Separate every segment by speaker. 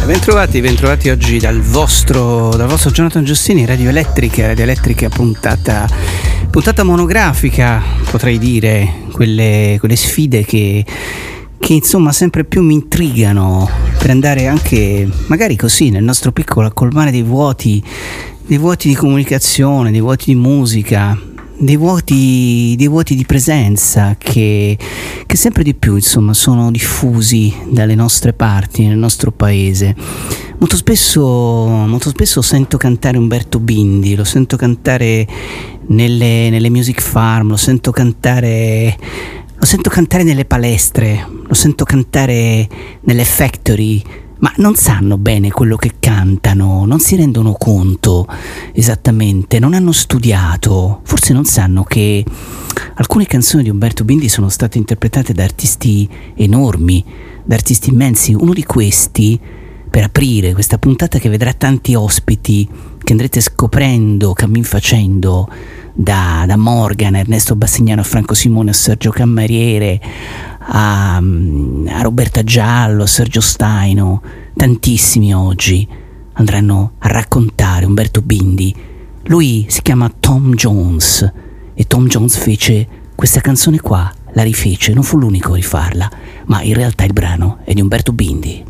Speaker 1: Bentrovati oggi dal vostro Jonathan Giustini, Radio Elettrica puntata monografica, potrei dire, quelle sfide che insomma sempre più mi intrigano, per andare anche magari così nel nostro piccolo a colmare dei vuoti di comunicazione, dei vuoti di musica, dei vuoti di presenza che sempre di più insomma sono diffusi dalle nostre parti, nel nostro paese. Molto spesso sento cantare Umberto Bindi, lo sento cantare nelle music farm, lo sento cantare nelle palestre, lo sento cantare nelle factory, ma non sanno bene quello che cantano, non si rendono conto esattamente, non hanno studiato, forse non sanno che alcune canzoni di Umberto Bindi sono state interpretate da artisti enormi, da artisti immensi. Uno di questi, per aprire questa puntata che vedrà tanti ospiti che andrete scoprendo cammin facendo, da Morgan, Ernesto Bassignano, Franco Simone, Sergio Cammariere, a Roberta Giallo, Sergio Staino, tantissimi oggi andranno a raccontare Umberto Bindi. Lui si chiama Tom Jones e Tom Jones fece questa canzone qua, la rifece, non fu l'unico a rifarla, ma in realtà il brano è di Umberto Bindi.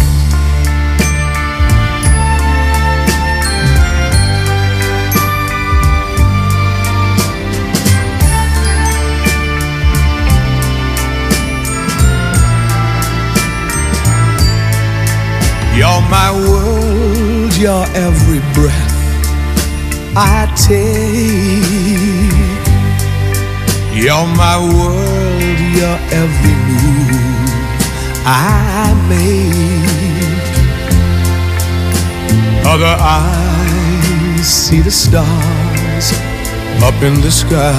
Speaker 2: You're my world, you're every breath I take. You're my world, you're every move I make. Other eyes see the stars up in the sky,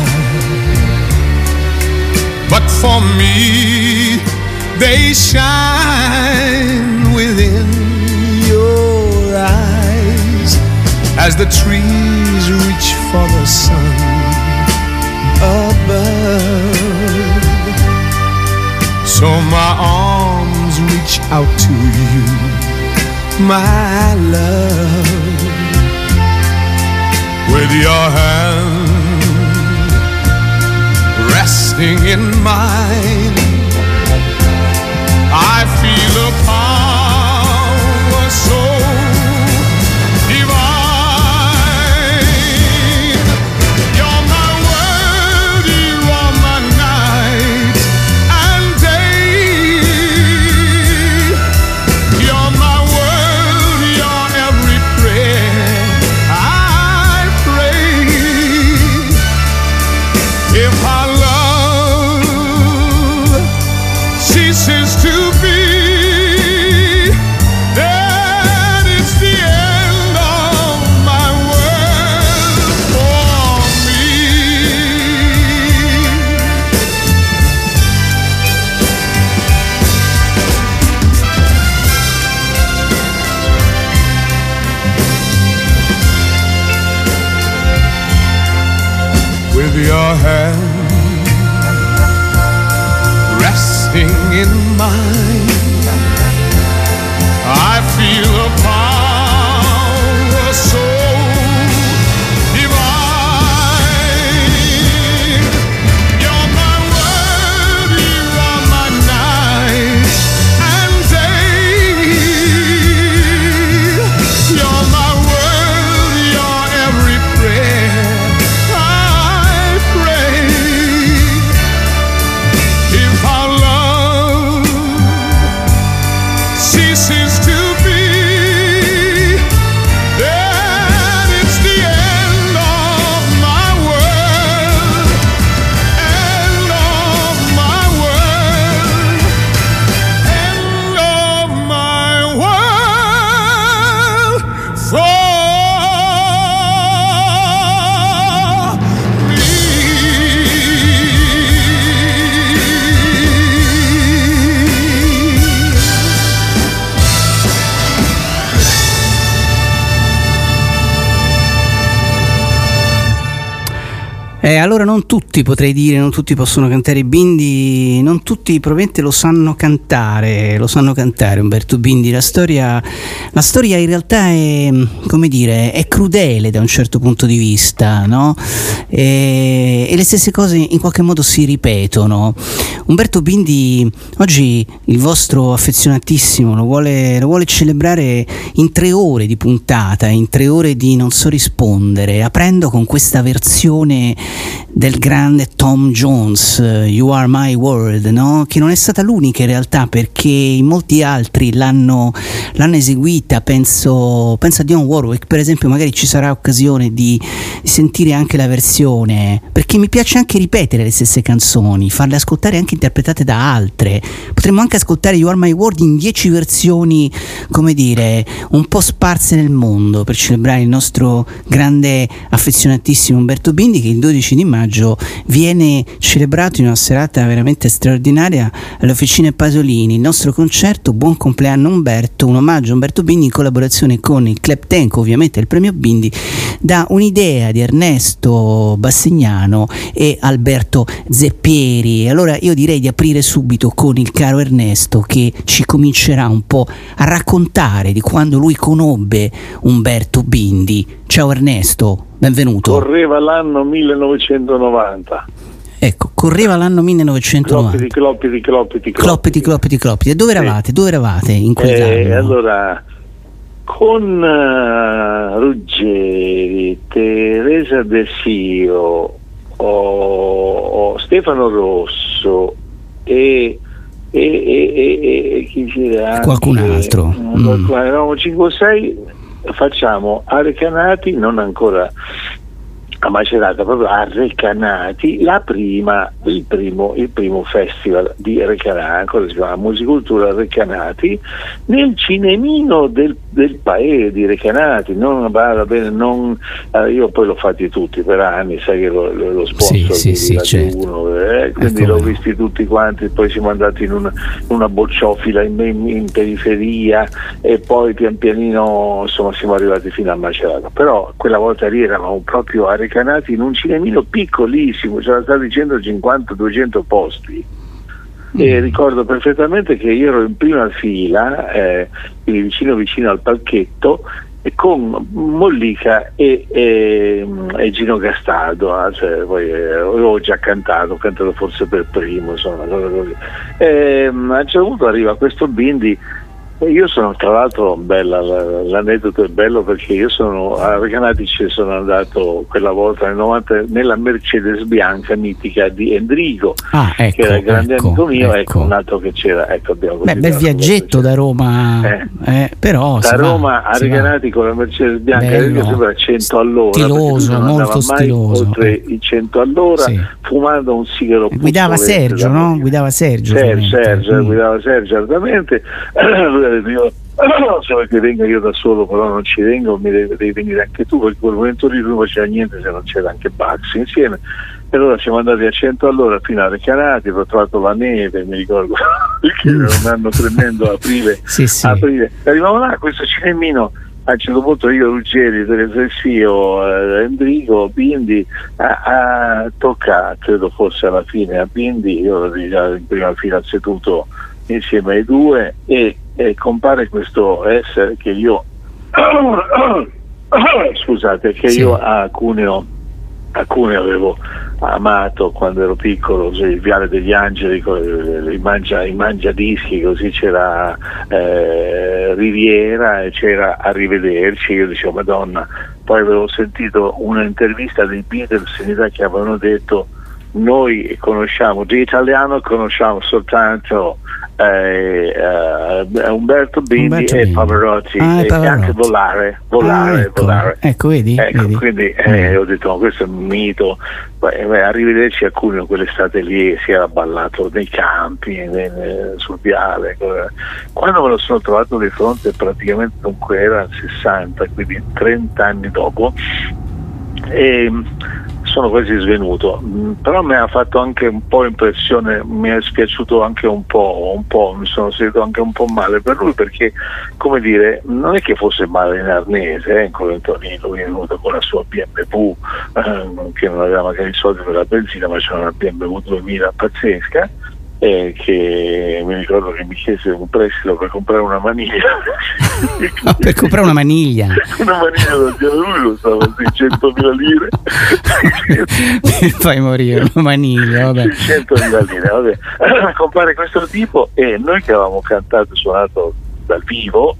Speaker 2: but for me they shine within your eyes as the trees reach for the sun above. So my arms reach out to you, my love, with your hand resting in mine. I feel a power so divine. You're my world, you are my night and day. You're my world, you're every prayer I pray. If our love ceases to your hand resting in mine, I feel a power so divine. You're my world, you are my night and day. You're my world, you're every prayer ceases to be,
Speaker 1: Allora non tutti, potrei dire, non tutti possono cantare Bindi, non tutti probabilmente lo sanno cantare Umberto Bindi. La storia in realtà è, come dire, è crudele da un certo punto di vista, no? E le stesse cose in qualche modo si ripetono. Umberto Bindi oggi il vostro affezionatissimo lo vuole celebrare in 3 ore di puntata, in 3 ore di Non so rispondere, aprendo con questa versione del grande Tom Jones, You Are My World, no? Che non è stata l'unica in realtà, perché in molti altri l'hanno eseguita. Penso a Dionne Warwick, per esempio. Magari ci sarà occasione di sentire anche la versione, perché mi piace anche ripetere le stesse canzoni, farle ascoltare anche interpretate da altre. Potremmo anche ascoltare You Are My World in 10 versioni, come dire, un po' sparse nel mondo, per celebrare il nostro grande affezionatissimo Umberto Bindi, che il 12 di maggio viene celebrato in una serata veramente straordinaria alle Officine Pasolini. Il nostro concerto Buon compleanno Umberto, un omaggio a Umberto Bindi in collaborazione con il Club Tenco, ovviamente il premio Bindi, da un'idea di Ernesto Bassignano e Alberto Zeppieri. Allora io direi di aprire subito con il caro Ernesto, che ci comincerà un po' a raccontare di quando lui conobbe Umberto Bindi. Ciao Ernesto, benvenuto.
Speaker 3: Correva l'anno 1990.
Speaker 1: Ecco, correva l'anno 1990. Cloppiti. E dove eravate? Dove eravate in quell'anno?
Speaker 3: Allora, con Ruggeri, Teresa De Sio, Stefano Rosso e chi c'era?
Speaker 1: Qualcun altro.
Speaker 3: Eravamo 5 o 6, facciamo a Recanati, non ancora a Macerata, proprio a Recanati, il primo festival di Recanati, si chiama Musicultura Recanati, nel cinemino del paese di Recanati. Non va bene, io poi l'ho fatti tutti per anni, sai che lo sponsor
Speaker 1: sì, certo.
Speaker 3: Quindi l'ho visti tutti quanti, poi siamo andati in una bocciofila in periferia e poi pian pianino insomma siamo arrivati fino a Macerata. Però quella volta lì eravamo proprio a Recanati in un cinemino piccolissimo, c'erano stati 150-200 posti. E ricordo perfettamente che io ero in prima fila, vicino al palchetto, e con Mollica e Gino Gastaldo, cioè, poi avevo già cantato forse per primo, insomma, a un certo punto arriva questo Bindi. Io sono, tra l'altro, l'aneddoto è bello perché io a Recanati ci sono andato quella volta nel 90 nella Mercedes bianca mitica di Endrigo, che era il grande amico mio, un altro che c'era,
Speaker 1: bel viaggetto da Roma, però
Speaker 3: da Roma a Recanati con la Mercedes bianca, sembra 100 all'ora,
Speaker 1: stiloso, molto stiloso,
Speaker 3: oltre i 100 all'ora, fumando un sigaro.
Speaker 1: Guidava Sergio, no? Guidava Sergio,
Speaker 3: guidava Sergio altamente. Io se vuoi che venga io da solo, però non ci vengo, devi venire anche tu, perché quel momento lì non faceva niente se non c'era anche Bax insieme. E allora siamo andati a 100 all'ora fino a Recanati, ho trovato la neve, mi ricordo, perché era un anno tremendo, aprile. Arrivavamo là a questo cinemino. A un certo punto io, Ruggeri, Teresa Sio, Endrigo, Bindi, tocca, credo fosse alla fine a Bindi, io ero già in prima fila seduto insieme ai due, e compare questo essere che io io a Cuneo avevo amato quando ero piccolo, cioè il Viale degli Angeli, i mangiadischi, così c'era Riviera e c'era Arrivederci. Io dicevo Madonna, poi avevo sentito un'intervista dei Beatles in Italia che avevano detto: noi conosciamo di italiano, conosciamo soltanto Umberto Bindi e Pavarotti, e anche volare.
Speaker 1: Ecco, vedi.
Speaker 3: Quindi ho detto questo è un mito. Arrivederci a Cuneo, quell'estate lì si era ballato nei campi, sul viale. Quando me lo sono trovato di fronte, praticamente dunque era 60, quindi 30 anni dopo, e sono quasi svenuto, però mi ha fatto anche un po' impressione, mi è spiaciuto anche un po', mi sono sentito anche un po' male per lui, perché, come dire, non è che fosse male in arnese, in Colentonino, lui è venuto con la sua BMW, che non aveva magari i soldi per la benzina, ma c'era una BMW 2000 pazzesca, che mi ricordo che mi chiese un prestito per comprare una maniglia.
Speaker 1: Per comprare una maniglia?
Speaker 3: Una maniglia da lui lo stava a 600.000 lire.
Speaker 1: Fai morire, una maniglia, vabbè.
Speaker 3: 600.000 lire, vabbè. Compare questo tipo, e noi che avevamo cantato e suonato dal vivo,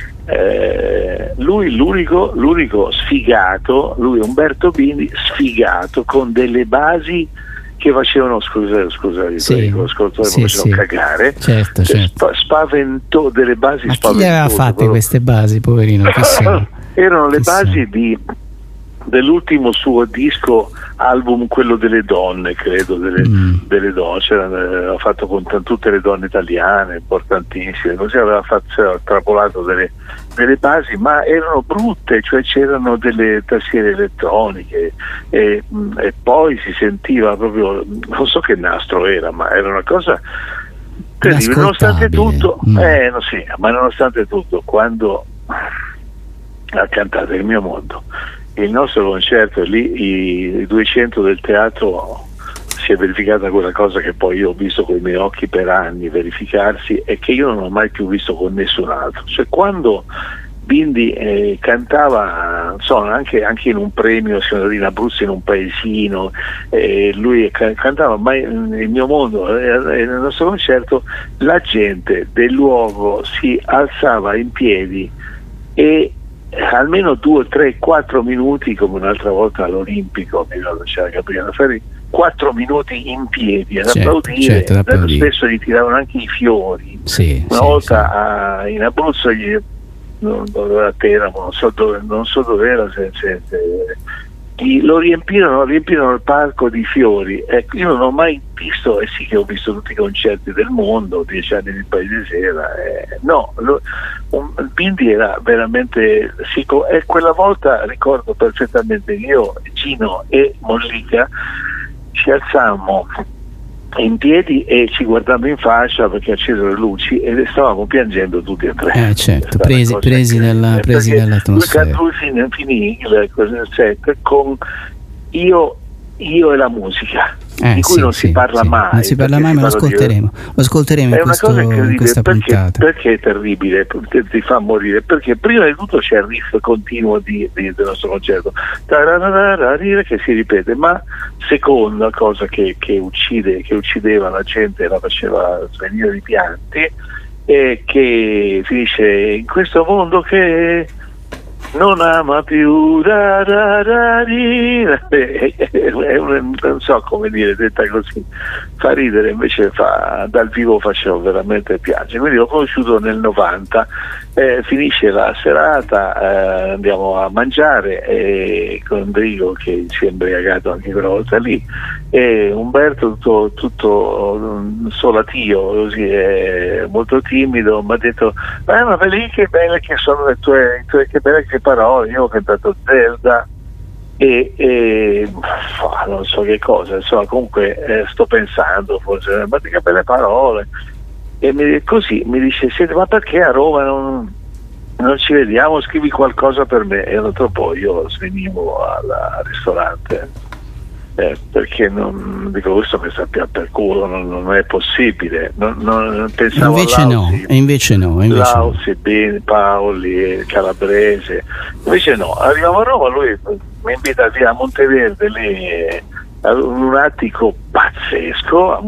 Speaker 3: lui l'unico sfigato, lui Umberto Bindi, sfigato, con delle basi che facevano, scusate,
Speaker 1: sì,
Speaker 3: facevano cagare,
Speaker 1: certo.
Speaker 3: Spaventò delle basi.
Speaker 1: Ma chi le aveva fatte queste basi, poverino?
Speaker 3: Erano le basi dell'ultimo suo disco, album, quello delle donne, credo, delle donne, aveva fatto con tutte le donne italiane importantissime, così aveva trapolato delle basi, ma erano brutte, cioè c'erano delle tastiere elettroniche e poi si sentiva proprio, non so che nastro era, ma era una cosa terribile. Nonostante tutto, ma nonostante tutto, quando ha cantato Il mio mondo, il nostro concerto lì, i 200 del teatro, si è verificata quella cosa che poi io ho visto con i miei occhi per anni verificarsi e che io non ho mai più visto con nessun altro. Cioè, quando Bindi cantava, insomma, anche in un premio, siamo andati in Abruzzo, in un paesino, lui cantava ma Il mio mondo, nel nostro concerto la gente del luogo si alzava in piedi e almeno 2, 3, 4 minuti, come un'altra volta all'Olimpico, mi ricordo c'era Gabriele Ferri, 4 minuti in piedi ad applaudire, spesso gli tiravano anche i fiori. Una volta in Abruzzo a Teramo, non so dove era, lo riempirono il parco di fiori. Ecco, io non ho mai visto, e sì che ho visto tutti i concerti del mondo, 10 anni di Paese Sera, Bindi era veramente sicuro, e quella volta ricordo perfettamente io, Gino e Mollica ci alzammo in piedi e ci guardammo in faccia perché accesero le luci e stavamo piangendo tutti e tre.
Speaker 1: Certo, presi dall'atmosfera.
Speaker 3: Due cantusi finì con io e la musica, di cui non si parla mai.
Speaker 1: Non si parla mai, ma lo ascolteremo. Lo ascolteremo in questa puntata.
Speaker 3: Perché è terribile, ti fa morire, perché prima di tutto c'è il riff continuo del nostro concerto che si ripete, ma seconda cosa che uccideva la gente e la faceva svenire di pianti, è che finisce in questo mondo che non ama più, non so come dire, detta così fa ridere, invece dal vivo faceva veramente piangere. Quindi l'ho conosciuto nel 90, finisce la serata, andiamo a mangiare con Andrigo che si è embriagato anche quella volta lì, e Umberto tutto solatio, così, molto timido, mi ha detto ma lì che belle che sono le tue che belle che parole. Io ho cantato Zelda e non so che cosa, insomma, comunque sto pensando forse, ma che belle parole, e così mi dice: senti, ma perché a Roma non ci vediamo, scrivi qualcosa per me? E dopo io svenivo al ristorante, perché non dico, questo mi sappia per culo, non è possibile, non pensavo
Speaker 1: invece no
Speaker 3: Lausi, Bini, Paoli, Calabrese, invece no. Arriviamo a Roma, lui mi invita via a Monteverde lì, un attico pazzesco,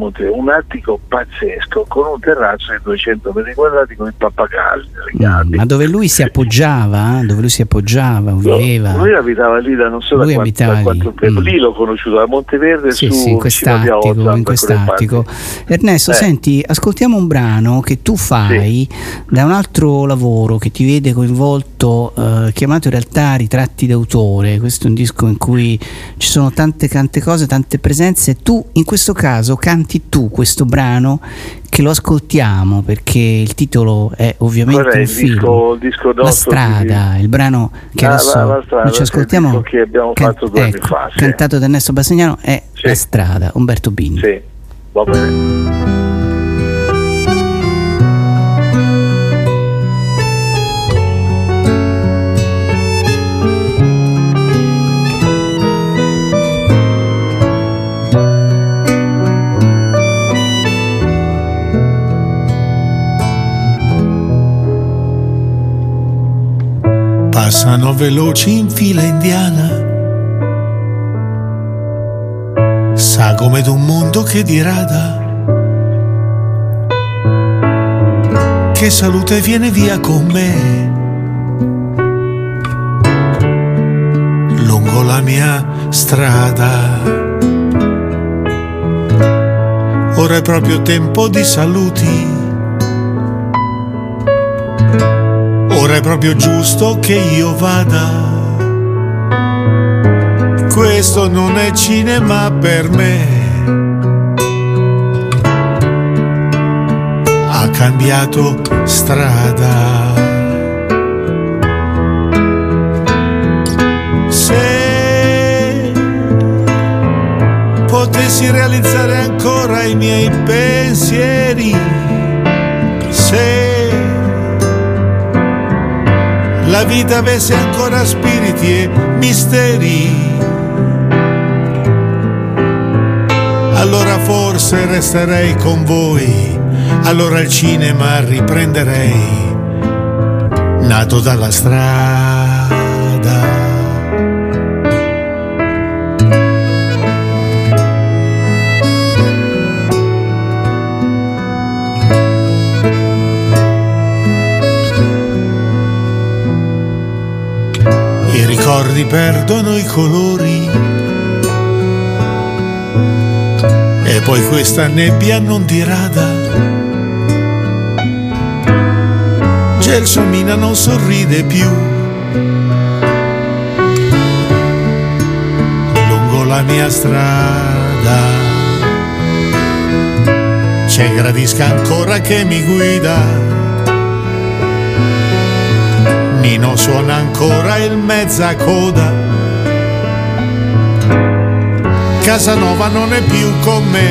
Speaker 3: con un terrazzo di 200 metri quadrati con i pappagalli.
Speaker 1: Ma dove lui si appoggiava, viveva?
Speaker 3: Lui abitava lì da non so da quanto tempo. Lì l'ho conosciuto, a Monteverde,
Speaker 1: in quest'attico. Ernesto, senti, ascoltiamo un brano che tu fai da un altro lavoro che ti vede coinvolto, chiamato in realtà Ritratti d'autore. Questo è un disco in cui ci sono tante cose, tante presenze. Tu in questo questo caso canti tu questo brano, che lo ascoltiamo perché il titolo è ovviamente un film,
Speaker 3: il disco
Speaker 1: La strada, il brano che adesso
Speaker 3: la strada,
Speaker 1: non ci ascoltiamo,
Speaker 3: il disco che abbiamo fatto 2 anni fa, sì.
Speaker 1: Cantato da Ernesto Bassignano, è
Speaker 3: Sì.
Speaker 1: La strada, Umberto Bini.
Speaker 3: Sì, va bene.
Speaker 2: Passano veloci in fila indiana, sagome d'un mondo che dirada, che salute viene via con me, lungo la mia strada. Ora è proprio tempo di saluti, ora è proprio giusto che io vada. Questo non è cinema per me, ha cambiato strada. Se potessi realizzare ancora i miei pensieri, se la vita avesse ancora spiriti e misteri, allora forse resterei con voi, allora il cinema riprenderei, nato dalla strada. I ricordi perdono i colori e poi questa nebbia non dirada. Gelsomina non sorride più, lungo la mia strada. C'è Gradisca ancora che mi guida, Nino suona ancora il mezzacoda, Casanova non è più con me,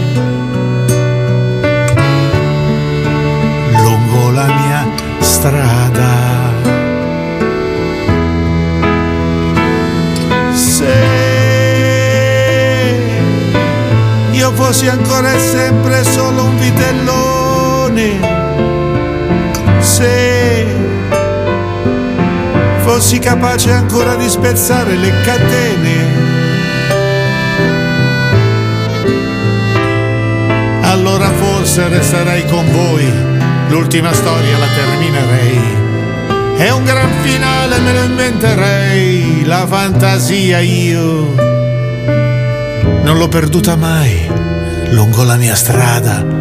Speaker 2: lungo la mia strada. Se io fossi ancora e sempre solo un vitellone, se fossi capace ancora di spezzare le catene, allora forse resterei con voi, l'ultima storia la terminerei, è un gran finale, me lo inventerei, la fantasia io non l'ho perduta mai, lungo la mia strada.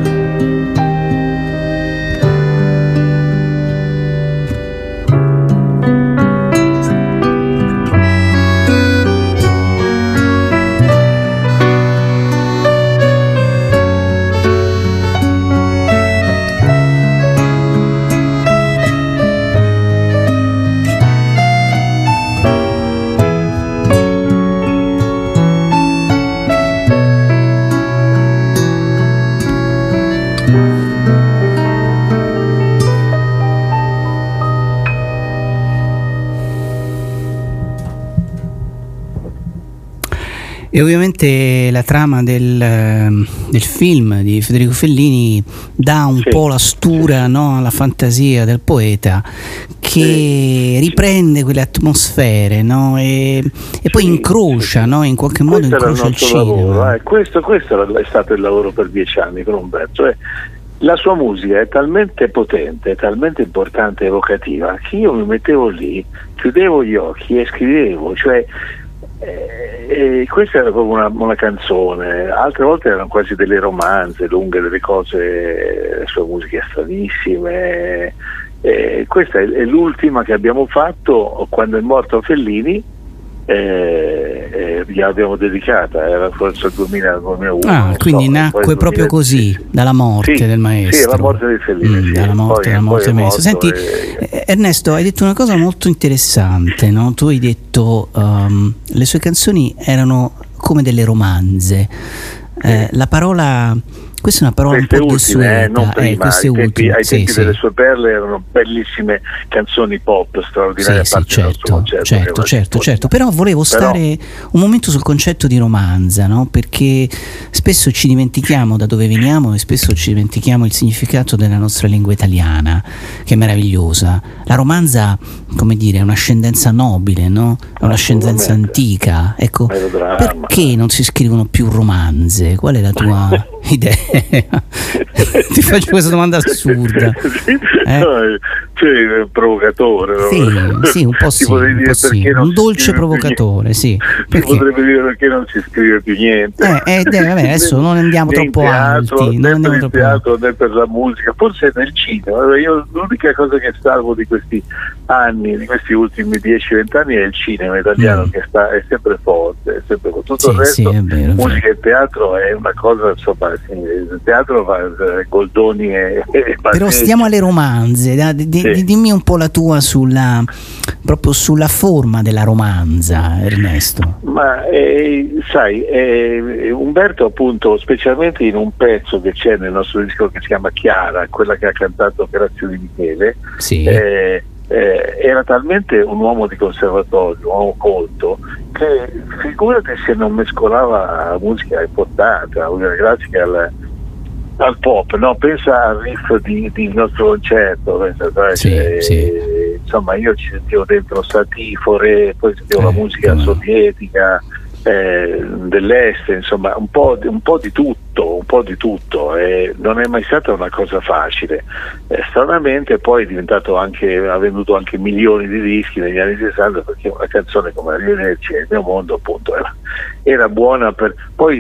Speaker 1: E ovviamente la trama del film di Federico Fellini dà un po' la stura, no, alla fantasia del poeta, che riprende quelle atmosfere, no, e poi incrocia, no, in qualche modo incrocia il cinema.
Speaker 3: Questo è stato il lavoro per 10 anni con Umberto. La sua musica è talmente potente, è talmente importante e evocativa che io mi mettevo lì, chiudevo gli occhi e scrivevo, cioè questa era proprio una canzone, altre volte erano quasi delle romanze lunghe, delle cose, le sue musiche stranissime. Questa è l'ultima che abbiamo fatto quando è morto Fellini, gliel'abbiamo dedicata, era forse il 2000-2001.
Speaker 1: Quindi nacque proprio così, dalla morte del maestro.
Speaker 3: Sì, la morte di Fellini.
Speaker 1: Dalla morte del maestro. Senti, Ernesto, hai detto una cosa molto interessante, no? Tu hai detto le sue canzoni erano come delle romanze. La parola, questa è una parola
Speaker 3: queste
Speaker 1: un po'
Speaker 3: ultime, non prima, ai tempi
Speaker 1: sì.
Speaker 3: delle sue perle erano bellissime canzoni pop straordinarie.
Speaker 1: Sì, certo. Però volevo stare un momento sul concetto di romanza, no? Perché spesso ci dimentichiamo da dove veniamo e spesso ci dimentichiamo il significato della nostra lingua italiana, che è meravigliosa. La romanza, come dire, è un'ascendenza nobile, no? È un'ascendenza antica. Ecco, perché non si scrivono più romanze? Qual è la tua idea? Ti faccio questa domanda assurda.
Speaker 3: Cioè, provocatore, no?
Speaker 1: Sì, un po' sì, un dolce provocatore, sì.
Speaker 3: Perché? Potrebbe dire perché non si scrive più niente.
Speaker 1: Vabbè, adesso non andiamo troppo alti,
Speaker 3: né per il teatro né per la musica, forse nel cinema. Io l'unica cosa che salvo di questi anni, di questi ultimi 10-20 anni, è il cinema italiano che è sempre forte, tutto il resto, musica e teatro è una cosa, insomma, il teatro va Goldoni e
Speaker 1: però stiamo alle romanze, dimmi un po' la tua proprio sulla forma della romanza, Ernesto.
Speaker 3: Ma sai, Umberto, appunto, specialmente in un pezzo che c'è nel nostro disco che si chiama Chiara, quella che ha cantato Grazio Di Michele, era talmente un uomo di conservatorio, un uomo colto, che figurati se non mescolava musica importante, grazie al pop, no? Pensa al riff di nostro concerto, insomma, io ci sentivo dentro Satifore, poi sentivo la musica sovietica, dell'est, insomma un po' di tutto, e non è mai stata una cosa facile. Stranamente poi ha venduto anche milioni di dischi negli anni 60, perché una canzone come Arrivederci nel mio mondo, appunto, era buona per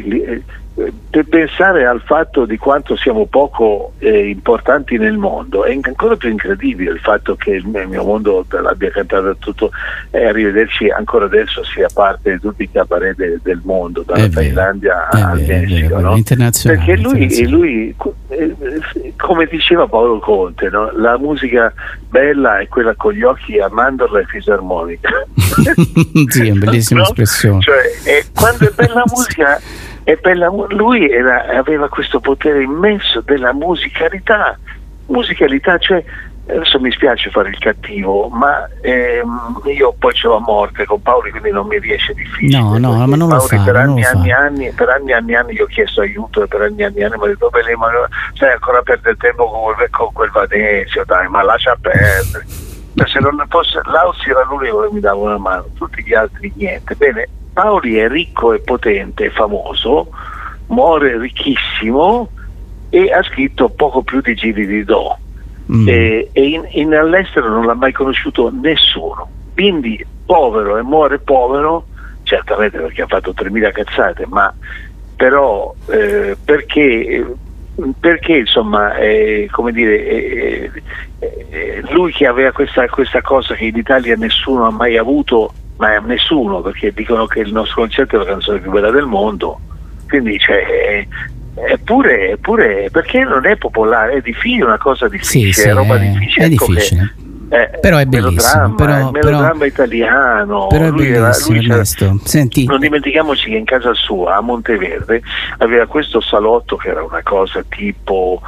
Speaker 3: pensare al fatto di quanto siamo poco importanti nel mondo. È ancora più incredibile il fatto che il mio mondo l'abbia cantato tutto, Arrivederci ancora adesso sia parte di tutti i cabaret del mondo, dalla Thailandia al Messico, no? Perché lui, come diceva Paolo Conte, no? La musica bella è quella con gli occhi a mandorla e fisarmonica.
Speaker 1: Sì, è una bellissima espressione.
Speaker 3: Cioè, quando è bella musica lui aveva questo potere immenso della musicalità, cioè, adesso mi spiace fare il cattivo, ma io poi ce l'ho a morte con Paoli, quindi non mi riesce difficile.
Speaker 1: No, ma non
Speaker 3: Paoli,
Speaker 1: lo fa.
Speaker 3: Per anni e anni gli ho chiesto aiuto, e per anni e anni mi ha detto: ma sai, ancora perde tempo con quel Vanezio, dai, ma lascia perdere. Se non fosse Lauzi era l'unico che mi dava una mano, tutti gli altri niente. Bene, Paoli è ricco e potente e famoso, muore ricchissimo e ha scritto poco più di giri di do. E all'estero non l'ha mai conosciuto nessuno, quindi povero, e muore povero, certamente perché ha fatto 3.000 cazzate, ma però perché insomma, come dire, lui che aveva questa cosa che in Italia nessuno ha mai avuto, ma nessuno, perché dicono che il nostro concerto è la canzone più bella del mondo, quindi eppure perché non è popolare, è difficile, una cosa difficile, è roba difficile,
Speaker 1: è difficile. Però è bellissimo,
Speaker 3: il melodramma italiano,
Speaker 1: però è bellissimo. Senti,
Speaker 3: non dimentichiamoci che in casa sua a Monteverde aveva questo salotto che era una cosa tipo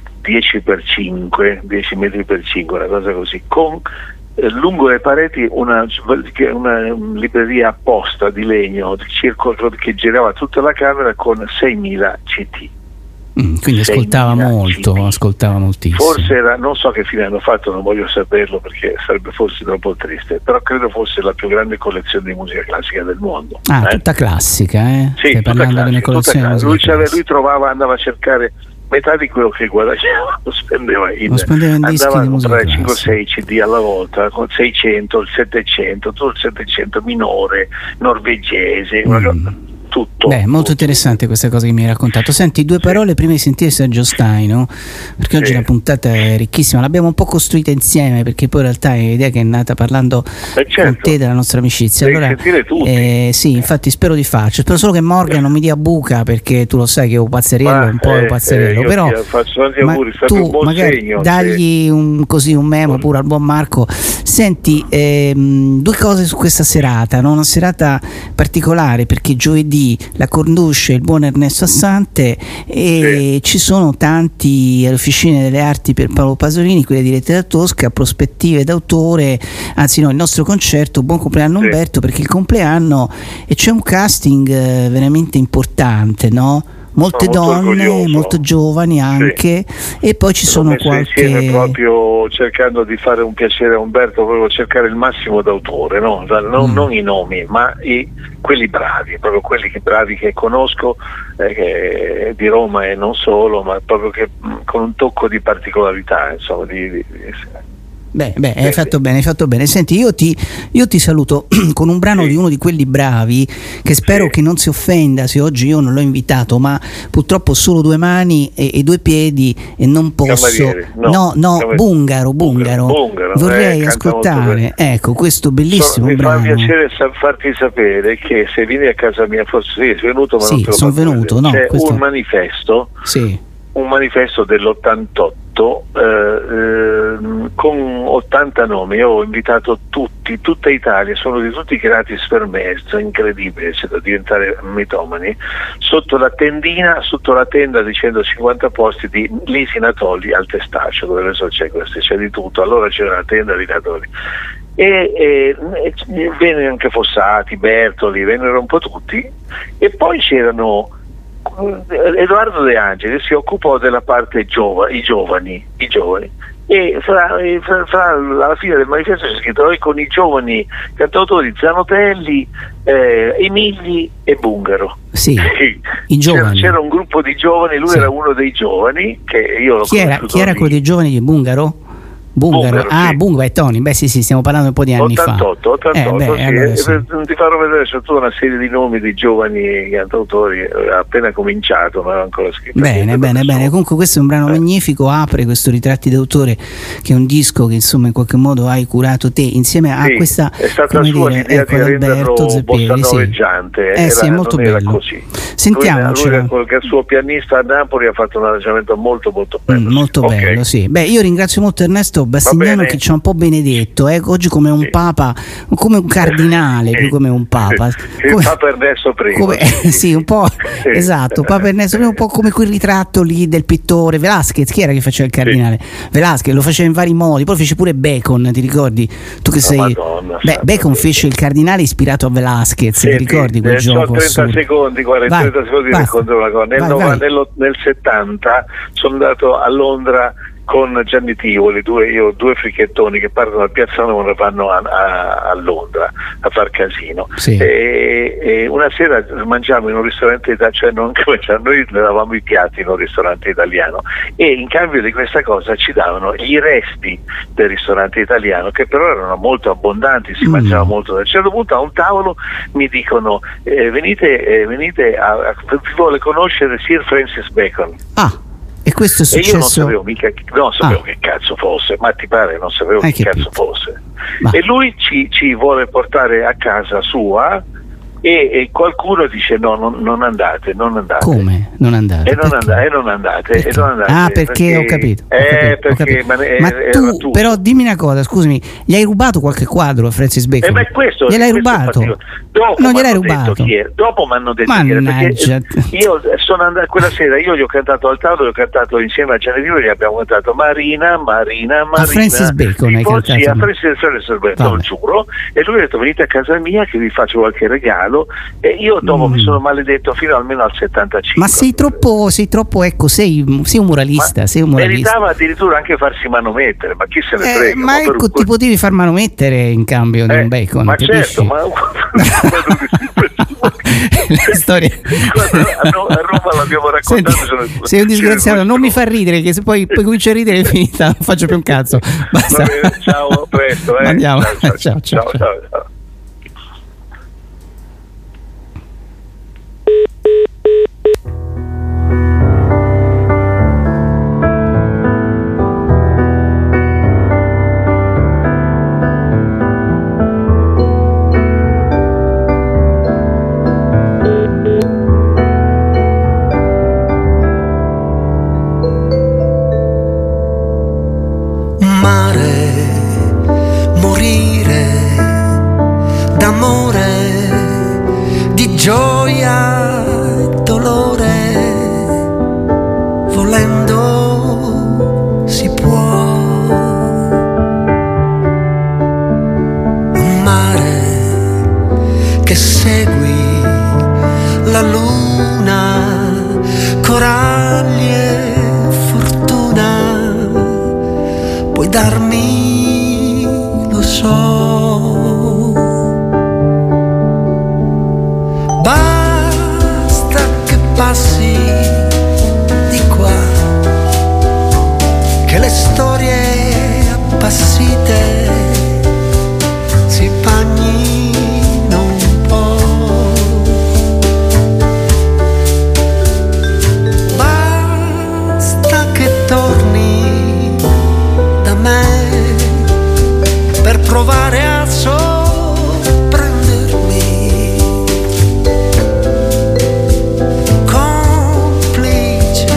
Speaker 3: 10x5, 10 metri per 5, una cosa così, con lungo le pareti una libreria apposta di legno che girava tutta la camera con 6.000 CD.
Speaker 1: Quindi ascoltava moltissimo.
Speaker 3: Forse non so che fine hanno fatto, non voglio saperlo perché sarebbe forse troppo triste, però credo fosse la più grande collezione di musica classica del mondo.
Speaker 1: Tutta classica,
Speaker 3: Sì,
Speaker 1: stai parlando delle collezioni.
Speaker 3: Lui andava a cercare metà di quello che guadagnava, lo spendeva andava a comprare 5-6 CD alla volta, con 600, il 700, tutto il 700 minore, norvegese, tutto.
Speaker 1: Beh, molto interessante questa cosa che mi hai raccontato. Senti, due parole prima di sentire Sergio Staino, perché oggi la puntata è ricchissima, l'abbiamo un po' costruita insieme, perché poi in realtà è un'idea che è nata parlando con te della nostra amicizia.
Speaker 3: Devi sentire tutti.
Speaker 1: Sì, infatti spero di farci. Spero solo che Morgan non mi dia buca, perché tu lo sai che è un pazzeriello, un po' è un pazzeriello, però
Speaker 3: auguri,
Speaker 1: tu
Speaker 3: un buon
Speaker 1: magari
Speaker 3: segno,
Speaker 1: dagli un memo pure al buon Marco. Senti, due cose su questa serata, no? Una serata particolare perché giovedì la conduce il buon Ernesto Assante e ci sono tanti alle Officine delle Arti per Paolo Pasolini, quelle dirette da Tosca, prospettive d'autore, anzi no, il nostro concerto Buon compleanno Umberto, perché il compleanno e c'è un casting veramente importante, no? Molte donne, molto giovani anche, e poi ci sono qualche...
Speaker 3: insieme proprio cercando di fare un piacere a Umberto, proprio cercare il massimo d'autore, no? Non i nomi, ma quelli bravi, proprio quelli bravi che conosco, di Roma e non solo, ma proprio che con un tocco di particolarità, insomma,
Speaker 1: Beh, hai fatto bene. Senti, io ti saluto con un brano di uno di quelli bravi, che spero che non si offenda se oggi io non l'ho invitato, ma purtroppo ho solo due mani e due piedi e non posso. Bungaro. Vorrei ascoltare, ecco, questo bellissimo brano.
Speaker 3: Mi fa piacere farti sapere che se vieni a casa mia, forse sei venuto, ma non te lo
Speaker 1: sono venuto, no,
Speaker 3: c'è
Speaker 1: questo...
Speaker 3: un manifesto dell'88 con 80 nomi. Io ho invitato tutta Italia, sono di tutti gratis per me, è incredibile, c'è da diventare mitomani, sotto la tenda dicendo 50 posti di Lisi Natoli al Testaccio, dove adesso c'è di tutto, allora c'era la tenda di Natoli. E vennero anche Fossati, Bertoli, vennero un po' tutti, e poi c'erano Edoardo De Angeli, si occupò della parte i giovani, e alla fine del manifesto c'è scritto noi con i giovani cantautori Zanotelli, Emigli e Bungaro.
Speaker 1: Sì, i giovani.
Speaker 3: C'era un gruppo di giovani, lui era uno dei giovani che io l'ho conosciuto.
Speaker 1: Chi era quello dei giovani di Bungaro? Bungaro, Bungaro e Tony, sì, stiamo parlando un po' di anni
Speaker 3: 88,
Speaker 1: fa. Allora sì.
Speaker 3: Ti farò vedere tutta una serie di nomi di giovani cantautori, appena cominciato, ma non ancora scritto.
Speaker 1: Bene. Comunque questo è un brano magnifico, apre questo Ritratti d'autore, che è un disco che insomma in qualche modo hai curato te insieme a questa,
Speaker 3: è stata sua l'idea di renderlo bossanoveggiante, è molto bello. Così.
Speaker 1: Sentiamoci.
Speaker 3: Lui che il suo pianista a Napoli ha fatto un arrangiamento molto bello.
Speaker 1: Molto bello, sì. Beh, io ringrazio molto Ernesto Bassignano che ci ha un po' benedetto, oggi come un papa, come un cardinale, più come un papa.
Speaker 3: Il Papa Ernesto prima.
Speaker 1: Sì, un po', esatto, Papa Ernesto prima, un po' come quel ritratto lì del pittore Velázquez. Chi era che faceva il cardinale? Velázquez lo faceva in vari modi, poi fece pure Bacon, ti ricordi? Tu che sei...
Speaker 3: Madonna,
Speaker 1: Bacon fece il cardinale ispirato a Velázquez, ti ricordi quel gioco?
Speaker 3: 30 secondi, racconto una cosa. Nel 70 sono andato a Londra con Gianni Tivoli, due fricchettoni che partono da Piazza Nona e vanno a Londra a far casino. E una sera mangiamo in un ristorante italiano, noi levavamo i piatti in un ristorante italiano, e in cambio di questa cosa ci davano i resti del ristorante italiano, che però erano molto abbondanti, si mangiava molto. A un certo punto a un tavolo mi dicono venite vi vuole conoscere Sir Francis Bacon.
Speaker 1: E questo è successo?
Speaker 3: E io non sapevo che cazzo fosse, ma ti pare non sapevo che cazzo fosse. E lui ci vuole portare a casa sua, e qualcuno dice no, non andate.
Speaker 1: Come? Non andate?
Speaker 3: E non andate.
Speaker 1: Perché ho capito.
Speaker 3: Ma
Speaker 1: tu però dimmi una cosa, scusami, gli hai rubato qualche quadro a Francis Bacon? Gliel'hai rubato? Non gliel'hai rubato?
Speaker 3: Dopo mi hanno detto io sono andato quella sera, io gli ho cantato al tavolo, gli ho cantato insieme a Gianni Tivoli, abbiamo cantato Marina.
Speaker 1: A Francis Bacon hai cantato?
Speaker 3: Sì, a Francis Bacon, lo giuro, e lui ha detto venite a casa mia che vi faccio qualche regalo, e io dopo mi sono maledetto fino almeno al 75.
Speaker 1: Ma sei troppo ecco, sei un moralista,
Speaker 3: meritava addirittura anche farsi manomettere, ma chi se ne frega.
Speaker 1: Ma ecco, ti potevi far manomettere in cambio di un Bacon,
Speaker 3: ma certo, ma
Speaker 1: le storie
Speaker 3: a Roma l'abbiamo raccontato.
Speaker 1: Sei un disgraziato, non mi fa ridere, che se poi comincio a ridere è finita, non faccio più un cazzo. Basta.
Speaker 3: Ciao, a presto.
Speaker 1: Andiamo. Ciao.
Speaker 4: quando si può. Un mare che segui la luna, coralli e fortuna, puoi darmi, lo so. Basta che passi di qua, che le storie appassite si bagnino un po'. Basta che torni da me per provare a sorprendermi, complice.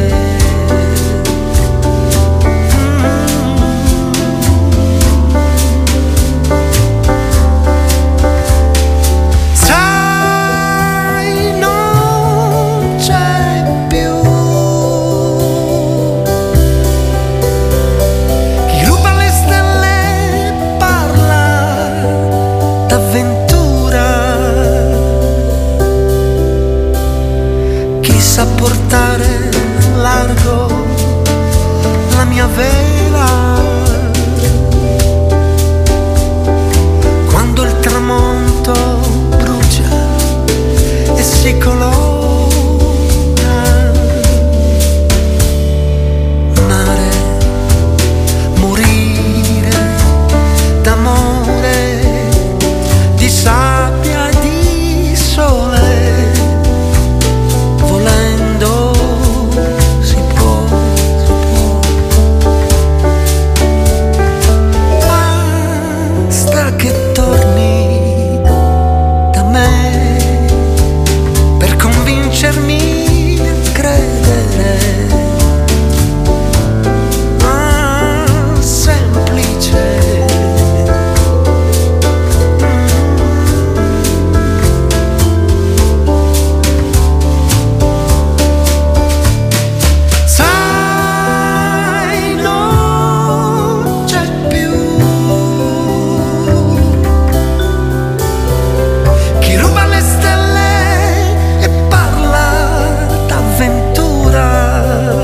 Speaker 4: Sai, non c'è più chi ruba le stelle, parla d'avventura, chi sa portare largo la mia vela quando il tramonto brucia e si colora. Mare, morire d'amore, di sabbia e di sole, volendo si può, si può. Basta che torni da me per convincermi a credere. Semplice. Sai, non c'è più chi ruba le stelle e parla d'avventura,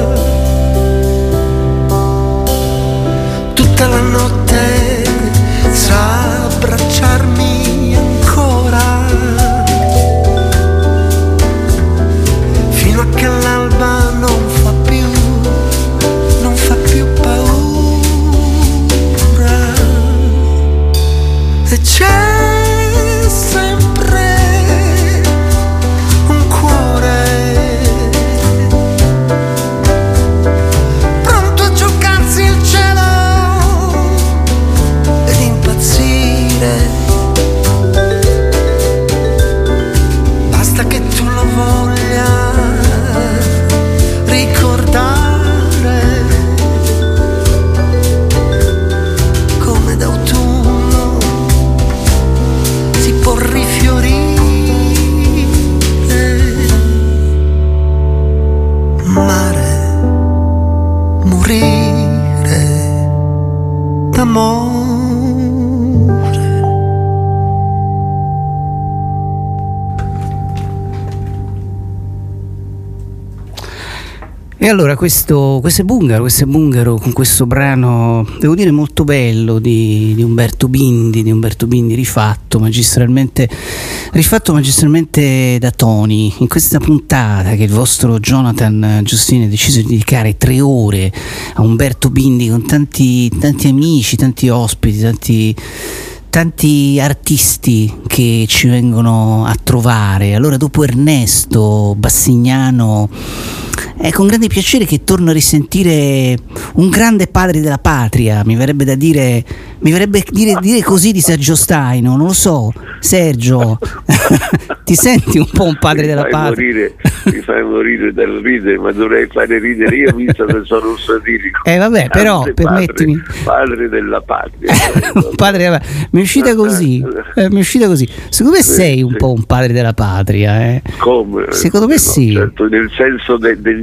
Speaker 4: tutta la notte sa abbracciarmi ancora, fino a che l'alba non fa più paura, e c'è sempre un cuore pronto a giocarsi il cielo ed impazzire. Basta che tu lo voglia ricordare, come d'autunno si può rifiorire. Mare, morire d'amore.
Speaker 1: E allora questo è Bungaro con questo brano, devo dire molto bello, di Umberto Bindi rifatto magistralmente da Tony, in questa puntata che il vostro Jonathan Giustini ha deciso di dedicare 3 ore a Umberto Bindi, con tanti amici, tanti ospiti, tanti artisti che ci vengono a trovare. Allora, dopo Ernesto Bassignano, è con grande piacere che torno a risentire un grande padre della patria, mi verrebbe dire così di Sergio Staino, non lo so, Sergio, ti senti un po' un padre della patria?
Speaker 5: Mi fai morire dal ridere, ma dovrei fare ridere io, visto che sono un satirico.
Speaker 1: Vabbè, però permettimi.
Speaker 5: Padre della patria.
Speaker 1: Padre della patria. Mi è uscita così. Secondo me sei un po' un padre della patria.
Speaker 5: Come?
Speaker 1: Secondo me sì.
Speaker 5: Certo, nel senso degli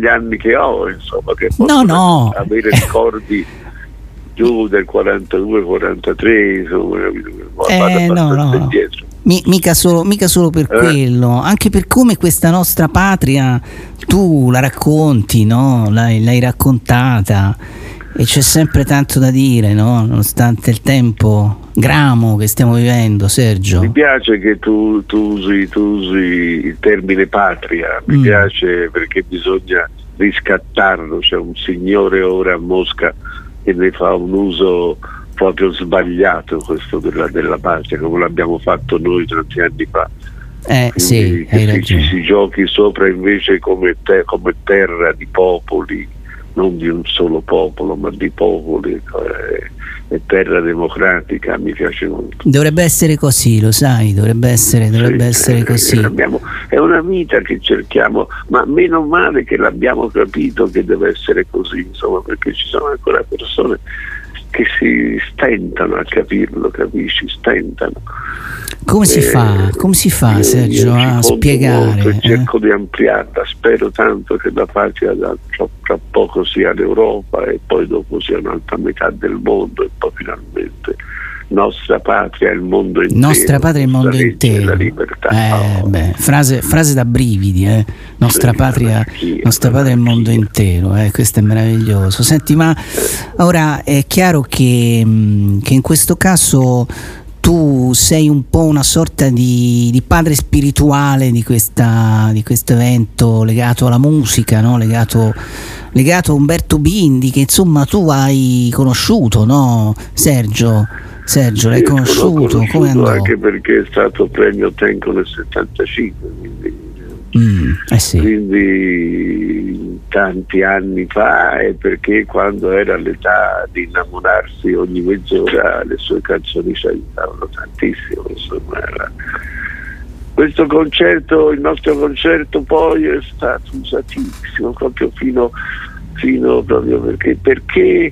Speaker 5: anni che ho, insomma, che posso avere ricordi giù del 42-43, insomma, vado indietro.
Speaker 1: Mica solo per quello, anche per come questa nostra patria tu la racconti, no? L'hai raccontata, e c'è sempre tanto da dire, no? Nonostante il tempo gramo che stiamo vivendo, Sergio.
Speaker 5: Mi piace che tu usi il termine patria, mi piace, perché bisogna riscattarlo. C'è un signore ora a Mosca che ne fa un uso proprio sbagliato, questo della patria, come l'abbiamo fatto noi tanti anni fa.
Speaker 1: Sì, hai ragione.
Speaker 5: Ci si giochi sopra invece come terra di popoli, non di un solo popolo, ma di popoli, è terra democratica, mi piace molto.
Speaker 1: Dovrebbe essere così, lo sai, dovrebbe essere così.
Speaker 5: È una vita che cerchiamo, ma meno male che l'abbiamo capito che deve essere così, insomma, perché ci sono ancora persone che si stentano a capirlo, capisci? Stentano.
Speaker 1: Come si fa, Sergio, a spiegare?
Speaker 5: Molto, cerco di ampliarla, spero tanto che la patria tra poco sia l'Europa, e poi dopo sia un'altra metà del mondo, e poi finalmente nostra patria è il mondo intero.
Speaker 1: Nostra patria è il mondo intero.
Speaker 5: La libertà.
Speaker 1: Frase da brividi, nostra patria è il mondo intero, questo è meraviglioso. Senti, ma ora è chiaro che in questo caso tu sei un po' una sorta di padre spirituale di questo evento legato alla musica, no? Legato a Umberto Bindi, che insomma tu hai conosciuto, no? Sergio, l'hai conosciuto? Come andò?
Speaker 5: Anche perché è stato premio Tenco nel 75, quindi tanti anni fa, e perché quando era l'età di innamorarsi ogni mezz'ora le sue canzoni ci aiutavano tantissimo, insomma. Questo concerto, il nostro concerto, poi è stato usatissimo proprio fino proprio perché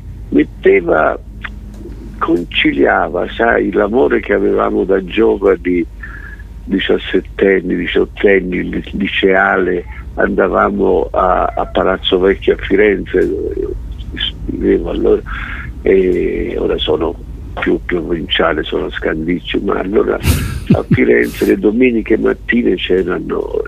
Speaker 5: conciliava, sai, l'amore che avevamo da giovani, 17enni, 18enni, liceale. Andavamo a Palazzo Vecchio a Firenze, dove io vivevo allora, e ora sono più provinciale, sono a Scandicci, ma allora a Firenze le domeniche mattine c'erano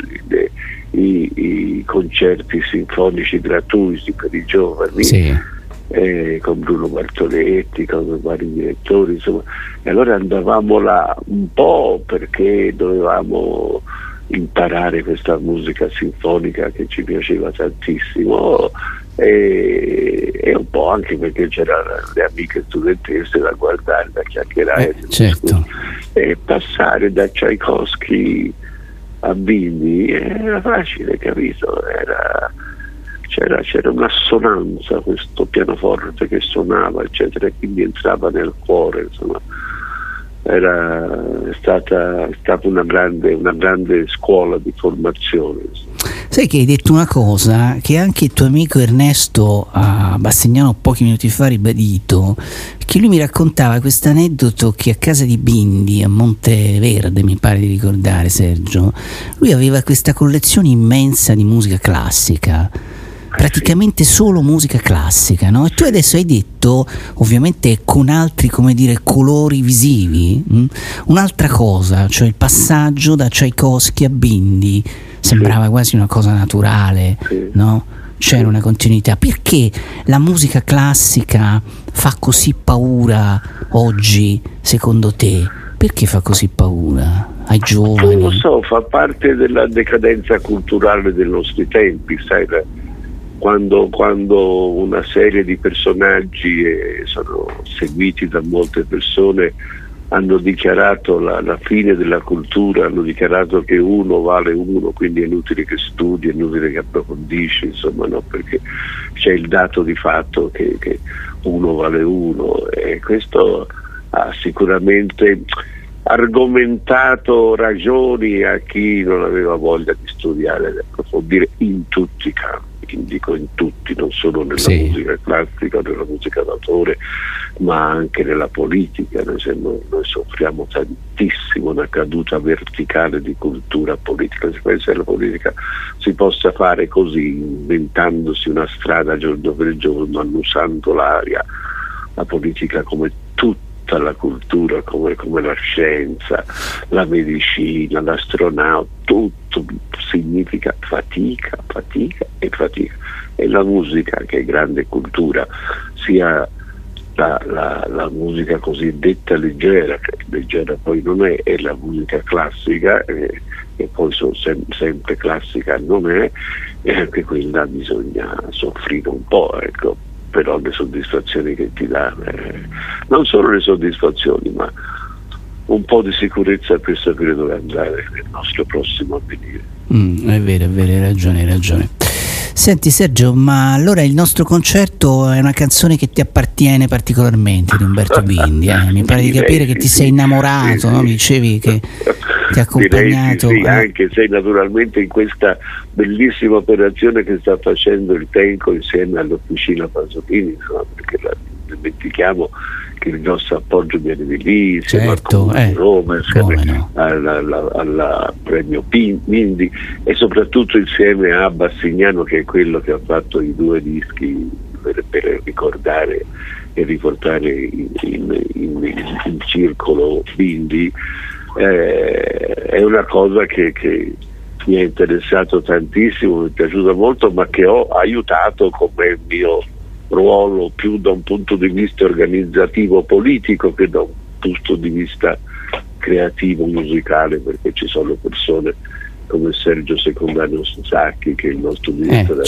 Speaker 5: i concerti sinfonici gratuiti per i giovani.
Speaker 1: Sì.
Speaker 5: Con Bruno Bartoletti, con vari direttori, insomma, e allora andavamo là un po' perché dovevamo imparare questa musica sinfonica che ci piaceva tantissimo, e un po' anche perché c'erano le amiche studentesse da guardare, da chiacchierare,
Speaker 1: certo.
Speaker 5: E passare da Tchaikovsky a Bindi era facile, capito? C'era un'assonanza, questo pianoforte che suonava, eccetera, e quindi entrava nel cuore, insomma. È stata una grande scuola di formazione, insomma.
Speaker 1: Sai che hai detto una cosa che anche il tuo amico Ernesto a Bastignano pochi minuti fa ha ribadito, che lui mi raccontava questo aneddoto che a casa di Bindi a Monteverde, mi pare di ricordare, Sergio, lui aveva questa collezione immensa di musica classica, praticamente solo musica classica, no? E tu adesso hai detto, ovviamente con altri, come dire, colori visivi, un'altra cosa, cioè il passaggio da Tchaikovsky a Bindi sembrava quasi una cosa naturale, no? C'era una continuità. Perché la musica classica fa così paura oggi, secondo te? Perché fa così paura ai giovani?
Speaker 5: Non lo so, fa parte della decadenza culturale dei nostri tempi, sai, quando una serie di personaggi sono seguiti da molte persone, hanno dichiarato la fine della cultura, hanno dichiarato che uno vale uno, quindi è inutile che studi, è inutile che approfondisci, insomma, no, perché c'è il dato di fatto che uno vale uno, e questo ha sicuramente argomentato ragioni a chi non aveva voglia di studiare e di approfondire in tutti i campi, dico in tutti, non solo nella musica classica, nella musica d'autore, ma anche nella politica. Noi soffriamo tantissimo una caduta verticale di cultura politica. Si pensa che la politica si possa fare così, inventandosi una strada giorno per giorno, annusando l'aria. La politica, come tutta la cultura, come la scienza, la medicina, l'astronauta, tutto significa fatica. E la musica, che è grande cultura, sia la musica cosiddetta leggera, che leggera poi non è la musica classica, e poi sempre classica non è, e anche quella bisogna soffrire un po', ecco. Però le soddisfazioni che ti dà, non solo le soddisfazioni, ma un po' di sicurezza per sapere dove andare nel nostro prossimo avvenire.
Speaker 1: È vero, hai ragione. Senti Sergio, ma allora il nostro concerto è una canzone che ti appartiene particolarmente di Umberto Bindi, mi pare di capire che ti sei innamorato, no? Mi dicevi che ti ha accompagnato.
Speaker 5: Sì, anche se naturalmente in questa bellissima operazione che sta facendo il Tenco insieme all'Officina Pasolini, insomma, perché dimentichiamo che il nostro appoggio viene di lì, insieme al Comune di Roma, insieme alla Premio Bindi, e soprattutto insieme a Bassignano, che è quello che ha fatto i 2 dischi per ricordare e riportare in circolo Bindi. È una cosa che mi ha interessato tantissimo, mi è piaciuta molto, ma che ho aiutato come il mio ruolo più da un punto di vista organizzativo politico che da un punto di vista creativo musicale, perché ci sono persone come Sergio Secundano Sacchi, che è il nostro direttore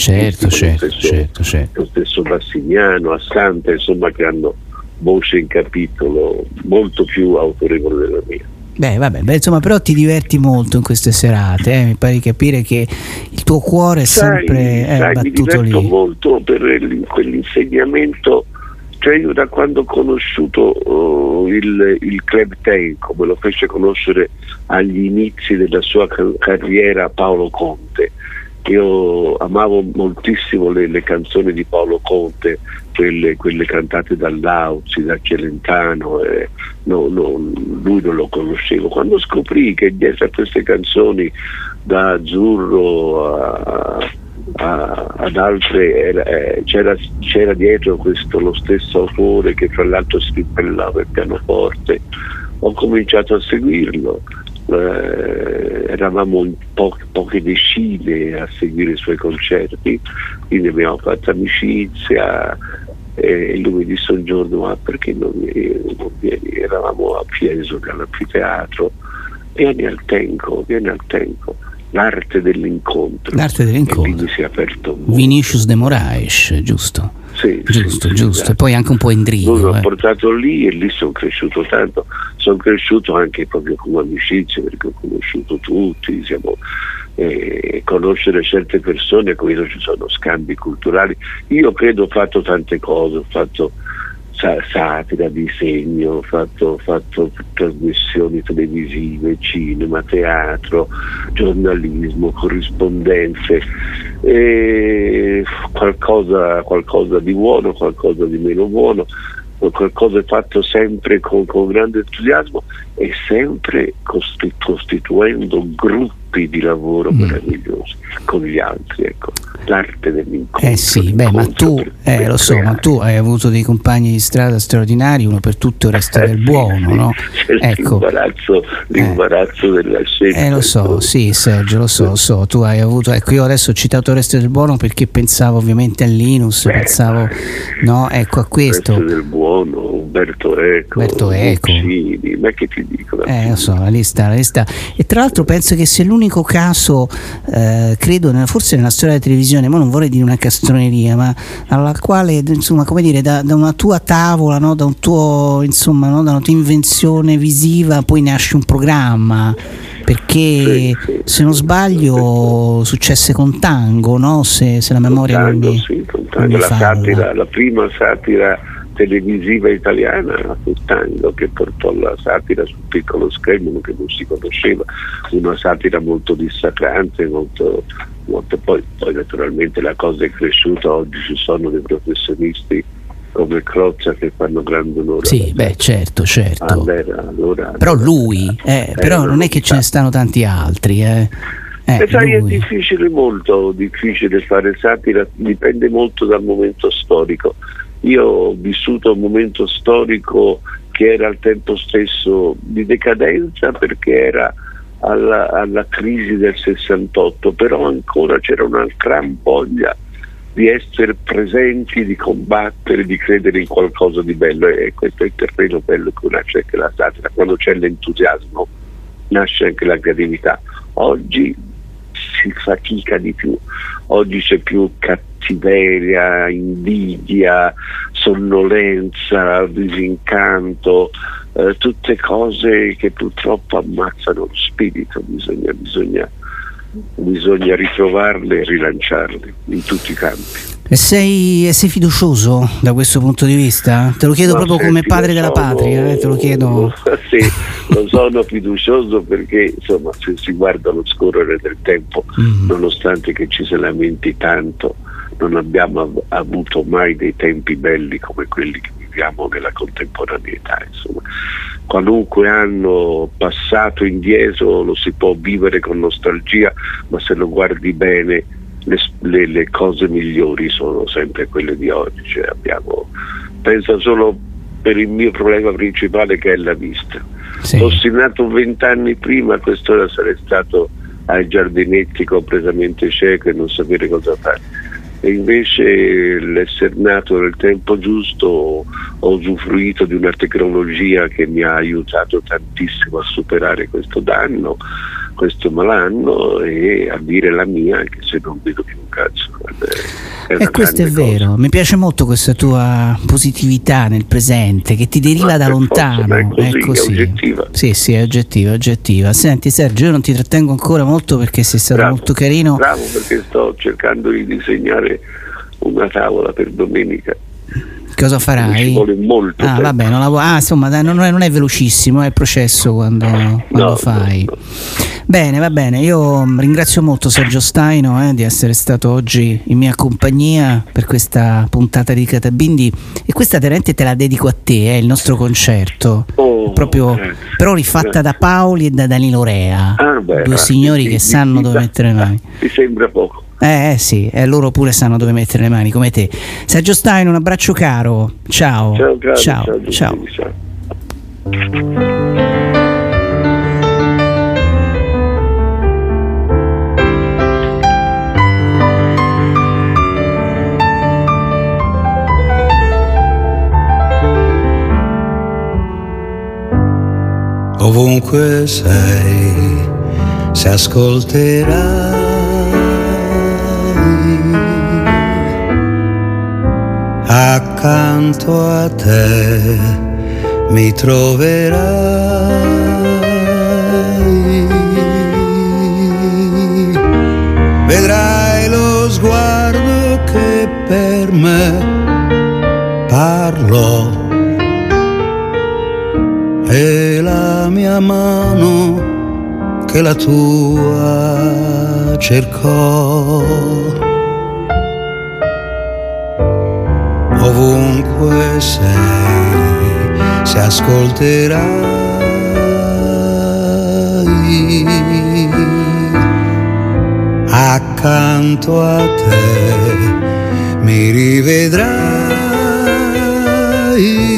Speaker 5: lo stesso Bassignano, Assante, insomma, che hanno voce in capitolo molto più autorevole della mia.
Speaker 1: Insomma, però ti diverti molto in queste serate, mi pare di capire che il tuo cuore è sempre battuto lì.
Speaker 5: Mi diverto molto per quell'insegnamento, cioè io da quando ho conosciuto il Club Tenco, me lo fece conoscere agli inizi della sua carriera Paolo Conte. Io amavo moltissimo le canzoni di Paolo Conte, quelle cantate dall'Auzi, da Celentano, lui non lo conoscevo. Quando scoprì che dietro a queste canzoni, da Azzurro ad altre, c'era dietro lo stesso autore che tra l'altro scrippellava il pianoforte, ho cominciato a seguirlo. Eravamo in poche decine a seguire i suoi concerti, quindi abbiamo fatto amicizia, e lui mi disse un giorno: ma perché non vieni? Eravamo a Fiesole all'anfiteatro, vieni al Tenco, l'arte dell'incontro. E quindi si è aperto
Speaker 1: Vinicius de Moraes, giusto?
Speaker 5: Sì,
Speaker 1: giusto.
Speaker 5: Esatto.
Speaker 1: E poi anche un po' Endrigo.
Speaker 5: Lui l'ho portato lì e lì sono cresciuto tanto, sono cresciuto anche proprio come amicizia, perché ho conosciuto tutti, conoscere certe persone, con cui ci sono scambi culturali. Io credo ho fatto tante cose, ho fatto satira, disegno, ho fatto trasmissioni televisive, cinema, teatro, giornalismo, corrispondenze, qualcosa di buono, qualcosa di meno buono, qualcosa fatto sempre con grande entusiasmo e sempre costituendo gruppi di lavoro meravigliosi con gli altri, ecco. L'arte dell'incontro.
Speaker 1: Ma tu ma tu hai avuto dei compagni di strada straordinari, uno per tutte il resto del buono, no? Ecco.
Speaker 5: L'imbarazzo della scelta.
Speaker 1: Lo so, sì, Sergio, lo so. Tu hai avuto, ecco, io adesso ho citato il resto del buono perché pensavo ovviamente a Linus, pensavo, no, ecco, a questo.
Speaker 5: Il resto del buono, Umberto Eco. Puccini, ma che ti dico?
Speaker 1: Lo so, la lista. E tra l'altro penso che sia l'unico caso, credo, forse nella storia della televisione, ma non vorrei dire una castroneria, ma alla quale, insomma, come dire, da una tua tavola, no, da un tuo, insomma, no, da una tua invenzione visiva poi nasce un programma, perché se non sbaglio successe con Tango, no? Se la memoria non mi
Speaker 5: falla. La prima satira televisiva italiana fu Tango, che portò la satira sul piccolo schermo che non si conosceva, una satira molto dissacrante, molto poi naturalmente la cosa è cresciuta, oggi ci sono dei professionisti come Crozza che fanno grande onore.
Speaker 1: Sì, beh, certo.
Speaker 5: Allora,
Speaker 1: però lui, però non è che ce ne stanno tanti altri,
Speaker 5: sai, è difficile, molto difficile fare satira, dipende molto dal momento storico. Io ho vissuto un momento storico che era al tempo stesso di decadenza, perché era alla crisi del 68, però ancora c'era una gran voglia di essere presenti, di combattere, di credere in qualcosa di bello, e questo è il terreno bello che nasce anche la satira. Quando c'è l'entusiasmo nasce anche la creatività. Oggi si fatica di più, oggi c'è più cattiveria, invidia, sonnolenza, disincanto, tutte cose che purtroppo ammazzano lo spirito. Bisogna ritrovarle e rilanciarle in tutti i campi.
Speaker 1: E sei fiducioso da questo punto di vista? Te lo chiedo proprio come padre della patria, te lo chiedo.
Speaker 5: Sì, non sono fiducioso perché insomma, se si guarda lo scorrere del tempo, nonostante che ci si lamenti tanto, non abbiamo avuto mai dei tempi belli come quelli che viviamo nella contemporaneità. Insomma, qualunque anno passato indietro lo si può vivere con nostalgia, ma se lo guardi bene le cose migliori sono sempre quelle di oggi. Cioè pensa solo per il mio problema principale, che è la vista.
Speaker 1: Sì.
Speaker 5: Fossi nato 20 anni prima, quest'ora sarei stato ai giardinetti completamente cieco e non sapere cosa fare. E invece l'essere nato nel tempo giusto, ho usufruito di una tecnologia che mi ha aiutato tantissimo a superare questo danno, questo malanno, e a dire la mia, anche se non vedo più un cazzo.
Speaker 1: E questo è vero, mi piace molto questa tua positività nel presente, che ti deriva da lontano.
Speaker 5: È così. È oggettiva.
Speaker 1: Sì, è oggettiva. Senti Sergio, io non ti trattengo ancora molto perché sei stato molto carino.
Speaker 5: Bravo, perché sto cercando di disegnare una tavola per domenica.
Speaker 1: Cosa farai?
Speaker 5: Ci vuole molto tempo.
Speaker 1: Vabbè, insomma, dai, non è velocissimo, è il processo quando fai.
Speaker 5: No.
Speaker 1: Bene, va bene, io ringrazio molto Sergio Staino di essere stato oggi in mia compagnia per questa puntata di Catabindi, e questa veramente te la dedico a te, il nostro concerto, proprio però rifatta da Paoli e da Danilo Rea, due signori che sanno dove mettere le mani.
Speaker 5: Ti sembra poco?
Speaker 1: Sì, loro pure sanno dove mettere le mani, come te. Sergio Staino, un abbraccio caro. Ciao. Ciao.
Speaker 4: Ovunque sei, se ascolterai accanto a te mi troverai, vedrai lo sguardo che per me parlò e la mia mano che la tua cercò. Ovunque sei, se ascolterai accanto a te mi rivedrai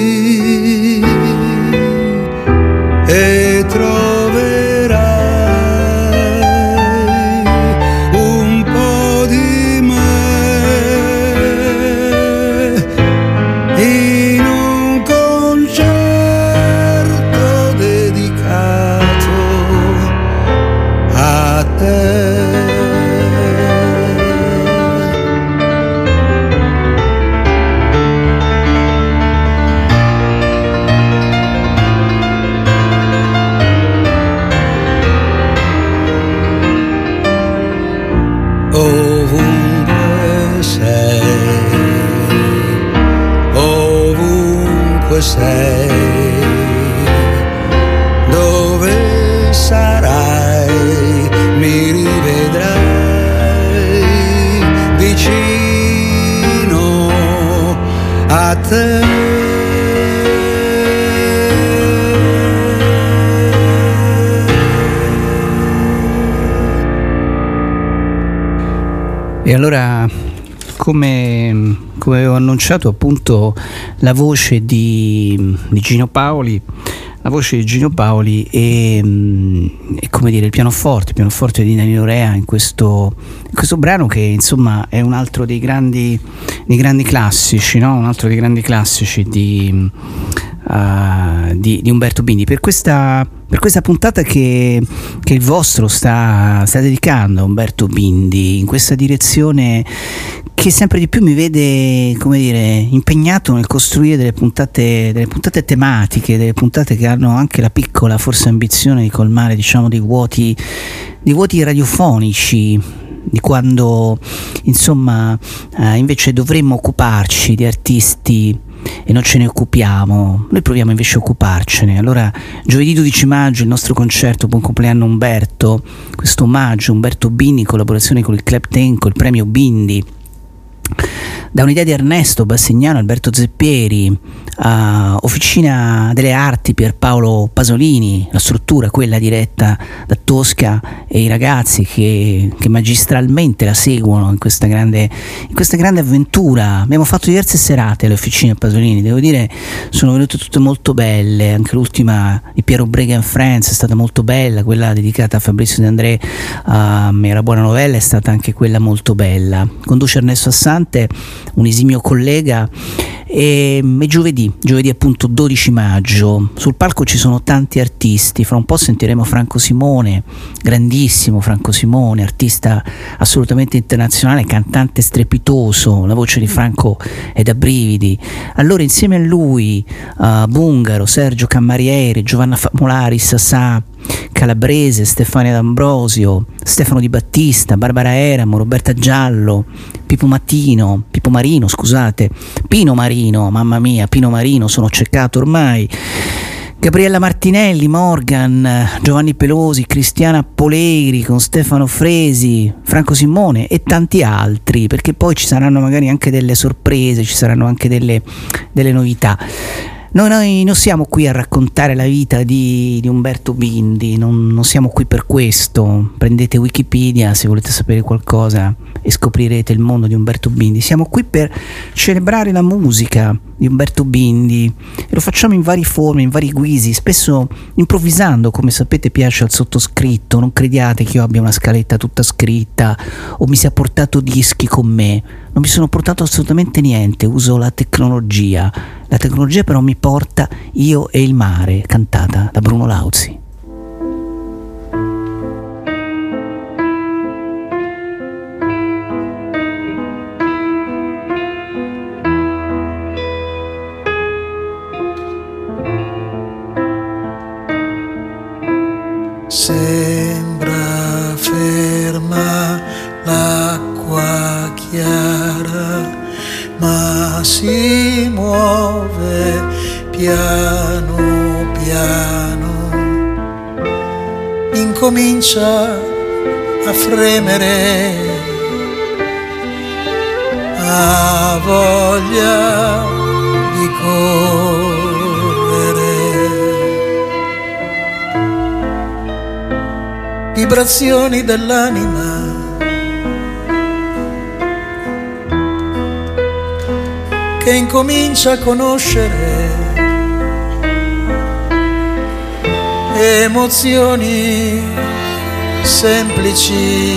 Speaker 4: e troverai un po' di me in un concerto dedicato a te. sei, dove sarai, mi rivedrai vicino a te.
Speaker 1: E allora, come avevo annunciato, appunto, la voce di Gino Paoli, e come dire, il pianoforte di Danilo Rea in questo brano, che insomma è un altro dei grandi classici, no? Un altro dei grandi classici di Umberto Bindi, per questa puntata che il vostro sta dedicando a Umberto Bindi, in questa direzione che sempre di più mi vede, come dire, impegnato nel costruire delle puntate tematiche, delle puntate che hanno anche la piccola forse ambizione di colmare, diciamo, dei vuoti radiofonici, di quando insomma invece dovremmo occuparci di artisti e non ce ne occupiamo. Noi proviamo invece a occuparcene. Allora, giovedì 12 maggio il nostro concerto Buon compleanno Umberto, questo omaggio Umberto Bindi in collaborazione con il Club Tenco, il premio Bindi, da un'idea di Ernesto Bassignano, Alberto Zeppieri, Officina delle Arti Pierpaolo Pasolini, la struttura quella diretta da Tosca e i ragazzi che magistralmente la seguono in questa grande avventura. Abbiamo fatto diverse serate alle Officine Pasolini, devo dire sono venute tutte molto belle, anche l'ultima di Piero Brega and Friends è stata molto bella, quella dedicata a Fabrizio De André e la buona novella è stata anche quella molto bella. Conduce Ernesto Assante, un esimio collega, e giovedì appunto 12 maggio sul palco ci sono tanti artisti. Fra un po' sentiremo Franco Simone, grandissimo Franco Simone, artista assolutamente internazionale, cantante strepitoso, la voce di Franco è da brividi. Allora insieme a lui Bungaro, Sergio Cammarieri, Giovanna Famolari, Sassà Calabrese, Stefania D'Ambrosio, Stefano Di Battista, Barbara Eramo, Roberta Giallo, Pino Marino, mamma mia, Pino Marino, sono ceccato ormai, Gabriella Martinelli, Morgan, Giovanni Pelosi, Cristiana Poleri con Stefano Fresi, Franco Simone e tanti altri, perché poi ci saranno magari anche delle sorprese, ci saranno anche delle novità. Noi non siamo qui a raccontare la vita di Umberto Bindi, non siamo qui per questo. Prendete Wikipedia se volete sapere qualcosa e scoprirete il mondo di Umberto Bindi. Siamo qui per celebrare la musica di Umberto Bindi e lo facciamo in varie forme, in vari guisi, spesso improvvisando, come sapete piace al sottoscritto. Non crediate che io abbia una scaletta tutta scritta o mi sia portato dischi con me. Non mi sono portato assolutamente niente, uso la tecnologia. La tecnologia però mi porta Io e il mare, cantata da Bruno Lauzi.
Speaker 4: Sembra ferma l'acqua chiara, ma si muove piano piano, incomincia a fremere, ha voglia di correre, vibrazioni dell'anima che incomincia a conoscere, emozioni semplici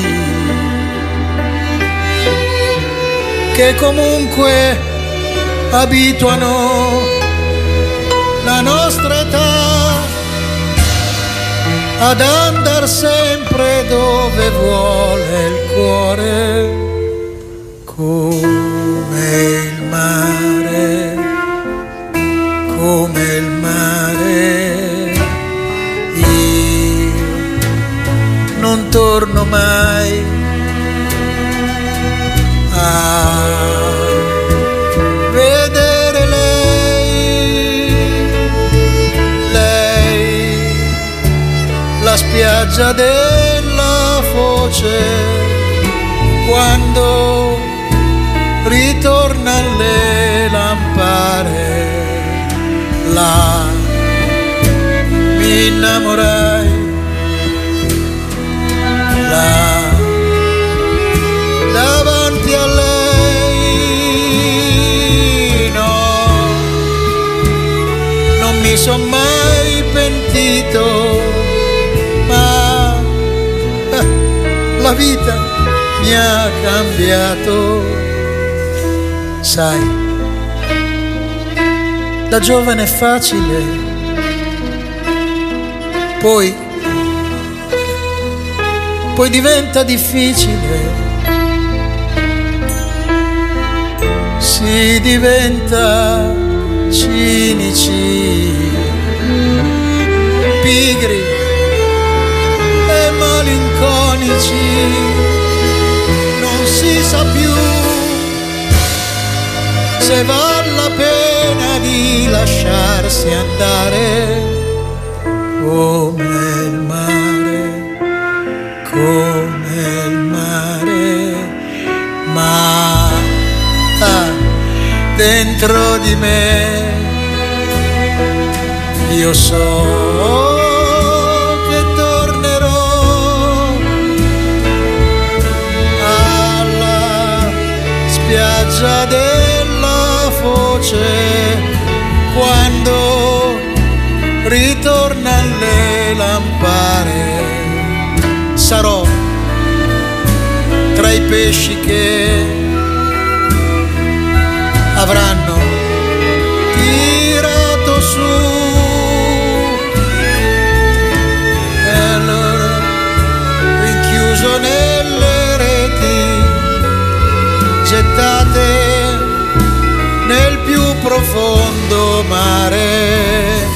Speaker 4: che comunque abituano la nostra età ad andar sempre dove vuole il cuore, come il mare, come il mare. Io non torno mai a vedere lei.
Speaker 6: spiaggia della foce, quando ritornano le lampare, là mi innamorai, là davanti a lei, no, non mi son mai pentito, ma la vita mi ha cambiato. Sai, da giovane è facile, poi diventa difficile, si diventa cinici, pigri e malinconici, non si sa più se vale la pena di lasciarsi andare, come il mare, ma dentro di me io so che tornerò alla spiaggia della foce, quando ritornano le lampare, sarò tra i pesci che avranno tirato su, e allora rinchiuso nelle reti gettate nel più profondo mare.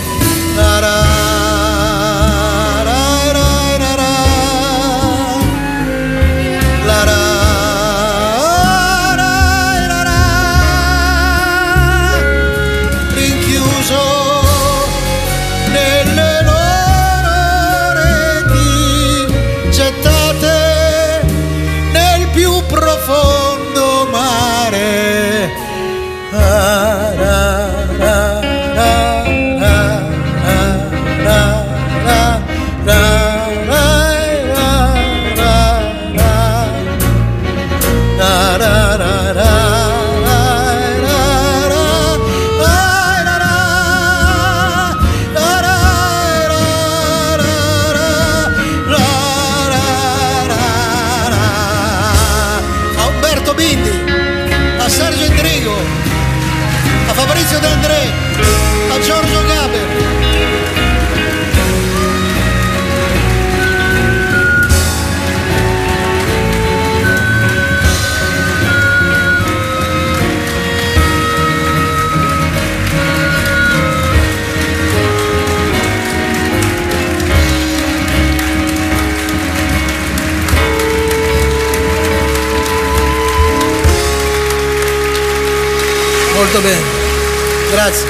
Speaker 6: Molto bene, grazie.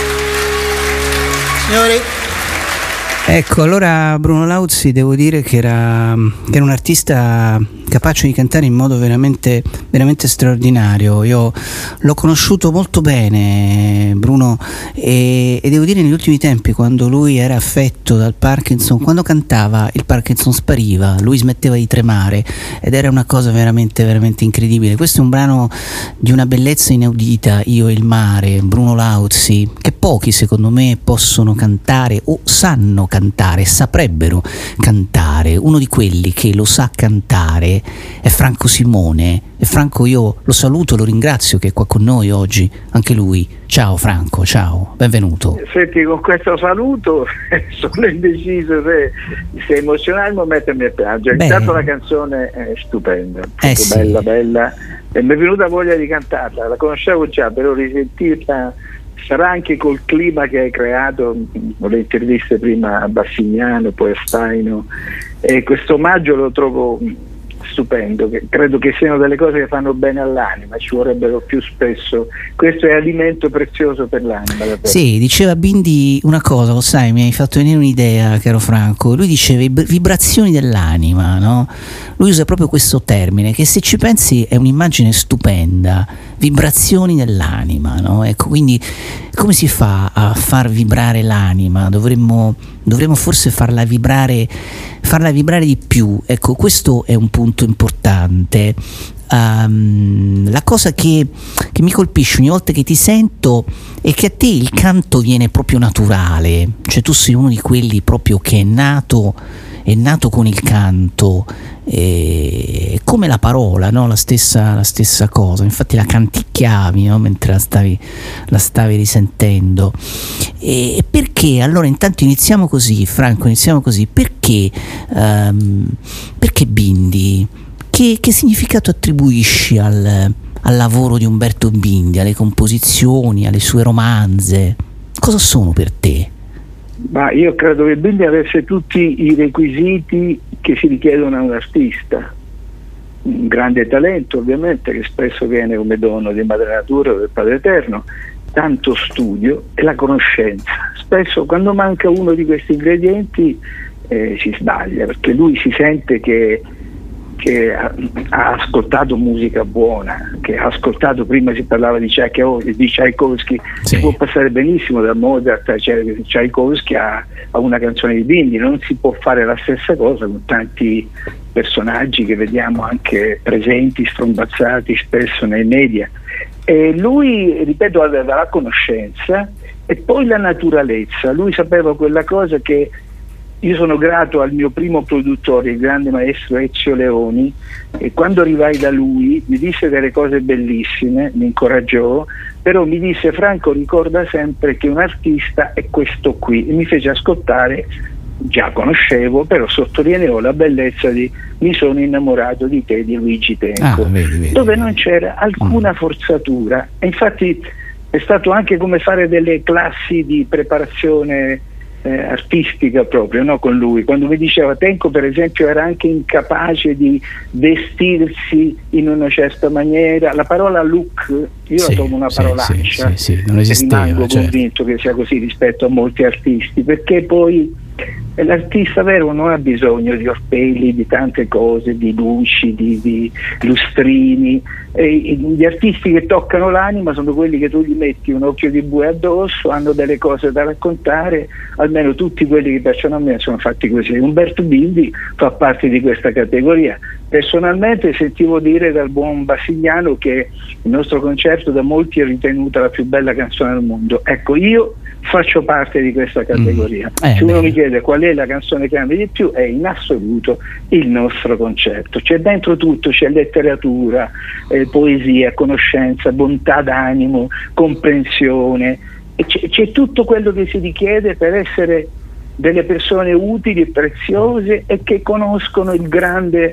Speaker 6: Signori.
Speaker 1: Ecco, allora Bruno Lauzi devo dire che era un artista capace di cantare in modo veramente, veramente straordinario. Io l'ho conosciuto molto bene, Bruno, e devo dire negli ultimi tempi, quando lui era affetto dal Parkinson, quando cantava il Parkinson spariva, lui smetteva di tremare, ed era una cosa veramente, veramente incredibile. Questo è un brano di una bellezza inaudita, Io e il mare, Bruno Lauzi, che pochi secondo me possono cantare o sanno cantare, saprebbero cantare. Uno di quelli che lo sa cantare è Franco Simone. E Franco io lo saluto, lo ringrazio che è qua con noi oggi, anche lui. Ciao Franco, ciao, benvenuto.
Speaker 3: Senti, con questo saluto sono indeciso se emozionarmi o mettermi a piangere. Intanto la canzone è stupenda,
Speaker 1: sì.
Speaker 3: bella, e mi è venuta voglia di cantarla, la conoscevo già, però risentirla, sarà anche col clima che hai creato, con le interviste prima a Bassignano, poi a Staino, e questo omaggio lo trovo
Speaker 7: stupendo, che credo che siano delle cose che fanno bene all'anima, ci vorrebbero più spesso. Questo è alimento prezioso per l'anima.
Speaker 1: Sì, diceva Bindi una cosa, lo sai, mi hai fatto venire un'idea, caro Franco. Lui diceva vibrazioni dell'anima, no? Lui usa proprio questo termine, che se ci pensi è un'immagine stupenda, vibrazioni dell'anima, no? Ecco, quindi come si fa a far vibrare l'anima? Dovremmo forse farla vibrare di più. Ecco, questo è un punto importante. La cosa che mi colpisce ogni volta che ti sento è che a te il canto viene proprio naturale, cioè tu sei uno di quelli proprio che è nato con il canto, come la parola, no? La stessa cosa, infatti la canticchiavi, no? Mentre la stavi risentendo. E perché? Allora intanto iniziamo così, Franco, perché Bindi? Che significato attribuisci al lavoro di Umberto Bindi, alle composizioni, alle sue romanze? Cosa sono per te?
Speaker 7: Ma io credo che Bindi avesse tutti i requisiti che si richiedono a un artista. Un grande talento, ovviamente, che spesso viene come dono di Madre Natura o del Padre Eterno, tanto studio e la conoscenza. Spesso quando manca uno di questi ingredienti si sbaglia, perché lui si sente che ha ascoltato musica buona, che ha ascoltato, prima si parlava di Tchaikovsky, sì. Si può passare benissimo da Mozart a Tchaikovsky a una canzone di Bindi, non si può fare la stessa cosa con tanti personaggi che vediamo anche presenti, strombazzati spesso nei media. E lui, ripeto, aveva la conoscenza e poi la naturalezza. Lui sapeva quella cosa che io sono grato al mio primo produttore, il grande maestro Ezio Leoni, e quando arrivai da lui mi disse delle cose bellissime, mi incoraggiò, però mi disse: Franco, ricorda sempre che un artista è questo qui, e mi fece ascoltare, già conoscevo, però sottolineò la bellezza di Mi sono innamorato di te di Luigi Tenco, vedi. Dove non c'era alcuna forzatura, e infatti è stato anche come fare delle classi di preparazione artistica proprio, no? Con lui, quando mi diceva Tenco per esempio era anche incapace di vestirsi in una certa maniera, la parola look io la trovo una parolaccia,
Speaker 1: non esisteva,
Speaker 7: rimango convinto che sia così rispetto a molti artisti, perché poi l'artista vero non ha bisogno di orpelli, di tante cose, di luci, di lustrini. Gli artisti che toccano l'anima sono quelli che tu gli metti un occhio di bue addosso, hanno delle cose da raccontare, almeno tutti quelli che piacciono a me sono fatti così. Umberto Bindi fa parte di questa categoria. Personalmente sentivo dire dal buon Bassignano che il nostro concerto da molti è ritenuta la più bella canzone del mondo. Ecco, io faccio parte di questa categoria. Se uno mi chiede qual è la canzone che ami di più, è in assoluto il nostro concerto. C'è dentro tutto, c'è letteratura, poesia, conoscenza, bontà d'animo, comprensione, e c'è tutto quello che si richiede per essere delle persone utili e preziose e che conoscono il grande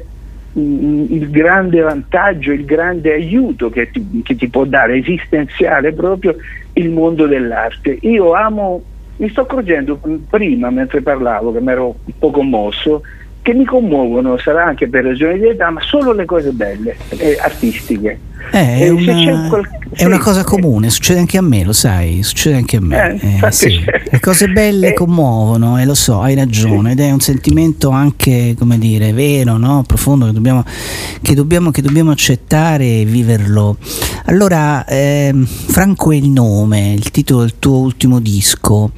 Speaker 7: vantaggio, il grande aiuto che ti può dare, esistenziale proprio, il mondo dell'arte. Io mi sto accorgendo prima mentre parlavo, che mi ero un po' commosso, che mi commuovono, sarà anche per ragioni di età, ma solo le cose belle, artistiche.
Speaker 1: È una cosa comune, succede anche a me, lo sai, succede anche a me. Sì. Le cose belle commuovono, lo so, hai ragione, ed è un sentimento anche, come dire, vero, no? Profondo, che dobbiamo accettare e viverlo. Allora, Franco è il nome, il titolo del tuo ultimo disco.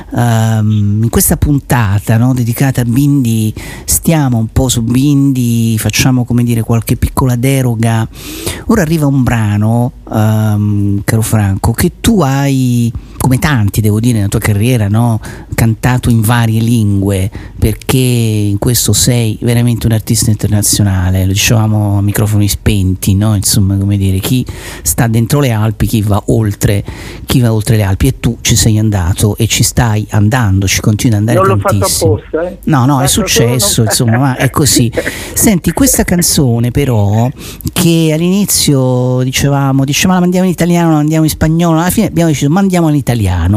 Speaker 1: In questa puntata, no, dedicata a Bindi, stiamo un po' su Bindi, facciamo, come dire, qualche piccola deroga. Ora arriva un brano, caro Franco, che tu hai, come tanti devo dire nella tua carriera, no, cantato in varie lingue, perché in questo sei veramente un artista internazionale, lo dicevamo a microfoni spenti, no? Insomma, come dire, chi sta dentro le Alpi, chi va oltre le Alpi, e tu ci sei andato e ci stai andando, ci continui ad andare tantissimo.
Speaker 7: Non l'ho fatto apposta,
Speaker 1: No, è successo, insomma, ma è così. Senti, questa canzone però, che all'inizio dicevamo la mandiamo in italiano, la mandiamo in spagnolo, alla fine abbiamo deciso mandiamo in italiano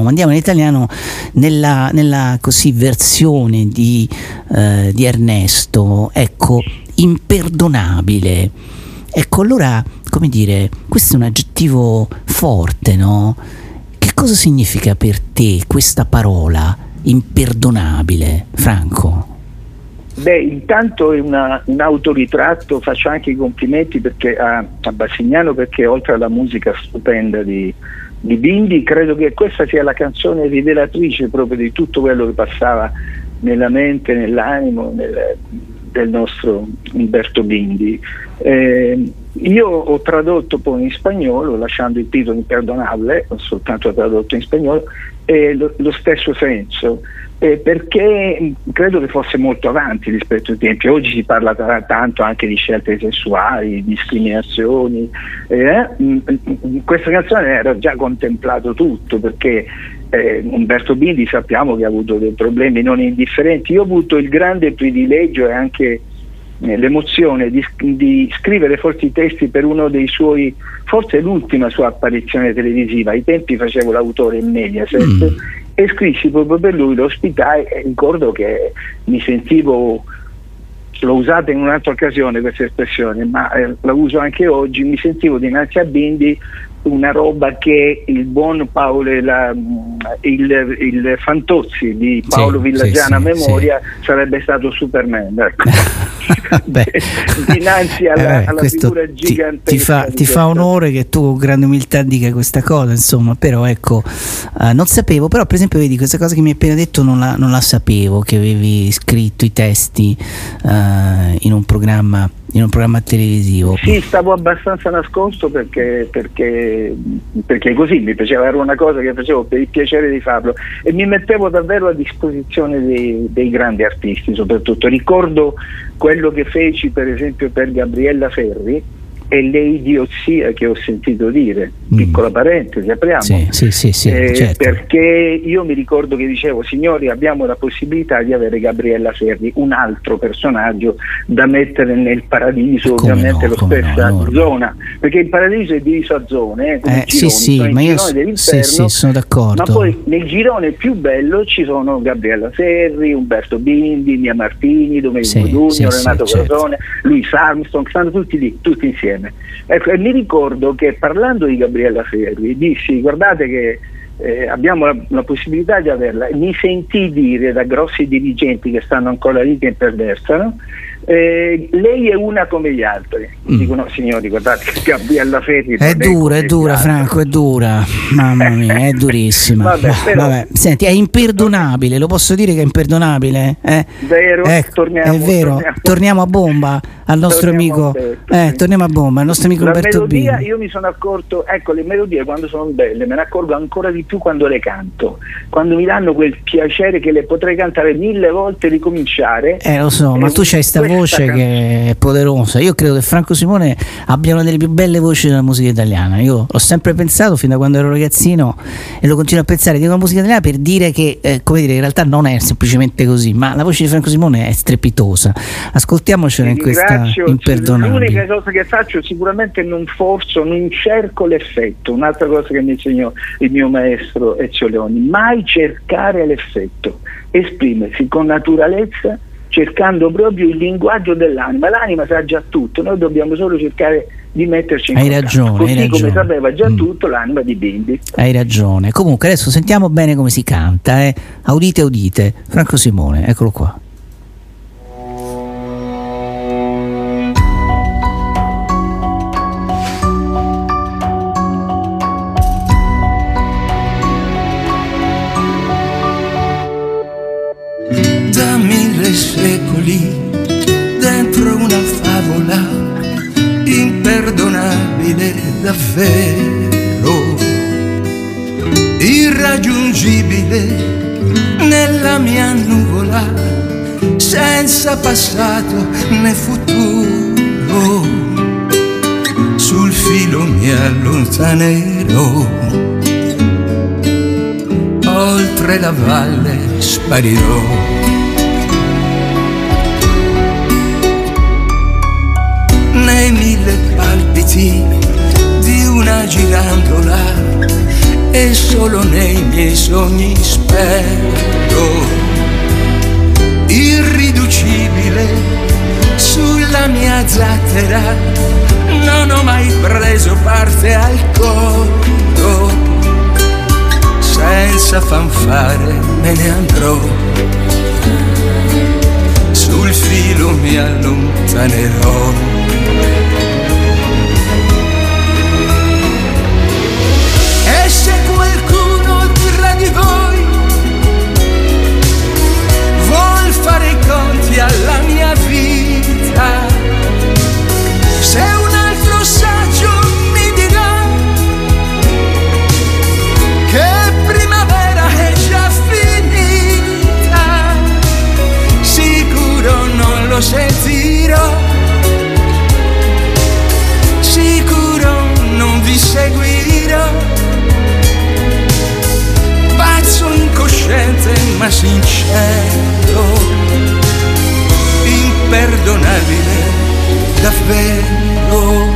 Speaker 1: nella così versione di Ernesto. Ecco, imperdonabile. Ecco, allora, come dire, questo è un aggettivo forte, no? Che cosa significa per te questa parola imperdonabile, Franco?
Speaker 7: Beh, intanto è un autoritratto, faccio anche i complimenti a Bassignano, perché oltre alla musica stupenda di Bindi, credo che questa sia la canzone rivelatrice proprio di tutto quello che passava nella mente, nell'animo del nostro Umberto Bindi. Io ho tradotto poi in spagnolo, lasciando il titolo imperdonabile, ho soltanto tradotto in spagnolo, lo stesso senso, perché credo che fosse molto avanti rispetto ai tempi. Oggi si parla tanto anche di scelte sessuali, discriminazioni. In questa canzone era già contemplato tutto, perché Umberto Bindi sappiamo che ha avuto dei problemi non indifferenti. Io ho avuto il grande privilegio e anche l'emozione di scrivere forse i testi per uno dei suoi, forse l'ultima sua apparizione televisiva. Ai tempi facevo l'autore in Mediaset e scrissi proprio per lui, lo ospitai, e ricordo che mi sentivo, l'ho usata in un'altra occasione questa espressione, ma la uso anche oggi, mi sentivo dinanzi a Bindi una roba che il buon Paolo, il Fantozzi di Paolo Villagiana a memoria sarebbe stato Superman, ecco. Dinanzi alla figura gigantesca
Speaker 1: ti fa onore che tu con grande umiltà dica questa cosa, insomma. Però ecco, non sapevo, però per esempio vedi questa cosa che mi hai appena detto non la sapevo, che avevi scritto i testi in un programma televisivo.
Speaker 7: Sì, stavo abbastanza nascosto perché così mi piaceva, era una cosa che facevo per il piacere di farlo e mi mettevo davvero a disposizione dei grandi artisti. Soprattutto ricordo quello che feci per esempio per Gabriella Ferri e le idiozie che ho sentito dire, piccola parentesi, apriamo,
Speaker 1: certo.
Speaker 7: Perché io mi ricordo che dicevo: signori, abbiamo la possibilità di avere Gabriella Ferri, un altro personaggio da mettere nel paradiso, ovviamente stessa zona, perché il paradiso è diviso a zone, come gironi,
Speaker 1: ma io
Speaker 7: dell'inferno,
Speaker 1: sono d'accordo,
Speaker 7: ma poi nel girone più bello ci sono Gabriella Ferri, Umberto Bindi, Mia Martini, Domenico Modugno, Renato Crotone, Louis Armstrong, stanno tutti lì, tutti insieme. Ecco, e mi ricordo che parlando di Gabriella Ferri dissi: guardate che abbiamo la possibilità di averla. Mi sentì dire da grossi dirigenti che stanno ancora lì, che imperversano, lei è una come gli altri. Dicono: signori, guardate che Gabriella Ferri
Speaker 1: è dura, Franco, è dura, mamma mia, è durissima. Vabbè. Senti, è imperdonabile, lo posso dire che è imperdonabile?
Speaker 7: Vero,
Speaker 1: ecco, è vero, torniamo a bomba al nostro amico, torniamo a bomba al nostro amico Umberto Bindi.
Speaker 7: La melodia, io mi sono accorto, ecco, le melodie quando sono belle me ne accorgo ancora di più quando le canto, quando mi danno quel piacere che le potrei cantare 1000 volte e ricominciare.
Speaker 1: Lo so, ma tu c'hai sta voce che è poderosa. Io credo che Franco Simone abbia una delle più belle voci della musica italiana. Io l'ho sempre pensato fin da quando ero ragazzino e lo continuo a pensare. Dico la musica italiana per dire che come dire, in realtà non è semplicemente così, ma la voce di Franco Simone è strepitosa. Ascoltiamocela in questa imperdonabile.
Speaker 7: L'unica cosa che faccio, sicuramente non forzo, non cerco l'effetto. Un'altra cosa che mi insegnò il mio maestro Ezio Leoni: mai cercare l'effetto, esprimersi con naturalezza, cercando proprio il linguaggio dell'anima. L'anima sa già tutto, noi dobbiamo solo cercare di metterci in contatto. Così come sapeva già tutto l'anima di Bindi.
Speaker 1: Hai ragione. Comunque adesso sentiamo bene come si canta, Udite, Franco Simone, eccolo qua.
Speaker 8: Da 1000 secoli dentro una favola imperdonabile davvero, irraggiungibile nella mia nuvola, senza passato né futuro. Sul filo mi allontanerò, oltre la valle sparirò. Nei 1000 palpiti di una girandola e solo nei miei sogni spero, irriducibile sulla mia zattera non ho mai preso parte al coro, senza fanfare me ne andrò, sul filo mi allontanerò. E se qualcuno tra di voi vuol fare i conti alla mia vita, se un altro saggio mi dirà che primavera è già finita, sicuro non lo sentirò, sicuro non vi seguirò, pazzo incosciente ma sincero, imperdonabile davvero.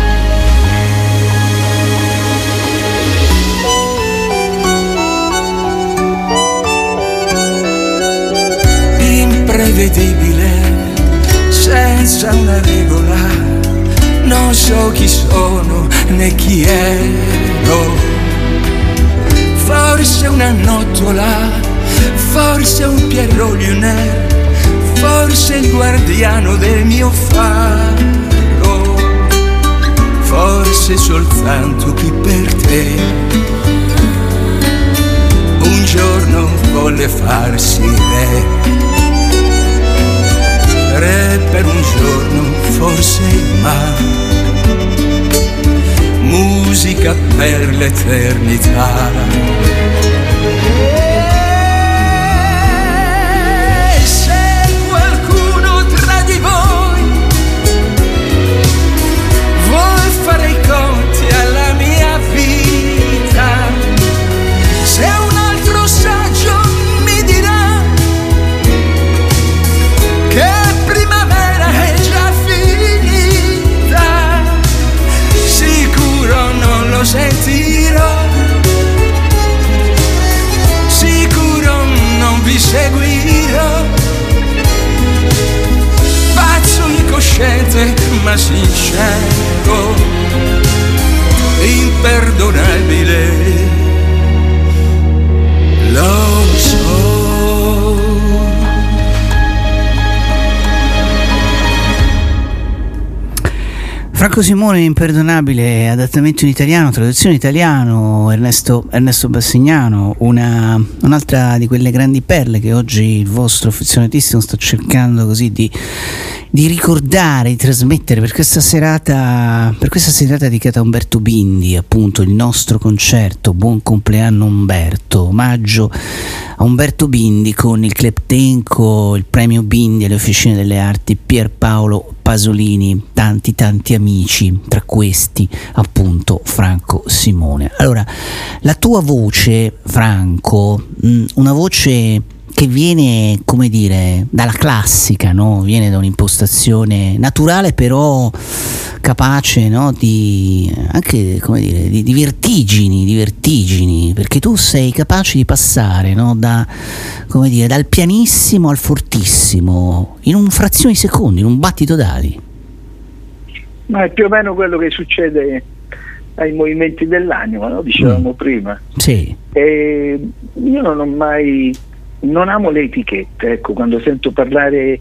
Speaker 8: Imprevedibile, senza una regola, non so chi sono né chi ero. Forse una nottola, forse un Pierrot Lunaire, forse il guardiano del mio faro, forse soltanto chi per te un giorno volle farsi re per un giorno, forse ma musica per l'eternità. E se qualcuno tra di voi vuol fare i conti alla mia vita, se un altro saggio mi dirà che primavera è già finita, sicuro non lo sentirò, sicuro non vi seguirò, pazzo incosciente ma sincero, imperdonabile, lo so.
Speaker 1: Franco Simone, Imperdonabile, adattamento in italiano, traduzione in italiano, Ernesto Bassignano, un'altra di quelle grandi perle che oggi il vostro affezionatissimo sta cercando così di ricordare, di trasmettere per questa serata dedicata a Umberto Bindi, appunto il nostro concerto Buon compleanno Umberto, omaggio a Umberto Bindi con il Cleptenco, il premio Bindi alle Officine delle Arti, Pierpaolo Pasolini, tanti amici, tra questi appunto Franco Simone. Allora, la tua voce, Franco, una voce che viene, come dire, dalla classica, no? Viene da un'impostazione naturale, però capace, no? Di anche, come dire, di vertigini, perché tu sei capace di passare, no? Come dire, dal pianissimo al fortissimo in un frazione di secondi, in un battito d'ali.
Speaker 7: Ma è più o meno quello che succede ai movimenti dell'anima, no? Dicevamo prima.
Speaker 1: Sì.
Speaker 7: E io non amo le etichette, ecco, quando sento parlare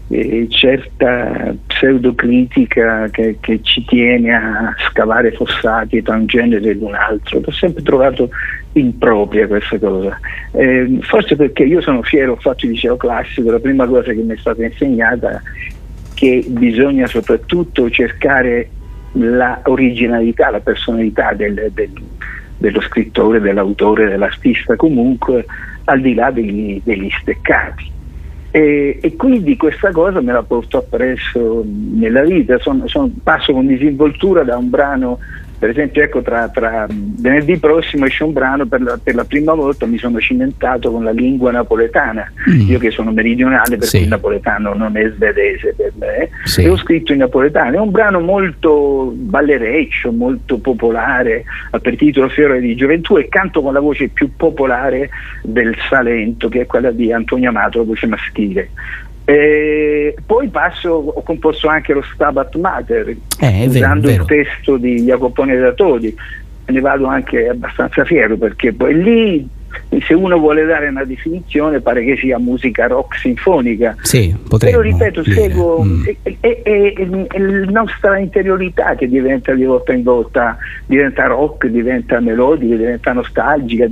Speaker 7: certa pseudocritica che ci tiene a scavare fossati tra un genere ed un altro, l'ho sempre trovato impropria questa cosa, forse perché io sono fiero, ho fatto il liceo classico, la prima cosa che mi è stata insegnata che bisogna soprattutto cercare la originalità, la personalità dello scrittore, dell'autore, dell'artista, comunque al di là degli steccati, e quindi questa cosa me la porto appresso nella vita. Passo con disinvoltura da un brano, per esempio, ecco, tra venerdì prossimo esce un brano, per la prima volta mi sono cimentato con la lingua napoletana, io che sono meridionale, per cui il napoletano non è svedese per me, e ho scritto in napoletano. È un brano molto ballereccio, molto popolare, ha per titolo Fiore di gioventù, e canto con la voce più popolare del Salento, che è quella di Antonio Amato, la voce maschile. Poi ho composto anche lo Stabat Mater,
Speaker 1: vero.
Speaker 7: usando il testo di Jacopone da Todi. Ne vado anche abbastanza fiero, perché poi lì, se uno vuole dare una definizione, pare che sia musica rock sinfonica.
Speaker 1: Sì, potremmo.
Speaker 7: Però ripeto, seguo è la nostra interiorità che diventa di volta in volta, diventa rock, diventa melodica, diventa nostalgica,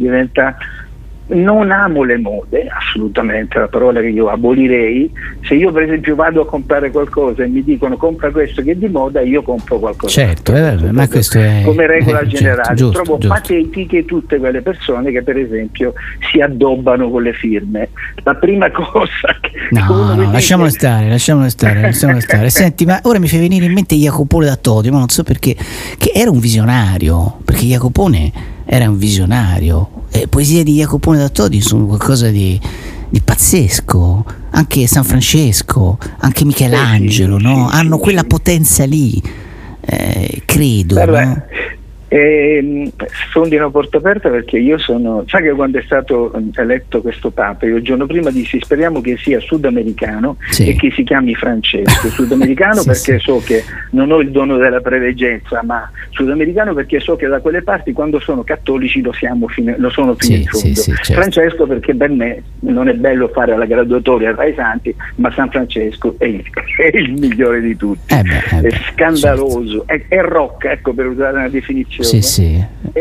Speaker 7: non amo le mode, assolutamente, la parola che io abolirei. Se io per esempio vado a comprare qualcosa e mi dicono compra questo che è di moda, io compro qualcosa.
Speaker 1: Certo, ma questo è
Speaker 7: come regola generale.
Speaker 1: Giusto,
Speaker 7: trovo
Speaker 1: giusto.
Speaker 7: patetiche tutte quelle persone che per esempio si addobbano con le firme. La prima cosa che
Speaker 1: no, lasciamolo stare. Senti, ma ora mi fai venire in mente Jacopone da Todi, ma non so perché, che era un visionario, perché Jacopone era un visionario. Poesie di Jacopone da Todi sono qualcosa di pazzesco, anche San Francesco, anche Michelangelo, no? Hanno quella potenza lì, credo.
Speaker 7: Guarda,
Speaker 1: no?
Speaker 7: Sfondi una porta aperta, perché io sai che quando è stato eletto questo Papa, io il giorno prima dissi speriamo che sia sudamericano,
Speaker 1: sì,
Speaker 7: e che si chiami Francesco. Sudamericano
Speaker 1: sì,
Speaker 7: perché
Speaker 1: sì,
Speaker 7: so che non ho il dono della preveggenza, ma sudamericano perché so che da quelle parti, quando sono cattolici, lo sono fino in fondo.
Speaker 1: Sì, certo.
Speaker 7: Francesco perché per me non è bello fare la graduatoria tra i santi, ma San Francesco è il migliore di tutti. È scandaloso, certo. È rock, ecco, per usare una definizione.
Speaker 1: Sì,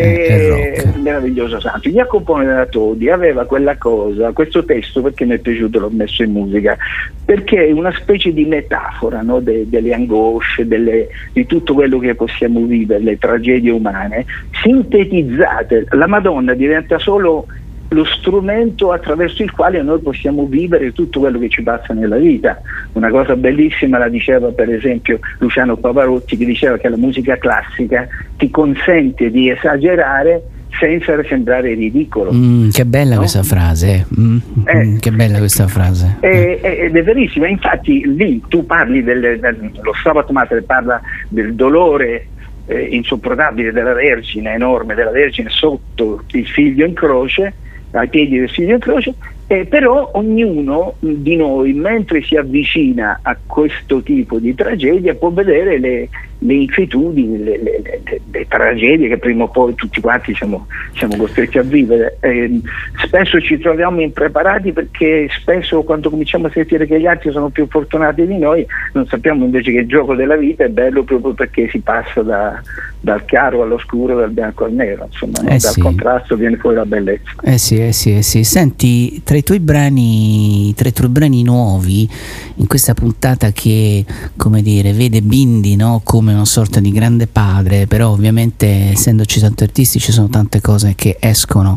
Speaker 1: è rock.
Speaker 7: Meraviglioso santo. Jacopone da Todi aveva quella cosa, questo testo, perché mi è piaciuto, l'ho messo in musica, perché è una specie di metafora, no? Delle angosce, di tutto quello che possiamo vivere, le tragedie umane sintetizzate. La Madonna diventa solo lo strumento attraverso il quale noi possiamo vivere tutto quello che ci passa nella vita. Una cosa bellissima la diceva per esempio Luciano Pavarotti, che diceva che la musica classica ti consente di esagerare senza sembrare ridicolo.
Speaker 1: Che bella, no? Questa frase. Che bella questa frase.
Speaker 7: Ed è verissima. Infatti lì tu parli lo Stabat Mater parla del dolore insopportabile della Vergine, enorme della Vergine sotto il figlio in croce, ai piedi del figlio in croce, però ognuno di noi, mentre si avvicina a questo tipo di tragedia, può vedere le inquietudini, le tragedie che prima o poi tutti quanti siamo costretti a vivere. Spesso ci troviamo impreparati, perché spesso quando cominciamo a sentire che gli altri sono più fortunati di noi, non sappiamo invece che il gioco della vita è bello proprio perché si passa dal chiaro all'oscuro, dal bianco al nero, insomma, no? Dal contrasto viene fuori la bellezza.
Speaker 1: Sì. Senti, tra i tuoi brani nuovi in questa puntata, che, come dire, vede Bindi, no, come una sorta di grande padre, però ovviamente essendoci tanti artisti ci sono tante cose che escono.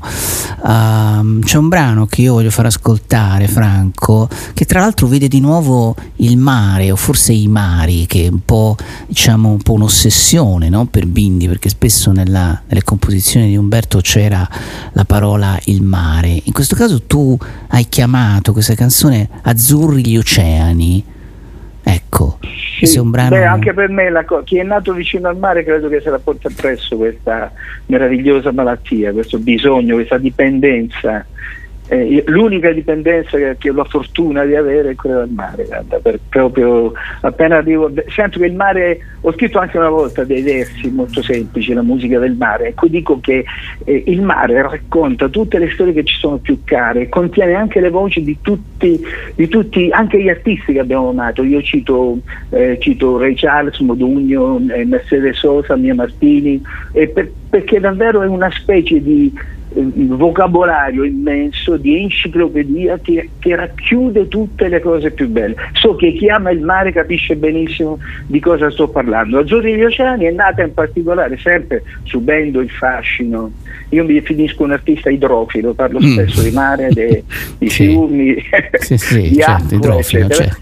Speaker 1: C'è un brano che io voglio far ascoltare, Franco, che tra l'altro vede di nuovo il mare, o forse i mari, che è un po', diciamo, un po' un'ossessione, no, per Bindi, perché spesso nelle composizioni di Umberto c'era la parola il mare. In questo caso tu hai chiamato questa canzone Azzurri gli oceani. Ecco,
Speaker 7: sì,
Speaker 1: è un brano...
Speaker 7: anche per me chi è nato vicino al mare credo che se la porta appresso questa meravigliosa malattia, questo bisogno, questa dipendenza. L'unica dipendenza che ho la fortuna di avere è quella del mare, guarda, proprio appena arrivo sento che il mare. Ho scritto anche una volta dei versi molto semplici, la musica del mare, ecco, dico che il mare racconta tutte le storie che ci sono più care, contiene anche le voci di tutti anche gli artisti che abbiamo amato. Io cito Ray Charles, Modugno, Mercedes Sosa, Mia Martini, perché davvero è una specie di vocabolario immenso, di enciclopedia che racchiude tutte le cose più belle. So che chi ama il mare capisce benissimo di cosa sto parlando. Azzurri gli oceani è nata in particolare sempre subendo il fascino. Io mi definisco un artista idrofilo, parlo spesso di mare, di fiumi, di acqua, eccetera.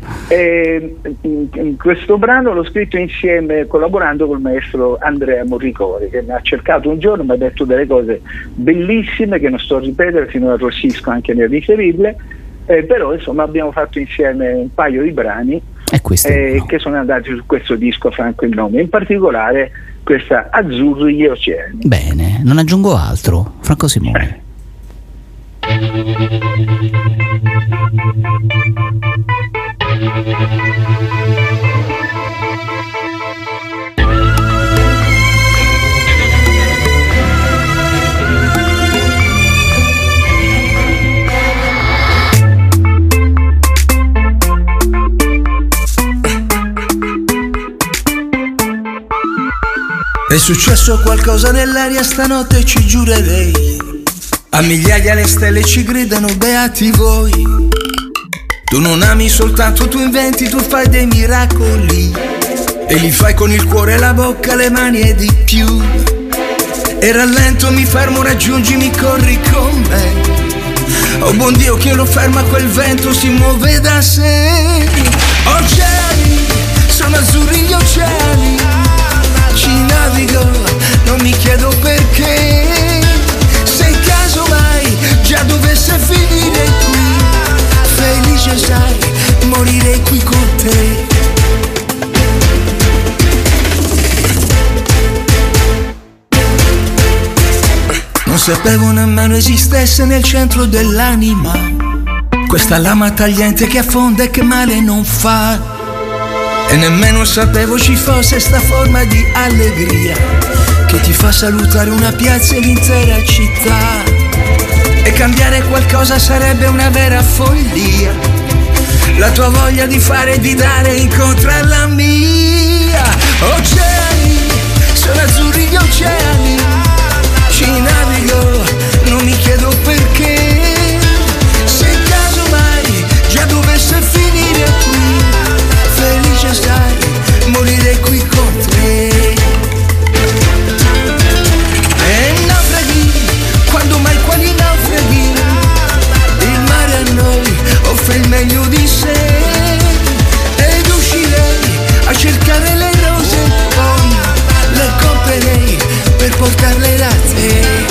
Speaker 7: Questo brano l'ho scritto insieme, collaborando col maestro Andrea Morricori, che mi ha cercato un giorno, mi ha detto delle cose bellissime che non sto a ripetere, fino arrossisco anche nel riferirle, però insomma abbiamo fatto insieme un paio di brani che sono andati su questo disco Franco il nome, in particolare questa Azzurri gli oceani.
Speaker 1: Bene, non aggiungo altro. Franco Simone.
Speaker 8: È successo qualcosa nell'aria stanotte, ci giurerei. A migliaia le stelle ci gridano beati voi. Tu non ami soltanto, tu inventi, tu fai dei miracoli. E li fai con il cuore, la bocca, le mani e di più. E rallento, mi fermo, raggiungimi, corri con me. Oh buon Dio, chi lo ferma quel vento si muove da sé. Oceani, sono azzurri gli oceani. Ci navigo, non mi chiedo perché. Se in caso mai già dovesse finire qui, felice sai, morirei qui con te. Non sapevo nemmeno esistesse nel centro dell'anima questa lama tagliente che affonda e che male non fa. E nemmeno sapevo ci fosse sta forma di allegria che ti fa salutare una piazza e l'intera città. E cambiare qualcosa sarebbe una vera follia. La tua voglia di fare e di dare incontra la mia. Oceani, sono azzurri gli oceani. Ci navigo, non mi chiedo perché. Se in caso mai già dovesse finire qui, felice sai, morire qui con te. E naufraghi, quando mai quali naufraghi, il mare a noi offre il meglio di sé. Ed uscirei a cercare le rose, poi le comperei per portarle da te.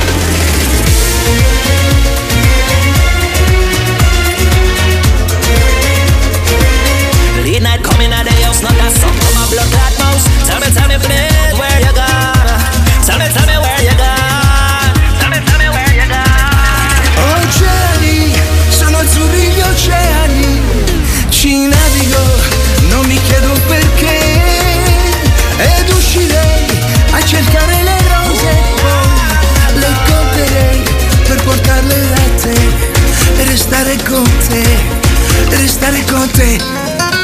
Speaker 9: Late night coming out the house, not that song from a blood clot mouse. Tell me please, where you gone? Tell me where you gone? Tell me where you gone?
Speaker 8: Oceani, sono azzurri gli oceani. Ci navigo, non mi chiedo perché. Ed uscirei a cercare le rose, poi le conterei per portarle da te. E restare con te, restare con te.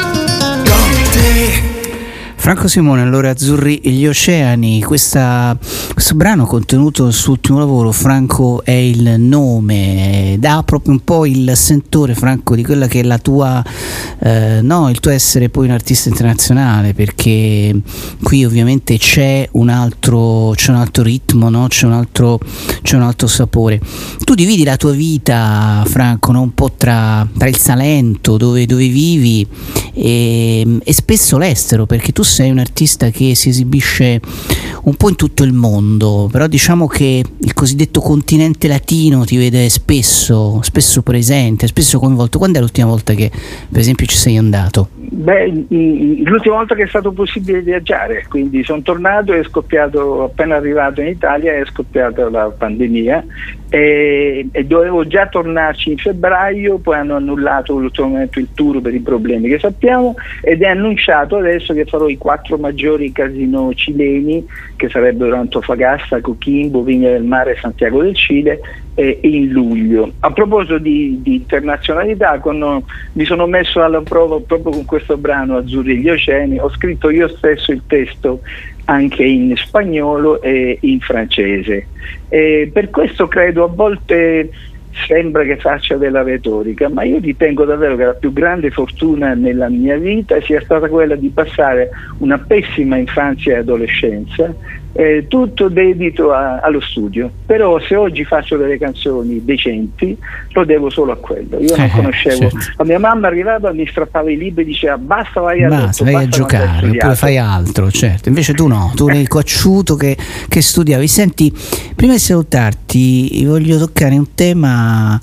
Speaker 1: Franco Simone, allora Azzurri e gli oceani, questo brano contenuto nel suo ultimo lavoro, Franco è il nome, dà proprio un po' il sentore, Franco, di quella che è la tua, il tuo essere poi un artista internazionale, perché qui ovviamente c'è un altro ritmo, no? c'è un altro sapore. Tu dividi la tua vita, Franco, no? Un po' tra il Salento, dove vivi, e spesso l'estero, perché tu sei un artista che si esibisce un po' in tutto il mondo, però diciamo che il cosiddetto continente latino ti vede spesso presente, spesso coinvolto. Quando è l'ultima volta che per esempio ci sei andato?
Speaker 7: Beh, l'ultima volta che è stato possibile viaggiare, quindi sono tornato, è scoppiato, appena arrivato in Italia è scoppiata la pandemia e dovevo già tornarci in febbraio, poi hanno annullato all'ultimo momento il tour per i problemi che sappiamo, ed è annunciato adesso che farò i 4 maggiori casino cileni, che sarebbero Antofagasta, Coquimbo, Viña del Mar e Santiago del Cile, in luglio. A proposito di internazionalità, mi sono messo alla prova proprio con questo brano Azzurri e gli oceani, ho scritto io stesso il testo anche in spagnolo e in francese, e per questo credo a volte sembra che faccia della retorica, ma io ritengo davvero che la più grande fortuna nella mia vita sia stata quella di passare una pessima infanzia e adolescenza, tutto dedito allo studio. Però se oggi faccio delle canzoni decenti lo devo solo a quello. Io non conoscevo, certo. La mia mamma arrivava, mi strappava i libri e diceva basta, vai a giocare,
Speaker 1: oppure fai altro, certo. Invece tu no, tu eri cocciuto che studiavi. Senti, prima di salutarti voglio toccare un tema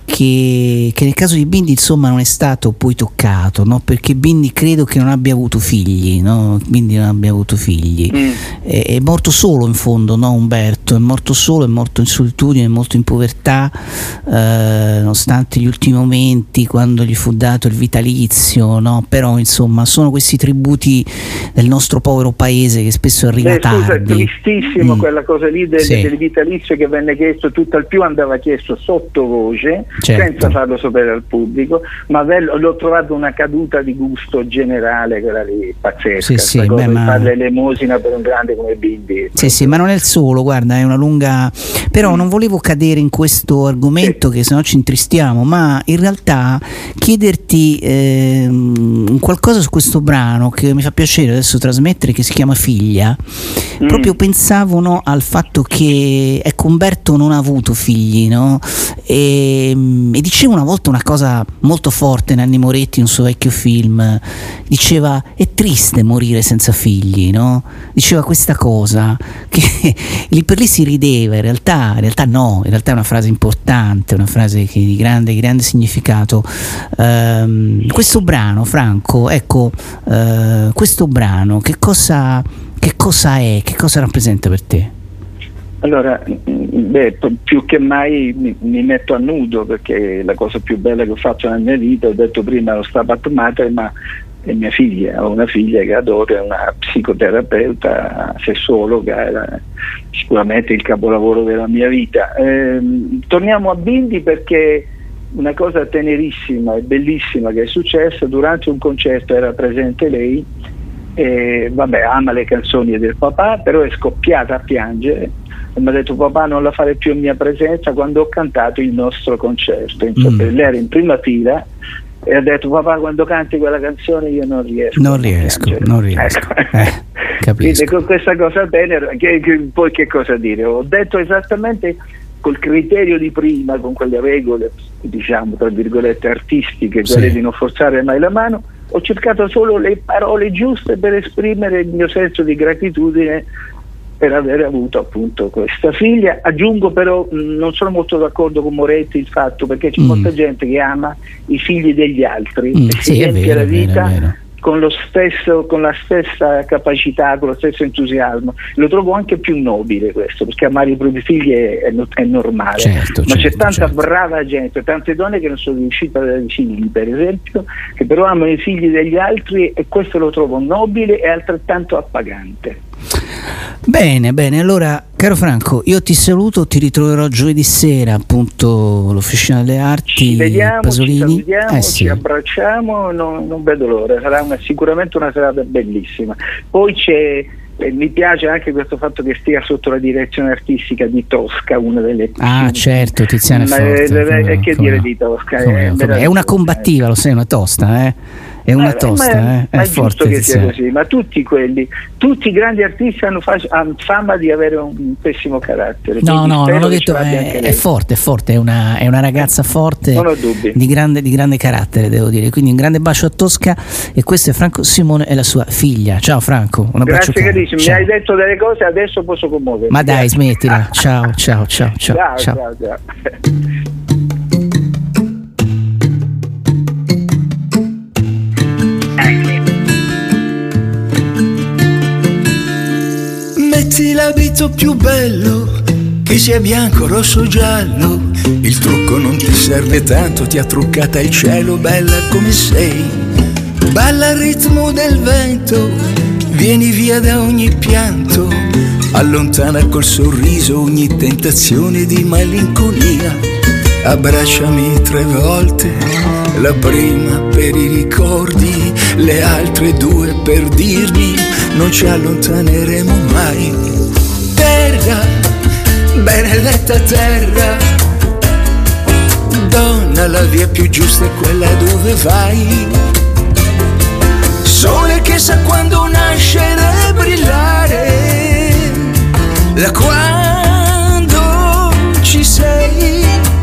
Speaker 1: che nel caso di Bindi insomma non è stato poi toccato, no? Perché Bindi credo che non abbia avuto figli, no? Bindi non abbia avuto figli, è morto solo in fondo, no? Umberto è morto solo, è morto in solitudine, è morto in povertà, nonostante gli ultimi momenti quando gli fu dato il vitalizio, no? Però insomma sono questi tributi del nostro povero paese che spesso arriva tardi.
Speaker 7: Scusa, è tristissimo quella cosa lì del vitalizio che venne chiesto, tutto al più andava chiesto sottovoce,
Speaker 1: certo,
Speaker 7: senza farlo sapere al pubblico, ma l'ho trovato una caduta di gusto generale, quella lì pazzesca,
Speaker 1: sì,
Speaker 7: cosa di fare l'elemosina per un grande come Bindi.
Speaker 1: Sì, ma non è il solo, guarda, è una lunga, però non volevo cadere in questo argomento che sennò ci intristiamo, ma in realtà chiederti qualcosa su questo brano che mi fa piacere adesso trasmettere, che si chiama Figlia. Proprio pensavo, no, al fatto che ecco, Umberto non ha avuto figli, no? E diceva una volta una cosa molto forte, Nanni Moretti, un suo vecchio film, diceva: è triste morire senza figli, no? Diceva questa cosa che lì per lì si rideva, in realtà no, in realtà è una frase importante, una frase che di grande significato. Questo brano, Franco, ecco, questo brano che cosa è, che cosa rappresenta per te?
Speaker 7: Allora, più che mai mi metto a nudo, perché la cosa più bella che ho fatto nella mia vita, ho detto prima, lo Stabat Mater, ma è mia figlia. Ho una figlia che adoro, è una psicoterapeuta, sessologa, era sicuramente il capolavoro della mia vita. Torniamo a Bindi perché una cosa tenerissima e bellissima che è successa durante un concerto, era presente lei, ama le canzoni del papà, però è scoppiata a piangere e mi ha detto: papà, non la fare più in mia presenza, quando ho cantato il nostro concerto. Lei era in prima fila e ha detto: papà, quando canti quella canzone io non riesco.
Speaker 1: Capisco.
Speaker 7: Quindi con questa cosa tenera, poi che cosa dire? Ho detto esattamente col criterio di prima, con quelle regole, diciamo, tra virgolette, artistiche, quelle di non forzare mai la mano. Ho cercato solo le parole giuste per esprimere il mio senso di gratitudine per aver avuto appunto questa figlia. Aggiungo però, non sono molto d'accordo con Moretti il fatto, perché c'è molta gente che ama i figli degli altri e si riempie la vita con la stessa capacità, con lo stesso entusiasmo. Lo trovo anche più nobile questo, perché amare i propri figli è normale, ma c'è tanta brava gente, tante donne che non sono riuscite ad avere figli, per esempio, che però amano i figli degli altri, e questo lo trovo nobile e altrettanto appagante.
Speaker 1: Bene, allora caro Franco, io ti saluto, ti ritroverò giovedì sera appunto all'Officina delle Arti.
Speaker 7: Ci vediamo,
Speaker 1: Pasolini.
Speaker 7: ci salutiamo, ci abbracciamo, non vedo l'ora, sarà sicuramente una serata bellissima. Poi mi piace anche questo fatto che stia sotto la direzione artistica di Tosca, una delle
Speaker 1: certo, Tiziana Forte.
Speaker 7: Che dire di Tosca?
Speaker 1: È una combattiva, lo sai, una tosta, è una tosta,
Speaker 7: è
Speaker 1: forte,
Speaker 7: giusto che sia così, ma tutti i grandi artisti hanno fama di avere un pessimo carattere.
Speaker 1: No, non ho detto, è forte, è una ragazza forte,
Speaker 7: non ho dubbi,
Speaker 1: di grande carattere, devo dire. Quindi un grande bacio a Tosca, e questo è Franco Simone e la sua figlia. Ciao Franco, un abbraccio.
Speaker 7: Grazie carissimo, mi hai detto delle cose, adesso posso commuovere.
Speaker 1: Ma dai, smettila. Ciao.
Speaker 8: Metti l'abito più bello, che sia bianco, rosso o giallo. Il trucco non ti serve tanto, ti ha truccata il cielo, bella come sei. Balla al ritmo del vento, vieni via da ogni pianto. Allontana col sorriso ogni tentazione di malinconia. Abbracciami 3 volte, la prima per i ricordi, le altre 2 per dirmi non ci allontaneremo mai. Terra, benedetta terra, donna, la via più giusta è quella dove vai. Sole che sa quando nascere e brillare, da quando ci sei.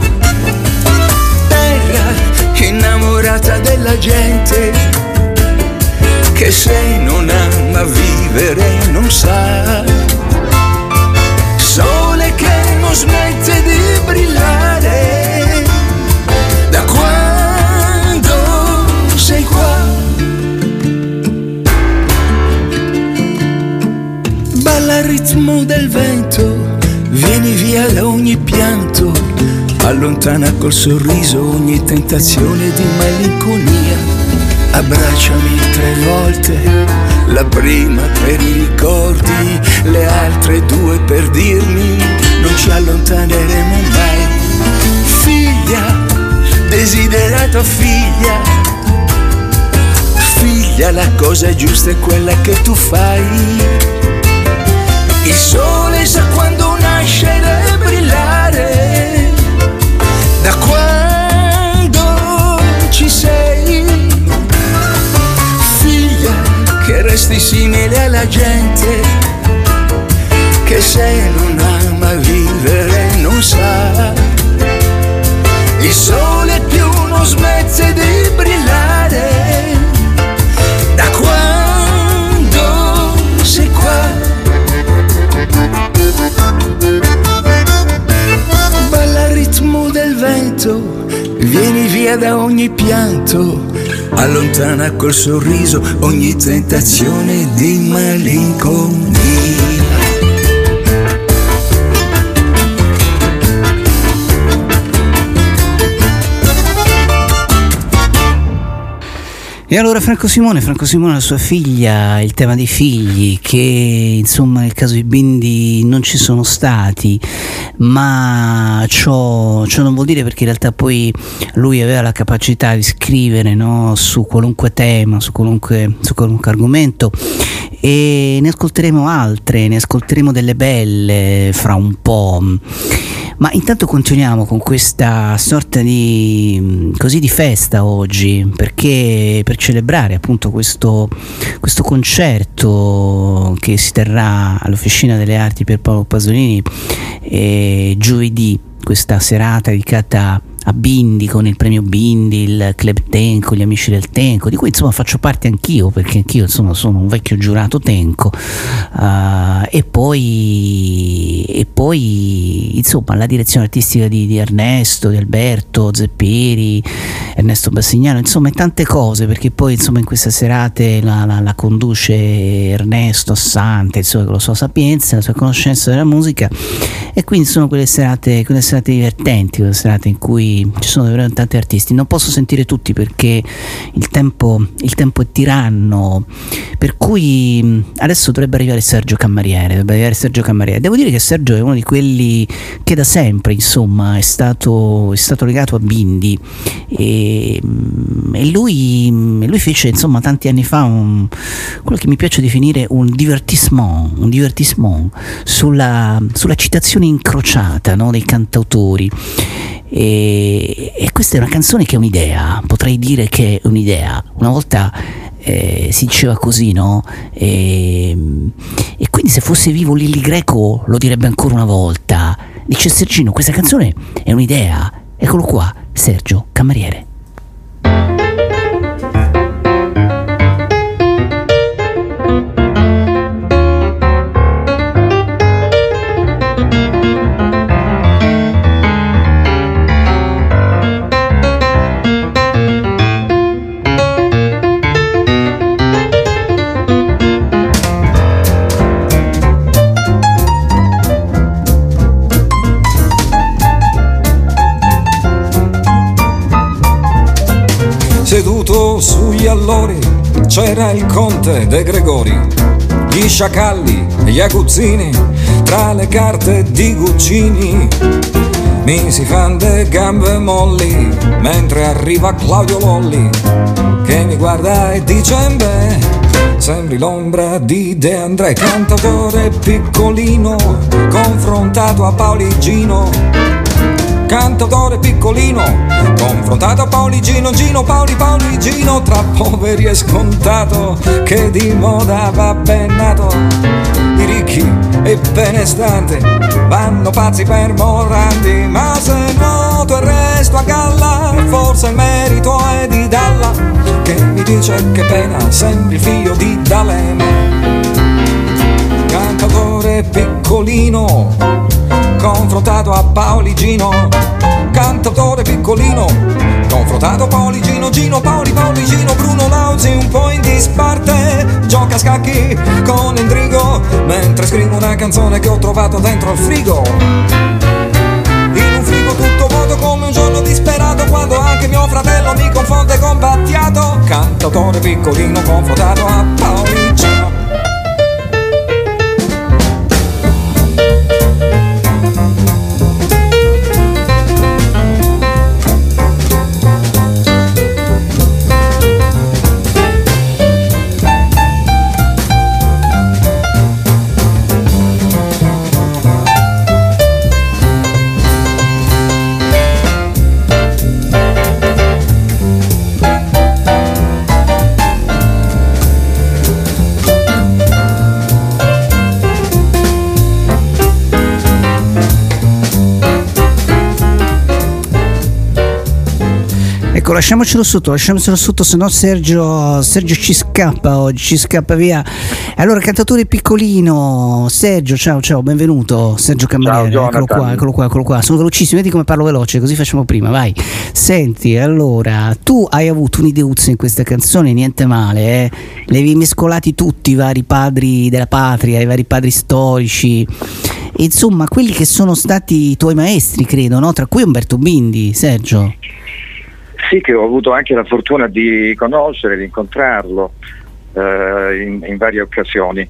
Speaker 8: Terra innamorata della gente, che se non ama vivere non sa. Sole che non smette di brillare, allontana col sorriso ogni tentazione di malinconia. Abbracciami 3 volte, la prima per i ricordi, le altre 2 per dirmi non ci allontaneremo mai. Figlia, desiderata figlia, figlia, la cosa giusta è quella che tu fai. Il sole sa quando nascere e brillare, da quando ci sei. Figlia, che resti simile alla gente, che se non ama vivere non sa. Il sole più non smette di brillare, da quando sei qua. Balla il ritmo del vento, vieni via da ogni pianto, allontana col sorriso ogni tentazione di malinconia.
Speaker 1: E allora Franco Simone, la sua figlia, il tema dei figli, che insomma nel caso di Bindi non ci sono stati, ma ciò non vuol dire, perché in realtà poi lui aveva la capacità di scrivere, no, su qualunque tema, su qualunque argomento, e ne ascolteremo altre, ne ascolteremo delle belle fra un po'. Ma intanto continuiamo con questa sorta di festa oggi, perché per celebrare appunto questo concerto che si terrà all'Officina delle Arti per Paolo Pasolini giovedì, questa serata dedicata a Bindi, con il premio Bindi, il Club Tenco, gli amici del Tenco, di cui insomma faccio parte anch'io, perché anch'io insomma sono un vecchio giurato Tenco, e poi insomma la direzione artistica di Ernesto, di Alberto Zepperi, Ernesto Bassignano, insomma e tante cose, perché poi insomma in queste serate la conduce Ernesto Assante, insomma con la sua sapienza, la sua conoscenza della musica, e quindi sono quelle serate divertenti, quelle serate in cui ci sono davvero tanti artisti. Non posso sentire tutti perché il tempo è tiranno, per cui adesso dovrebbe arrivare Sergio Cammariere. Devo dire che Sergio è uno di quelli che da sempre insomma è stato legato a Bindi, e lui fece insomma tanti anni fa quello che mi piace definire un divertissement sulla citazione incrociata, no, dei cantautori. E questa è una canzone che è un'idea, potrei dire che è un'idea. Una volta si diceva così, no? E quindi se fosse vivo Lilli Greco lo direbbe ancora una volta. Dice Sergino, questa canzone è un'idea. Eccolo qua, Sergio Cammariere.
Speaker 10: Seduto sugli allori c'era il conte De Gregori, gli sciacalli e gli aguzzini tra le carte di Guccini. Mi si fan de gambe molli mentre arriva Claudio Lolli, che mi guarda e dice: beh, sembri l'ombra di De André, cantautore piccolino confrontato a Pauligino. Cantautore piccolino confrontato a Pauligino, Pauligino, tra poveri è scontato che di moda va bennato. I ricchi e benestanti vanno pazzi per Morandi, ma se noto e resto a galla, forse il merito è di Dalla, che mi dice che pena sembri il figlio di D'Alema. Cantautore piccolino confrontato a Pauligino, cantautore piccolino confrontato a Pauligino, Pauligino, Bruno Lauzi un po' in disparte, gioca a scacchi con Endrigo mentre scrivo una canzone che ho trovato dentro al frigo. In un frigo tutto vuoto cantautore piccolino confortato a Parmigiano.
Speaker 1: Ecco, lasciamocelo sotto, se no Sergio ci scappa oggi, ci scappa via. Allora, cantatore piccolino, Sergio, ciao, benvenuto, Sergio Cameriere, eccolo qua, sono velocissimo, vedi come parlo veloce, così facciamo prima, vai. Senti, allora, tu hai avuto un'ideuzza in questa canzone, niente male, li avevi mescolati tutti i vari padri della patria, i vari padri storici, insomma, quelli che sono stati i tuoi maestri, credo, no? Tra cui Umberto Bindi, Sergio.
Speaker 11: Sì, che ho avuto anche la fortuna di conoscere, di incontrarlo in varie occasioni.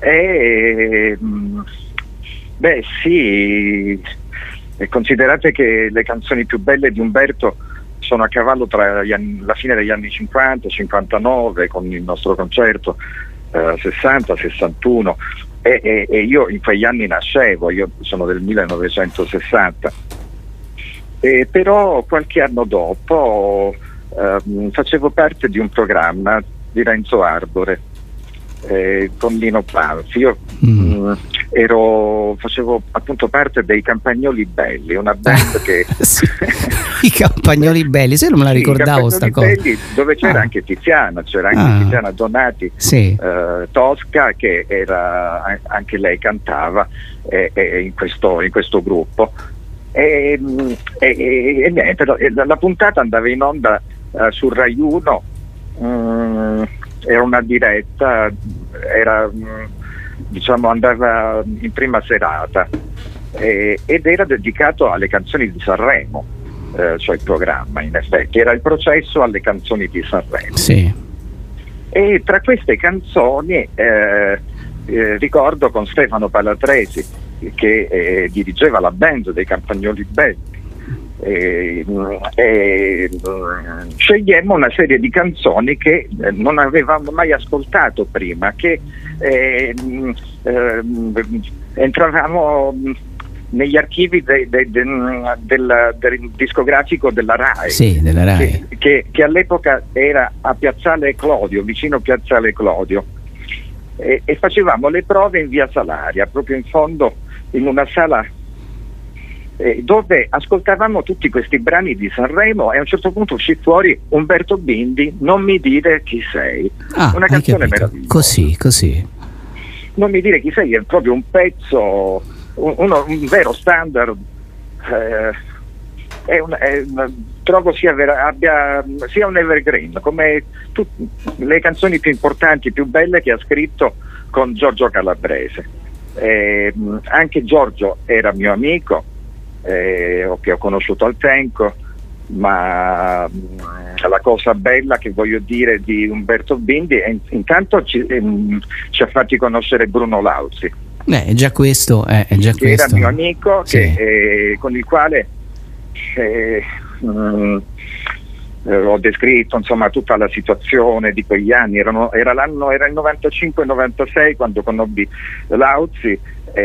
Speaker 11: Sì, considerate che le canzoni più belle di Umberto sono a cavallo tra la fine degli anni 50, 59, con il nostro concerto, 60, 61, e io in quegli anni nascevo, io sono del 1960. Però qualche anno dopo facevo parte di un programma di Renzo Arbore con Lino Banfi. Io facevo appunto parte dei Campagnoli Belli, una band che
Speaker 1: sì, i Campagnoli Belli, se non me la ricordavo sta cosa,
Speaker 11: dove c'era anche Tiziana, Tiziana Donati,
Speaker 1: sì.
Speaker 11: Tosca, che era anche lei cantava in questo gruppo. E niente, la puntata andava in onda su Rai 1, era una diretta, andava in prima serata ed era dedicato alle canzoni di Sanremo, cioè il programma, in effetti era il processo alle canzoni di Sanremo.
Speaker 1: Sì.
Speaker 11: E tra queste canzoni ricordo con Stefano Palatresi, che dirigeva la band dei Campagnoli Belli, scegliemmo una serie di canzoni che non avevamo mai ascoltato prima, che entravamo negli archivi del discografico della Rai,
Speaker 1: sì, della Rai.
Speaker 11: Che all'epoca era a Piazzale Clodio, vicino Piazzale Clodio, e facevamo le prove in via Salaria, proprio in fondo in una sala dove ascoltavamo tutti questi brani di Sanremo, e a un certo punto uscì fuori Umberto Bindi, Non mi dire chi sei, una canzone meravigliosa. Così. Non mi dire chi sei è proprio un pezzo, un vero standard, trovo sia un evergreen, come le canzoni più importanti, più belle che ha scritto con Giorgio Calabrese. Anche Giorgio era mio amico, che ho conosciuto al Tenco, ma la cosa bella che voglio dire di Umberto Bindi è intanto ci ha fatti conoscere Bruno Lauzi,
Speaker 1: è già questo.
Speaker 11: Che era mio amico,
Speaker 1: sì.
Speaker 11: Con il quale ho descritto insomma tutta la situazione di quegli anni. Era il 95-96 quando conobbi Lauzi,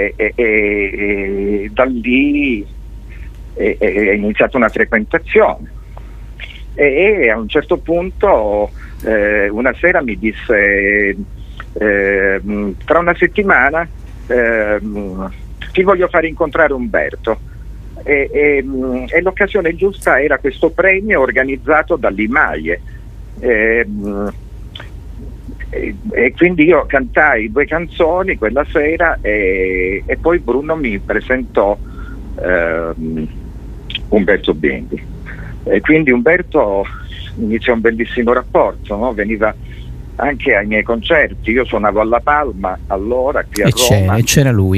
Speaker 11: e da lì è iniziata una frequentazione, e a un certo punto una sera mi disse tra una settimana ti voglio fare incontrare Umberto. E l'occasione giusta era questo premio organizzato dall'Imaie, e quindi io cantai 2 canzoni quella sera, e poi Bruno mi presentò Umberto Bindi, e quindi Umberto iniziò un bellissimo rapporto, no? Veniva anche ai miei concerti, io suonavo alla Palma allora qui a Roma,
Speaker 1: c'era lui,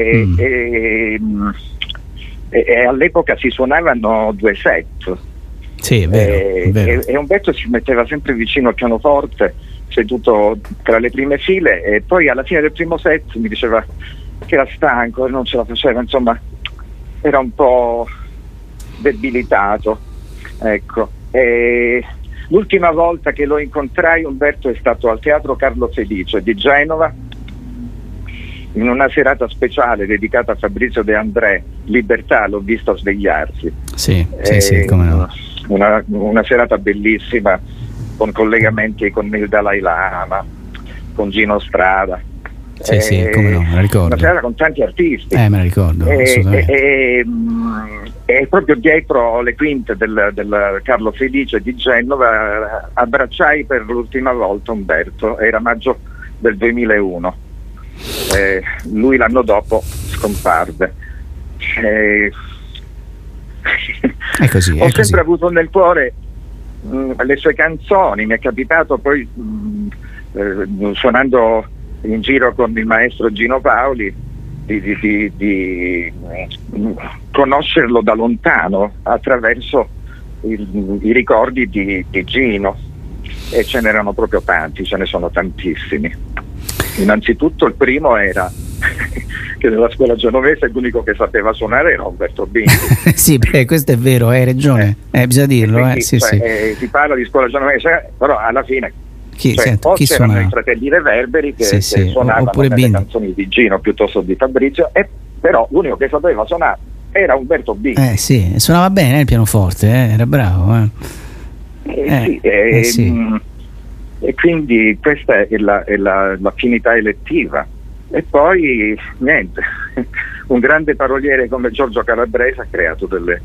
Speaker 11: e all'epoca si suonavano 2 set,
Speaker 1: Sì, è vero, è vero.
Speaker 11: E Umberto si metteva sempre vicino al pianoforte, seduto tra le prime file, e poi alla fine del primo set mi diceva che era stanco e non ce la faceva, insomma era un po' debilitato, ecco. E l'ultima volta che lo incontrai, Umberto, è stato al Teatro Carlo Felice di Genova, in una serata speciale dedicata a Fabrizio De André, Libertà, l'ho visto svegliarsi.
Speaker 1: Sì, come no.
Speaker 11: Una serata bellissima, con collegamenti con il Dalai Lama, con Gino Strada.
Speaker 1: Sì, come no, me la ricordo.
Speaker 11: Una serata con tanti artisti.
Speaker 1: Me la ricordo, assolutamente.
Speaker 11: E proprio dietro le quinte del Carlo Felice di Genova abbracciai per l'ultima volta Umberto, era maggio del 2001. Lui l'anno dopo scomparve.
Speaker 1: È così.
Speaker 11: Ho sempre avuto nel cuore le sue canzoni, mi è capitato poi suonando in giro con il maestro Gino Paoli di conoscerlo da lontano attraverso i ricordi di Gino, e ce n'erano proprio tanti, ce ne sono tantissimi. Innanzitutto il primo era che nella scuola genovese l'unico che sapeva suonare era Umberto Bindi.
Speaker 1: Sì, questo è vero, hai ragione, bisogna dirlo.
Speaker 11: Quindi,
Speaker 1: sì.
Speaker 11: Si parla di scuola genovese, però alla fine
Speaker 1: chi
Speaker 11: c'erano
Speaker 1: suonava?
Speaker 11: i fratelli Reverberi che suonavano
Speaker 1: oppure
Speaker 11: nelle
Speaker 1: Bindi.
Speaker 11: canzoni di Gino piuttosto di Fabrizio, e però l'unico che sapeva suonare era Umberto Bindi.
Speaker 1: Sì, suonava bene il pianoforte, era bravo.
Speaker 11: E quindi questa è l'affinità elettiva. E poi niente, un grande paroliere come Giorgio Calabrese ha creato delle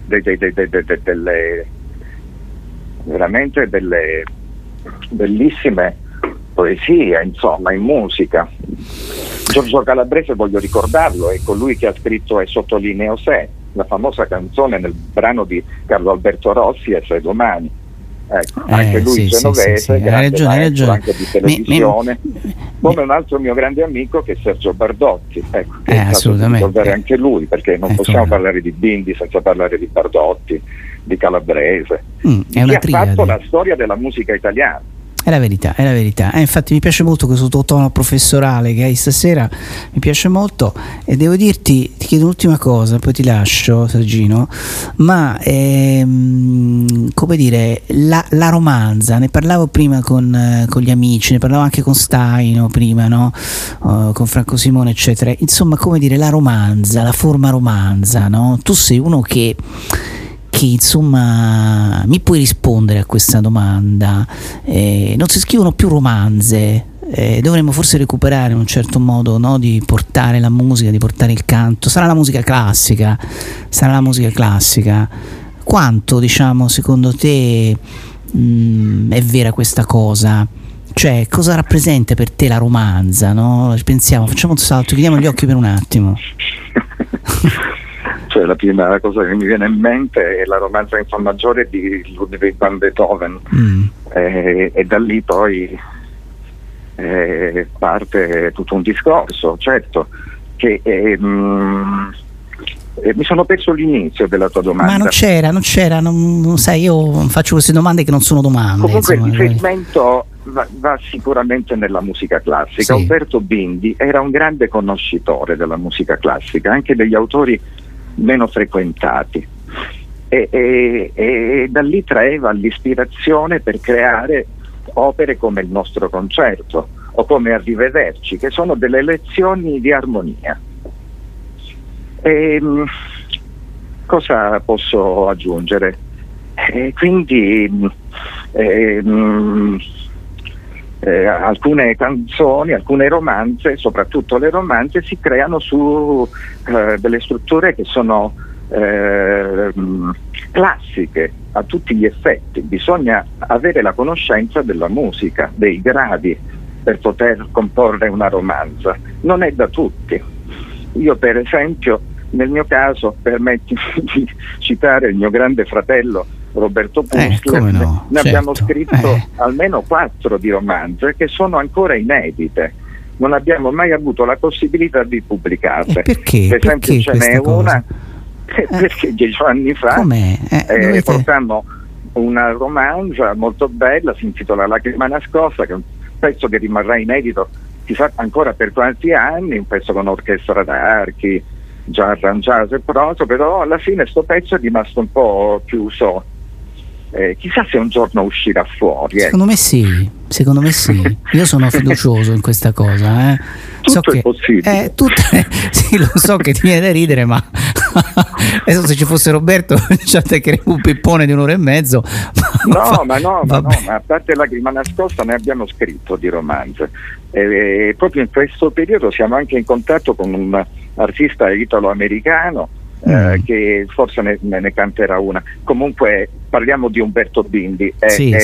Speaker 11: veramente delle bellissime poesie, insomma, in musica. Giorgio Calabrese, voglio ricordarlo, è colui che ha scritto E sottolineo se, la famosa canzone nel brano di Carlo Alberto Rossi, E se domani. Ecco, anche lui genovese, grande maestro anche di televisione, come un altro mio grande amico che è Sergio Bardotti, ecco, che è stato di ricordare anche lui, perché non possiamo parlare di Bindi senza parlare di Bardotti, di Calabrese, chi ha fatto la storia della musica italiana.
Speaker 1: È la verità. Infatti mi piace molto questo tuo tono professorale che hai stasera, mi piace molto, e devo dirti, ti chiedo un'ultima cosa, poi ti lascio, Sergino, ma come dire, la romanza, ne parlavo prima con gli amici, ne parlavo anche con Staino prima, no? Con Franco Simone, eccetera. Insomma, come dire, la romanza, la forma romanza, no? Tu sei uno che insomma mi puoi rispondere a questa domanda. Non si scrivono più romanze, dovremmo forse recuperare in un certo modo, no? Di portare la musica, di portare il canto. Sarà la musica classica. Quanto, diciamo, secondo te è vera questa cosa? Cioè, cosa rappresenta per te la romanza, no? Pensiamo, facciamo un salto, chiudiamo gli occhi per un attimo.
Speaker 11: Cioè, la prima cosa che mi viene in mente è la romanza in fa maggiore di Ludwig van Beethoven, e da lì poi parte tutto un discorso, certo, che mi sono perso l'inizio della tua domanda.
Speaker 1: Ma non c'era, non sai, io faccio queste domande che non sono domande.
Speaker 11: Comunque
Speaker 1: insomma,
Speaker 11: il riferimento va sicuramente nella musica classica.
Speaker 1: Sì.
Speaker 11: Umberto Bindi era un grande conoscitore della musica classica, anche degli autori meno frequentati, e da lì traeva l'ispirazione per creare opere come il nostro concerto o come Arrivederci, che sono delle lezioni di armonia. Cosa posso aggiungere? Quindi alcune canzoni, alcune romanze, soprattutto le romanze, si creano su delle strutture che sono classiche a tutti gli effetti. Bisogna avere la conoscenza della musica, dei gradi, per poter comporre una romanza. Non è da tutti. Io, per esempio, nel mio caso, permettimi di citare il mio grande fratello Roberto Puschler,
Speaker 1: no,
Speaker 11: ne abbiamo scritto almeno 4 di romanze che sono ancora inedite, non abbiamo mai avuto la possibilità di pubblicarle.
Speaker 1: Perché?
Speaker 11: Per esempio ce n'è una perché 10 anni fa portammo una romanza molto bella, si intitola Lacrima nascosta, che è un pezzo che rimarrà inedito chissà ancora per quanti anni, un pezzo con orchestra d'archi, già arrangiato e pronto, però alla fine sto pezzo è rimasto un po' chiuso. Chissà se un giorno uscirà fuori.
Speaker 1: Secondo me sì, io sono fiducioso in questa cosa.
Speaker 11: Tutto è possibile.
Speaker 1: Sì, lo so che ti viene da ridere, ma adesso se ci fosse Roberto ci attaccheremo un pippone di 1 ora e mezzo.
Speaker 11: Ma a parte Lacrima nascosta ne abbiamo scritto di romanze. Proprio in questo periodo siamo anche in contatto con un artista italo-americano che forse ne canterà una. Comunque parliamo di Umberto Bindi.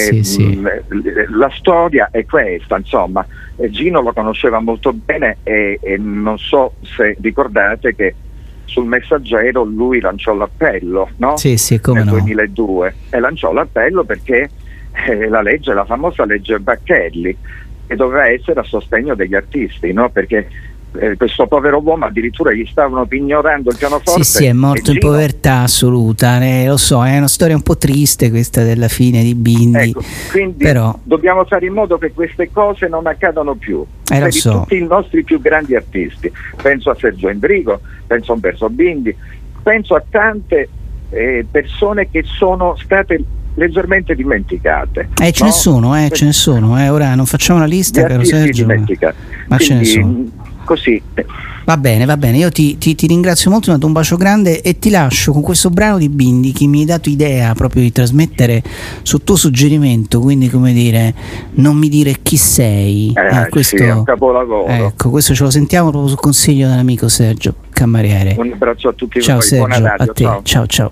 Speaker 11: La storia è questa, insomma. Gino lo conosceva molto bene e non so se ricordate che sul Messaggero lui lanciò l'appello, no?
Speaker 1: Come
Speaker 11: nel
Speaker 1: no.
Speaker 11: 2002, e lanciò l'appello perché la famosa legge Bacchelli, che doveva essere a sostegno degli artisti, no? Perché questo povero uomo addirittura gli stavano pignorando il pianoforte.
Speaker 1: Sì, è morto in povertà assoluta, lo so, è una storia un po' triste questa della fine di Bindi.
Speaker 11: Ecco, quindi
Speaker 1: però
Speaker 11: dobbiamo fare in modo che queste cose non accadano più per tutti i nostri più grandi artisti. Penso a Sergio Endrigo, penso a Umberto Bindi, penso a tante persone che sono state leggermente dimenticate.
Speaker 1: Ce ne sono, ora non facciamo una lista, caro Sergio, ma ce ne sono.
Speaker 11: Così.
Speaker 1: Va bene, io ti ringrazio molto, ti do un bacio grande e ti lascio con questo brano di Bindi che mi hai dato idea proprio di trasmettere su tuo suggerimento, quindi come dire, non mi dire chi sei.
Speaker 11: Questo è un capolavoro.
Speaker 1: Ecco, questo ce lo sentiamo proprio sul consiglio dell'amico Sergio Camariere.
Speaker 11: Un abbraccio a tutti
Speaker 1: ciao
Speaker 11: voi.
Speaker 1: Sergio,
Speaker 11: Buona radio,
Speaker 1: a te, ciao.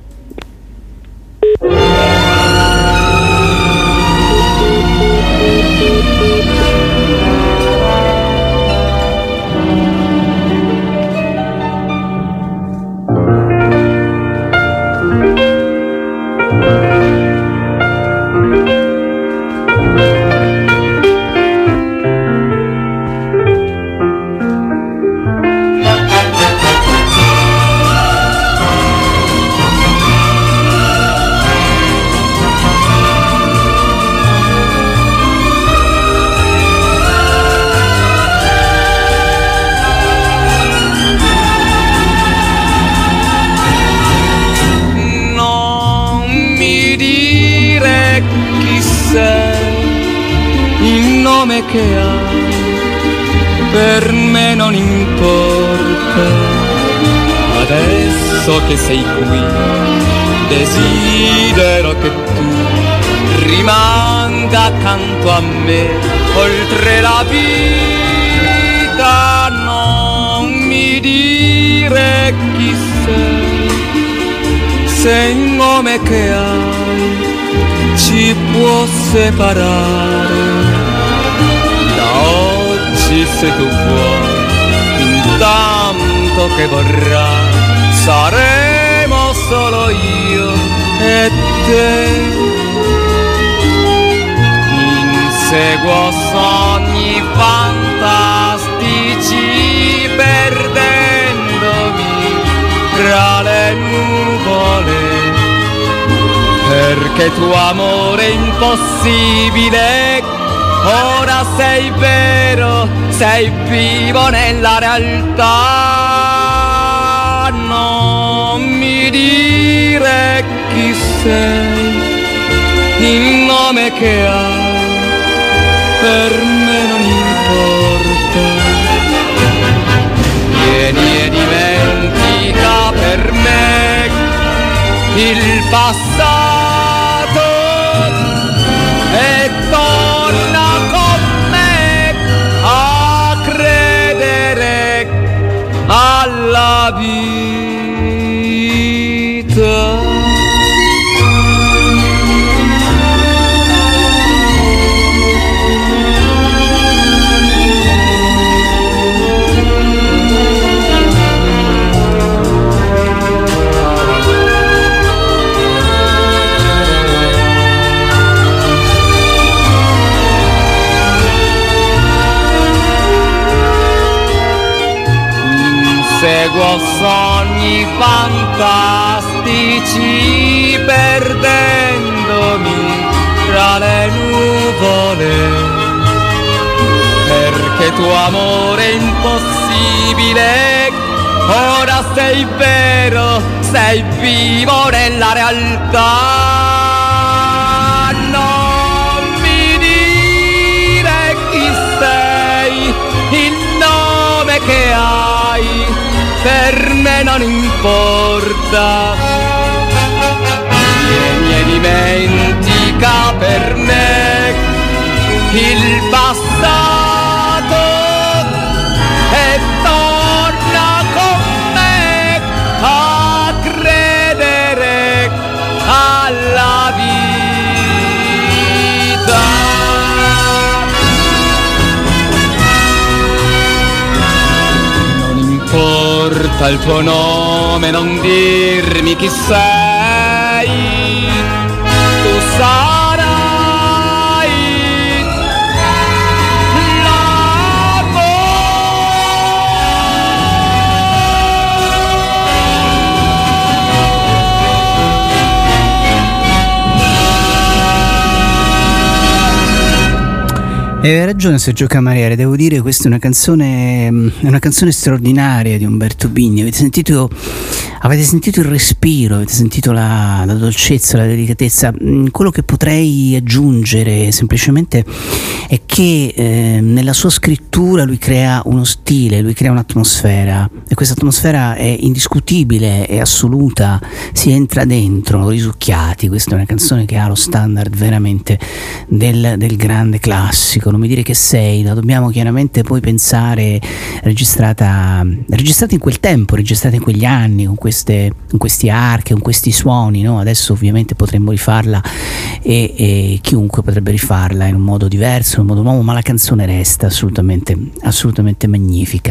Speaker 12: Che hai, per me non importa, adesso che sei qui, desidero che tu rimanga accanto a me, oltre la vita. Non mi dire chi sei, se il nome che hai ci può separare. Oggi se tu vuoi, intanto che vorrai, saremo solo io e te. Inseguo sogni fantastici, perdendomi tra le nuvole, perché tuo amore è impossibile. Ora sei vero, sei vivo nella realtà. Non mi dire chi sei, il nome che hai, per me non importa. Vieni e dimentica per me il passato e torna con me a credere alla vita. Seguo sogni fantastici, perdendomi parole, perché tuo amore è impossibile. Ora sei vero, sei vivo nella realtà. Non mi dire chi sei, il nome che hai, per me non importa. Vieni e dimentica per me il passato e torna con me a credere alla vita. Non importa il tuo nome, non dirmi chi sei, tu sarai
Speaker 1: Hai ragione Sergio Camariere, devo dire questa è una canzone straordinaria di Umberto Bindi. Avete sentito il respiro, avete sentito la dolcezza, la delicatezza. Quello che potrei aggiungere semplicemente è che nella sua scrittura lui crea uno stile, lui crea un'atmosfera, e questa atmosfera è indiscutibile, è assoluta, si entra dentro risucchiati. Questa è una canzone che ha lo standard veramente del grande classico. Non mi dire che sei, la dobbiamo chiaramente poi pensare registrata in quel tempo, registrata in quegli anni, con questi archi, con questi suoni, no? Adesso ovviamente potremmo rifarla e chiunque potrebbe rifarla in un modo diverso, in un modo nuovo, ma la canzone resta assolutamente magnifica.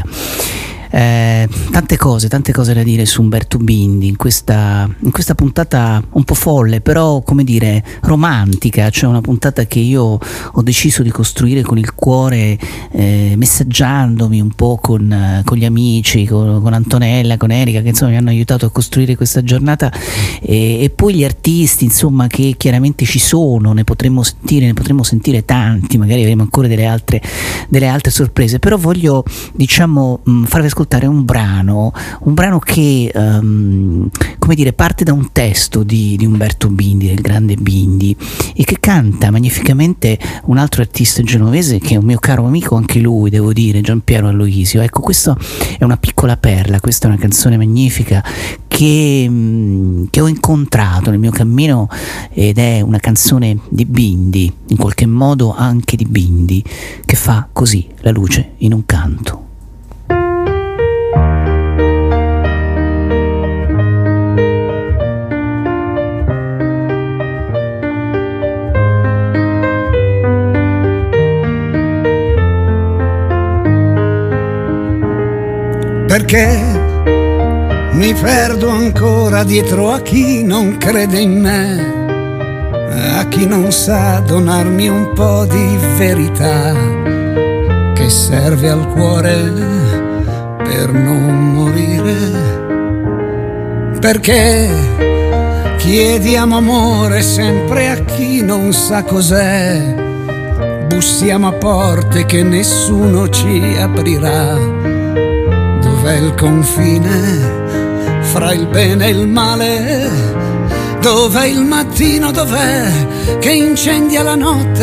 Speaker 1: Tante cose da dire su Umberto Bindi in questa puntata un po' folle, però come dire romantica, cioè una puntata che io ho deciso di costruire con il cuore, messaggiandomi un po' con gli amici, con Antonella, con Erika, che insomma mi hanno aiutato a costruire questa giornata, e poi gli artisti insomma che chiaramente ci sono, ne potremmo sentire tanti, magari avremo ancora delle altre sorprese, però voglio farvi ascoltare un brano che come dire parte da un testo di Umberto Bindi, del grande Bindi, e che canta magnificamente un altro artista genovese che è un mio caro amico anche lui, devo dire, Giampiero Aloisio. Ecco, questa è una piccola perla, questa è una canzone magnifica che ho incontrato nel mio cammino, ed è una canzone di Bindi, in qualche modo anche di Bindi, che fa così la luce in un canto.
Speaker 13: Perché mi perdo ancora dietro a chi non crede in me, a chi non sa donarmi un po' di verità che serve al cuore per non morire. Perché chiediamo amore sempre a chi non sa cos'è, bussiamo a porte che nessuno ci aprirà. Dov'è il confine fra il bene e il male? Dov'è il mattino? Dov'è che incendia la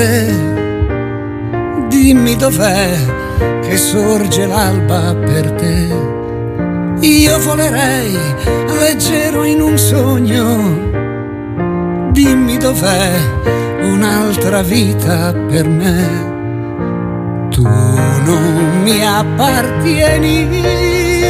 Speaker 13: notte? Dimmi dov'è che sorge l'alba per te. Io volerei leggero in un sogno. Dimmi dov'è un'altra vita per me. Tu non mi appartieni,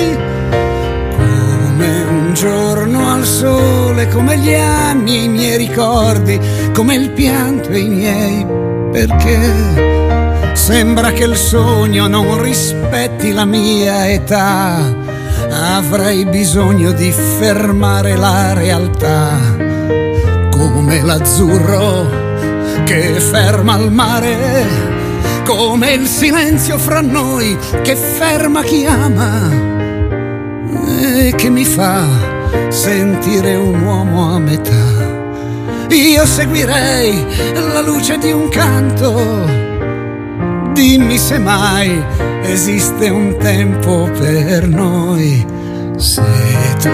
Speaker 13: un giorno al sole, come gli anni e i miei ricordi, come il pianto e i miei perché. Sembra che il sogno non rispetti la mia età, avrei bisogno di fermare la realtà, come l'azzurro che ferma il mare, come il silenzio fra noi che ferma chi ama e che mi fa sentire un uomo a metà. io seguirei la luce di un canto. Dimmi se mai esiste un tempo per noi, se tu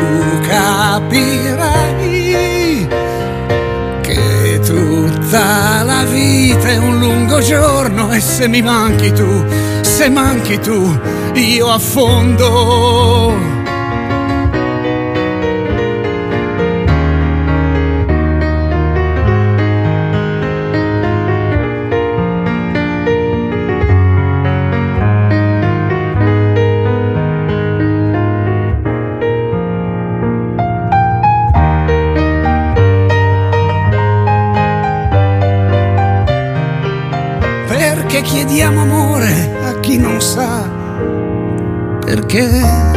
Speaker 13: capirai che tutta la vita è un lungo giorno, e se mi manchi tu, se manchi tu, io affondo. Perché chiediamo amore a chi non sa? Perché?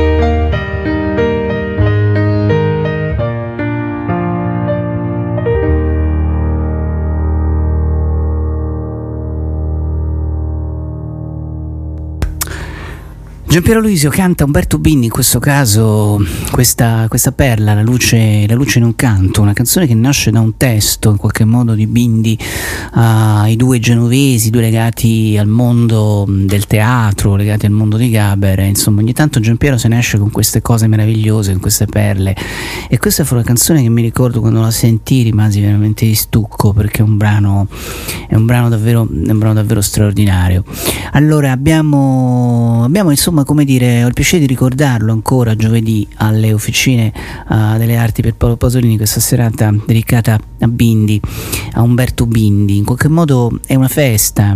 Speaker 1: Giampiero Luisio canta Umberto Bindi, in questo caso questa perla, la luce in un canto, una canzone che nasce da un testo in qualche modo di Bindi ai due genovesi, due legati al mondo del teatro, legati al mondo di Gaber. Insomma, ogni tanto Giampiero se ne esce con queste cose meravigliose, con queste perle, e questa fu una canzone che mi ricordo quando la sentii rimasi veramente di stucco, perché è un brano davvero straordinario. Allora abbiamo insomma, come dire, ho il piacere di ricordarlo ancora giovedì alle Officine delle Arti per Paolo Pasolini, questa serata dedicata a Bindi, a Umberto Bindi. In qualche modo è una festa,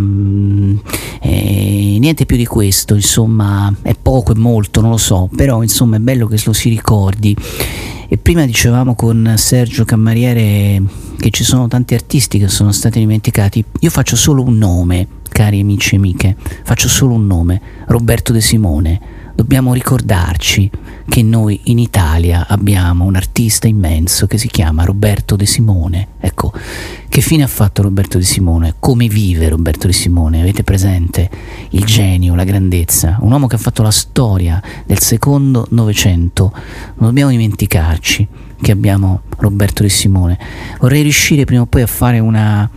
Speaker 1: niente più di questo, insomma, è poco, è molto, non lo so, però insomma è bello che lo si ricordi. E prima dicevamo con Sergio Cammariere che ci sono tanti artisti che sono stati dimenticati. Io faccio solo un nome, cari amici e amiche, faccio solo un nome: Roberto De Simone. Dobbiamo ricordarci che noi in Italia abbiamo un artista immenso che si chiama Roberto De Simone. Ecco, che fine ha fatto Roberto De Simone? Come vive Roberto De Simone? Avete presente il genio, la grandezza? Un uomo che ha fatto la storia del secondo Novecento. Non dobbiamo dimenticarci che abbiamo Roberto De Simone. Vorrei riuscire prima o poi a fare una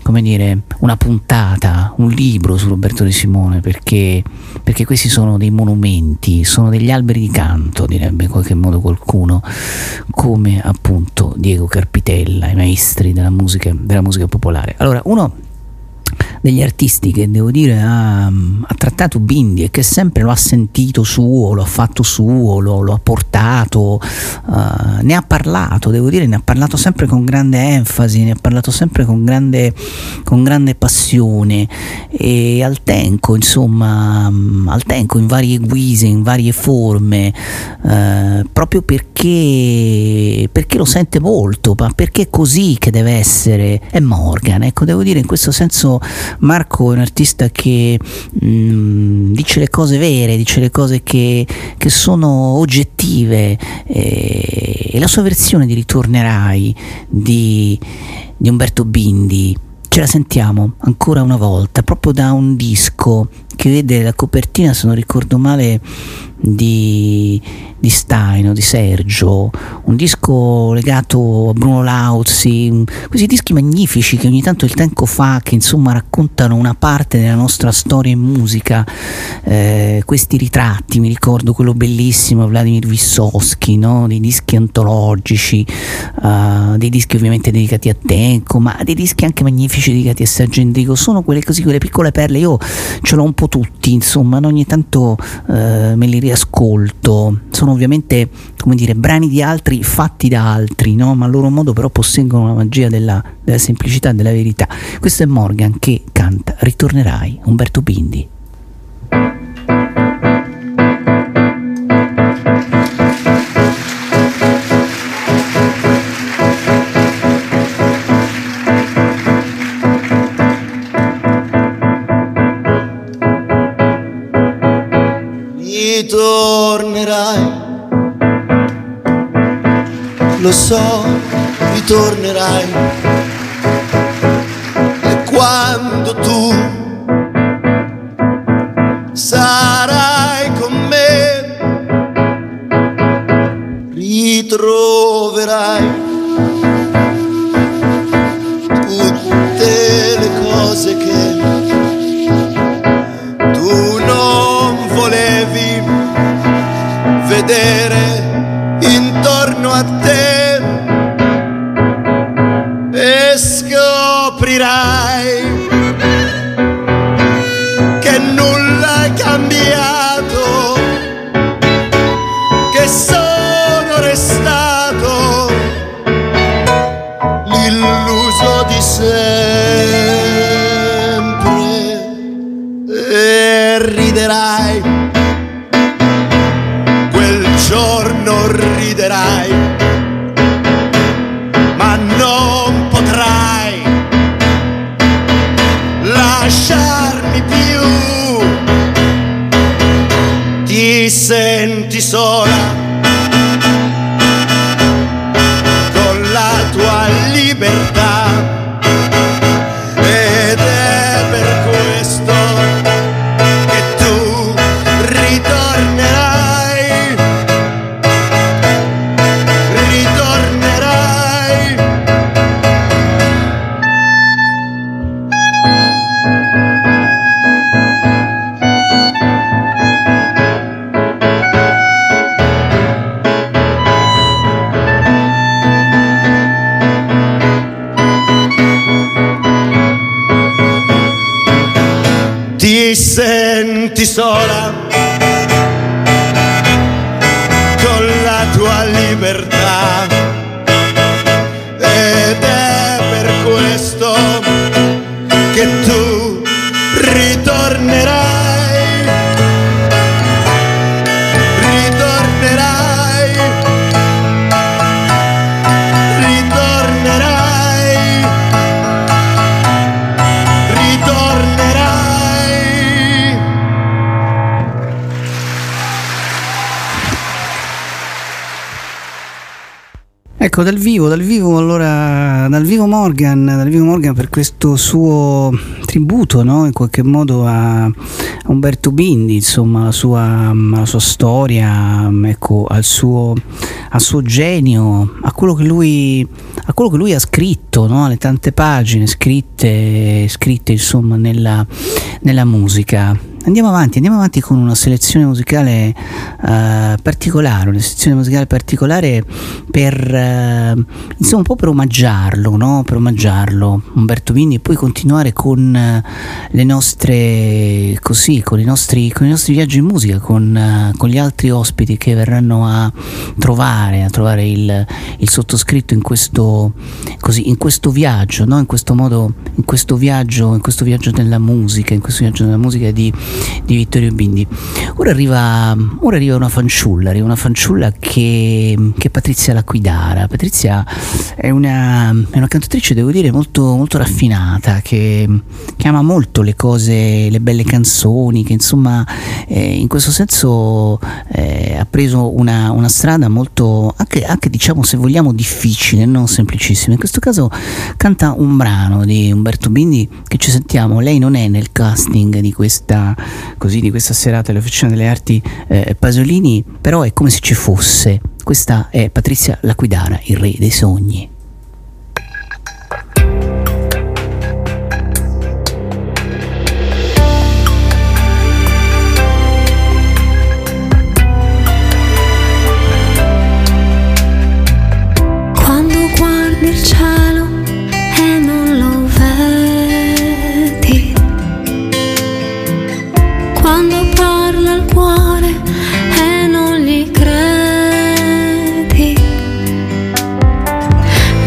Speaker 1: puntata, un libro su Roberto De Simone, perché questi sono dei monumenti, sono degli alberi di canto, direbbe in qualche modo qualcuno, come appunto Diego Carpitella, i maestri della musica popolare. Allora, uno degli artisti che devo dire ha trattato Bindi e che sempre lo ha sentito suo, lo ha fatto suo, lo ha portato, ne ha parlato, devo dire, ne ha parlato sempre con grande enfasi, ne ha parlato sempre con grande passione e al tempo, insomma, in varie guise, in varie forme, proprio perché lo sente molto, ma perché è così che deve essere. È Morgan, ecco, devo dire, in questo senso Marco è un artista che dice le cose vere, dice le cose che sono oggettive, e la sua versione di Ritornerai di Umberto Bindi ce la sentiamo ancora una volta, proprio da un disco che vede la copertina, se non ricordo male, di Staino, di Sergio, un disco legato a Bruno Lauzi, questi dischi magnifici che ogni tanto il tempo fa, che insomma raccontano una parte della nostra storia in musica, questi ritratti, mi ricordo quello bellissimo Vladimir Vysotsky, no? Dei dischi antologici, dei dischi ovviamente dedicati a Tenco, ma dei dischi anche magnifici dedicati a Sergio Endrico. Sono quelle piccole perle, io ce l'ho un po' tutti, insomma, ogni tanto me li riascolto. Sono ovviamente, come dire, brani di altri fatti da altri, no? Ma a loro modo però posseggono la magia della semplicità, della verità. Questo è Morgan che canta Ritornerai, Umberto Bindi.
Speaker 4: Ritornerai, lo so, ritornerai, e quando tu sarai con me, ritroverai
Speaker 14: notte e scoprirai che nulla è cambiato, che sono restato l'illuso di sempre, e riderai, quel giorno riderai, ma non potrai lasciarmi più. Ti senti sola con la tua libertà, ed è per questo che tu ritornerai, ritornerai. Ti senti sola con la tua libertà, ed è per questo che tu ritornerai, ritornerai, ritornerai, ritornerai.
Speaker 1: Ecco, dal vivo allora, dal vivo Morgan per questo suo tributo, no? In qualche modo a Umberto Bindi, insomma, alla sua storia, ecco, al suo genio, a quello che lui ha scritto, no? Alle tante pagine scritte insomma nella musica. Andiamo avanti con una selezione musicale particolare, per insomma un po' per omaggiarlo, no? Per omaggiarlo Umberto Bindi, e poi continuare con le nostre, così, con i nostri viaggi in musica, con gli altri ospiti che verranno a trovare il sottoscritto in questo viaggio, no? In questo viaggio nella musica, di Vittorio Bindi. Ora arriva una fanciulla che è Patrizia L'Aquidara. Patrizia è una cantautrice, devo dire, molto, molto raffinata, che ama molto le cose, le belle canzoni, che insomma in questo senso ha preso una strada molto, anche diciamo, se vogliamo, difficile, non semplicissima. In questo caso canta un brano di Umberto Bindi che ci sentiamo. Lei non è nel casting di questa serata all'Officina delle Arti Pasolini, però è come se ci fosse. Questa è Patrizia L'Aquidara, il re dei sogni.
Speaker 15: Quando guardi il cielo e non lo vedi, quando parla il cuore e non gli credi,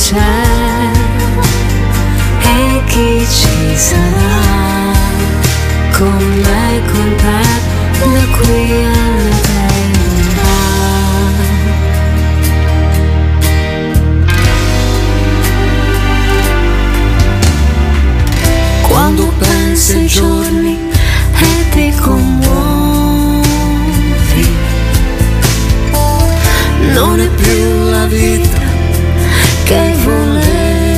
Speaker 15: c'è e chi ci sarà con me e con te da qui all'eternità. Quando pensi ai giorni e ti commuovi, non è più la vita che volevi,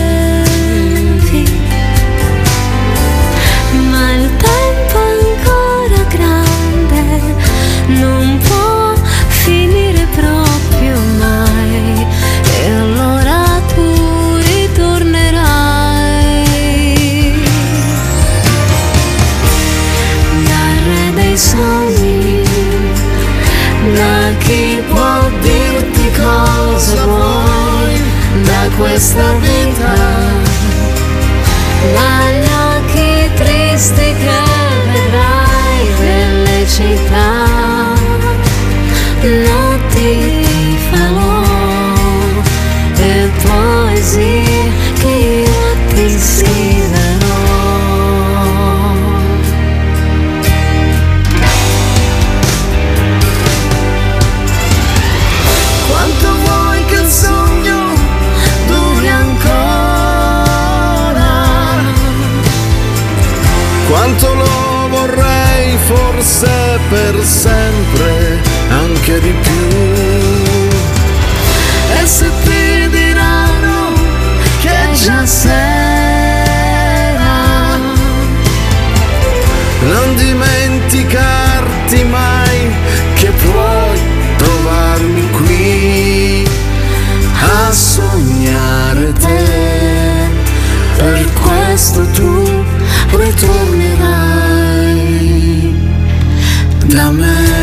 Speaker 15: ma il tempo è ancora grande, non può finire proprio mai, e allora tu ritornerai dal re dei sogni, da chi può dirti cosa vuoi da questa vita, dagli occhi tristi che vedrai delle città, notti di falò e poesie che io ti scriverò. Quanto vuoi che il sogno duri ancora?
Speaker 14: Quanto lo vorrei, forse per sempre, anche di più.
Speaker 15: E se ti diranno che è già sera,
Speaker 14: non dimenticarti mai che puoi trovarmi qui a sognare te, per questo tu ritornerai da me.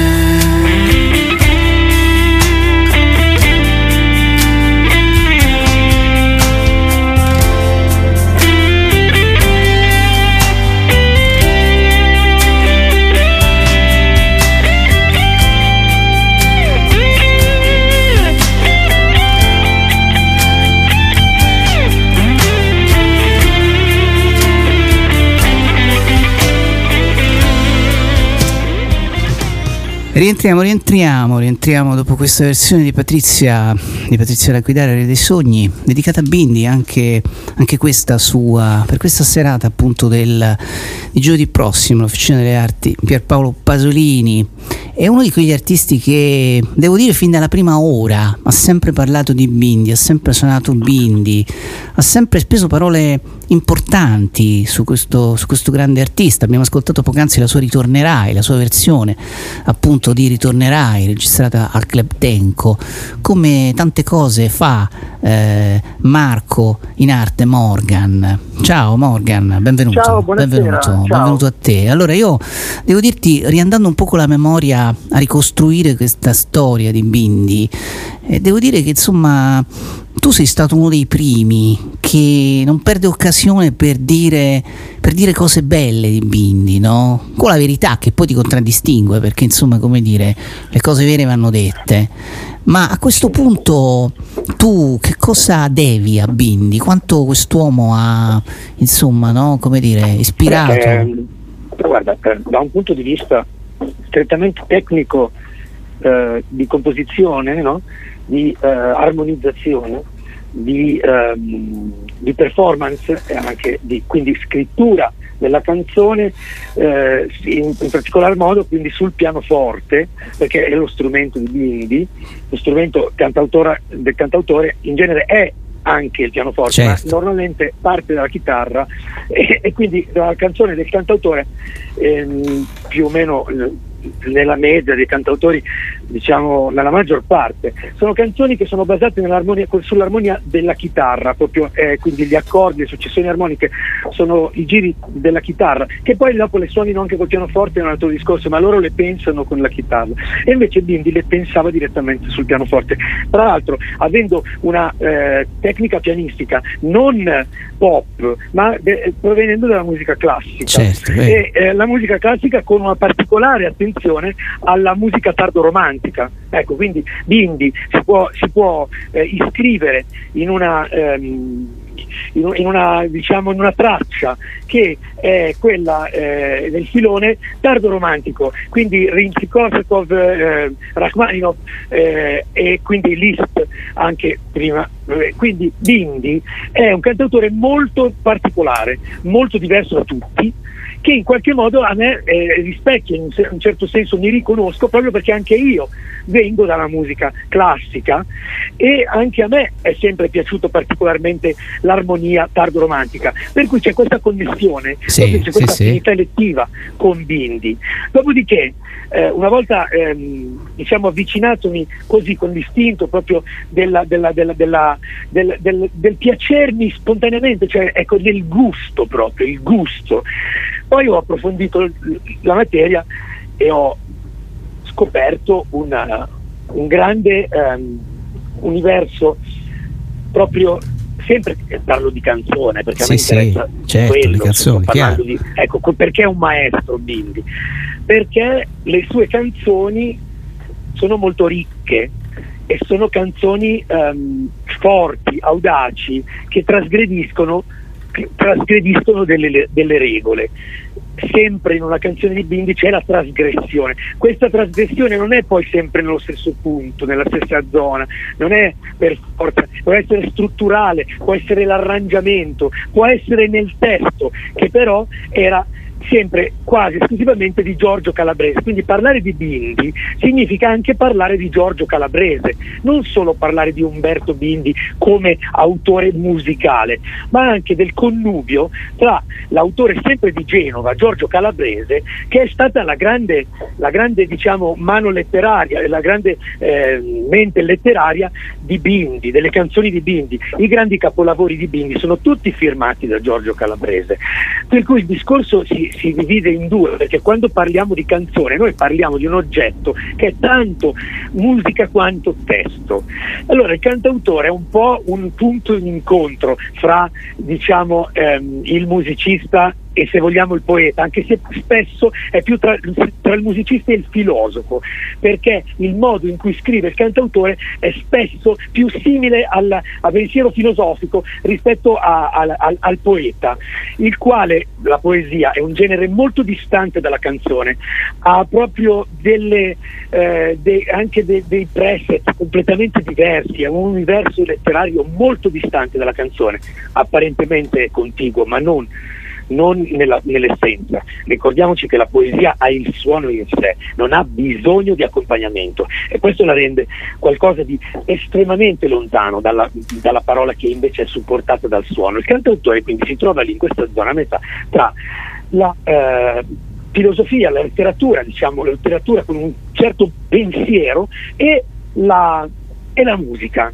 Speaker 1: Rientriamo dopo questa versione di Patrizia Laquidara, Re dei Sogni, dedicata a Bindi, anche questa sua, per questa serata appunto di giovedì prossimo, l'Officina delle Arti. Pierpaolo Pasolini è uno di quegli artisti che, devo dire, fin dalla prima ora ha sempre parlato di Bindi, ha sempre suonato Bindi, ha sempre speso parole importanti su questo grande artista. Abbiamo ascoltato poc'anzi la sua Ritornerai, la sua versione appunto di Ritornerai, registrata al Club Tenco. Come tante cose fa Marco in arte Morgan. Ciao Morgan, benvenuto.
Speaker 16: Ciao, buonasera.
Speaker 1: Benvenuto a te. Allora, io devo dirti, riandando un poco la memoria a ricostruire questa storia di Bindi, devo dire che insomma tu sei stato uno dei primi che non perde occasione per dire cose belle di Bindi, no? Con la verità che poi ti contraddistingue, perché insomma, come dire, le cose vere vanno dette. Ma a questo punto tu che cosa devi a Bindi? Quanto quest'uomo ha, insomma, no, come dire, ispirato?
Speaker 16: Però guarda, da un punto di vista strettamente tecnico, di composizione, no? Di armonizzazione, di performance e anche di quindi scrittura della canzone, in particolar modo quindi sul pianoforte, perché è lo strumento di Bindi, lo strumento del cantautore in genere è anche il pianoforte, certo, ma normalmente parte dalla chitarra e quindi la canzone del cantautore più o meno nella media dei cantautori, diciamo nella maggior parte, sono canzoni che sono basate sull'armonia della chitarra, proprio quindi gli accordi, le successioni armoniche sono i giri della chitarra, che poi dopo le suonino anche col pianoforte, è un altro discorso, ma loro le pensano con la chitarra, e invece Bindi le pensava direttamente sul pianoforte, tra l'altro avendo una tecnica pianistica non pop, ma provenendo dalla musica classica, certo, e la musica classica con una particolare attenzione alla musica tardoromantica, romantica. Ecco, quindi Bindi si può iscrivere in una diciamo in una traccia che è quella del filone tardo romantico, quindi Rimsky-Korsakov, Rachmaninov e quindi Liszt anche prima. Quindi Bindi è un cantautore molto particolare, molto diverso da tutti, che in qualche modo a me rispecchia, in un certo senso mi riconosco, proprio perché anche io vengo dalla musica classica e anche a me è sempre piaciuto particolarmente l'armonia tardo romantica, per cui c'è questa connessione, c'è questa affinità elettiva con Bindi. Dopodiché una volta diciamo avvicinatomi così con l'istinto proprio del piacermi spontaneamente, cioè ecco, del gusto, proprio il gusto. Poi ho approfondito la materia e ho scoperto un grande universo proprio, sempre parlo di canzone perché a me interessa quello,
Speaker 1: le canzoni,
Speaker 16: ecco, perché è un maestro Bindi, perché le sue canzoni sono molto ricche e sono canzoni forti, audaci, che trasgrediscono delle regole. Sempre in una canzone di Bindi c'è la trasgressione. Questa trasgressione non è poi sempre nello stesso punto, nella stessa zona, non è per forza, può essere strutturale, può essere l'arrangiamento, può essere nel testo, che però era sempre quasi esclusivamente di Giorgio Calabrese. Quindi parlare di Bindi significa anche parlare di Giorgio Calabrese, non solo parlare di Umberto Bindi come autore musicale, ma anche del connubio tra l'autore sempre di Genova, Giorgio Calabrese, che è stata la grande diciamo mano letteraria, la grande mente letteraria di Bindi, delle canzoni di Bindi. I grandi capolavori di Bindi sono tutti firmati da Giorgio Calabrese, per cui il discorso si divide in due, perché quando parliamo di canzone noi parliamo di un oggetto che è tanto musica quanto testo. Allora il cantautore è un po' un punto di incontro fra diciamo il musicista e, se vogliamo, il poeta, anche se spesso è più tra il musicista e il filosofo, perché il modo in cui scrive il cantautore è spesso più simile al pensiero filosofico rispetto al poeta, il quale, la poesia, è un genere molto distante dalla canzone, ha proprio anche dei preset completamente diversi, è un universo letterario molto distante dalla canzone, apparentemente contiguo, ma non nell'essenza. Ricordiamoci che la poesia ha il suono in sé, non ha bisogno di accompagnamento, e questo la rende qualcosa di estremamente lontano dalla parola, che invece è supportata dal suono. Il cantautore quindi si trova lì in questa zona a metà tra la filosofia, la letteratura, diciamo la letteratura con un certo pensiero, e la musica.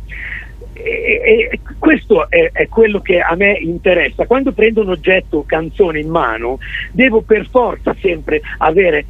Speaker 16: E questo è quello che a me interessa. Quando prendo un oggetto, canzone, in mano, devo per forza sempre avere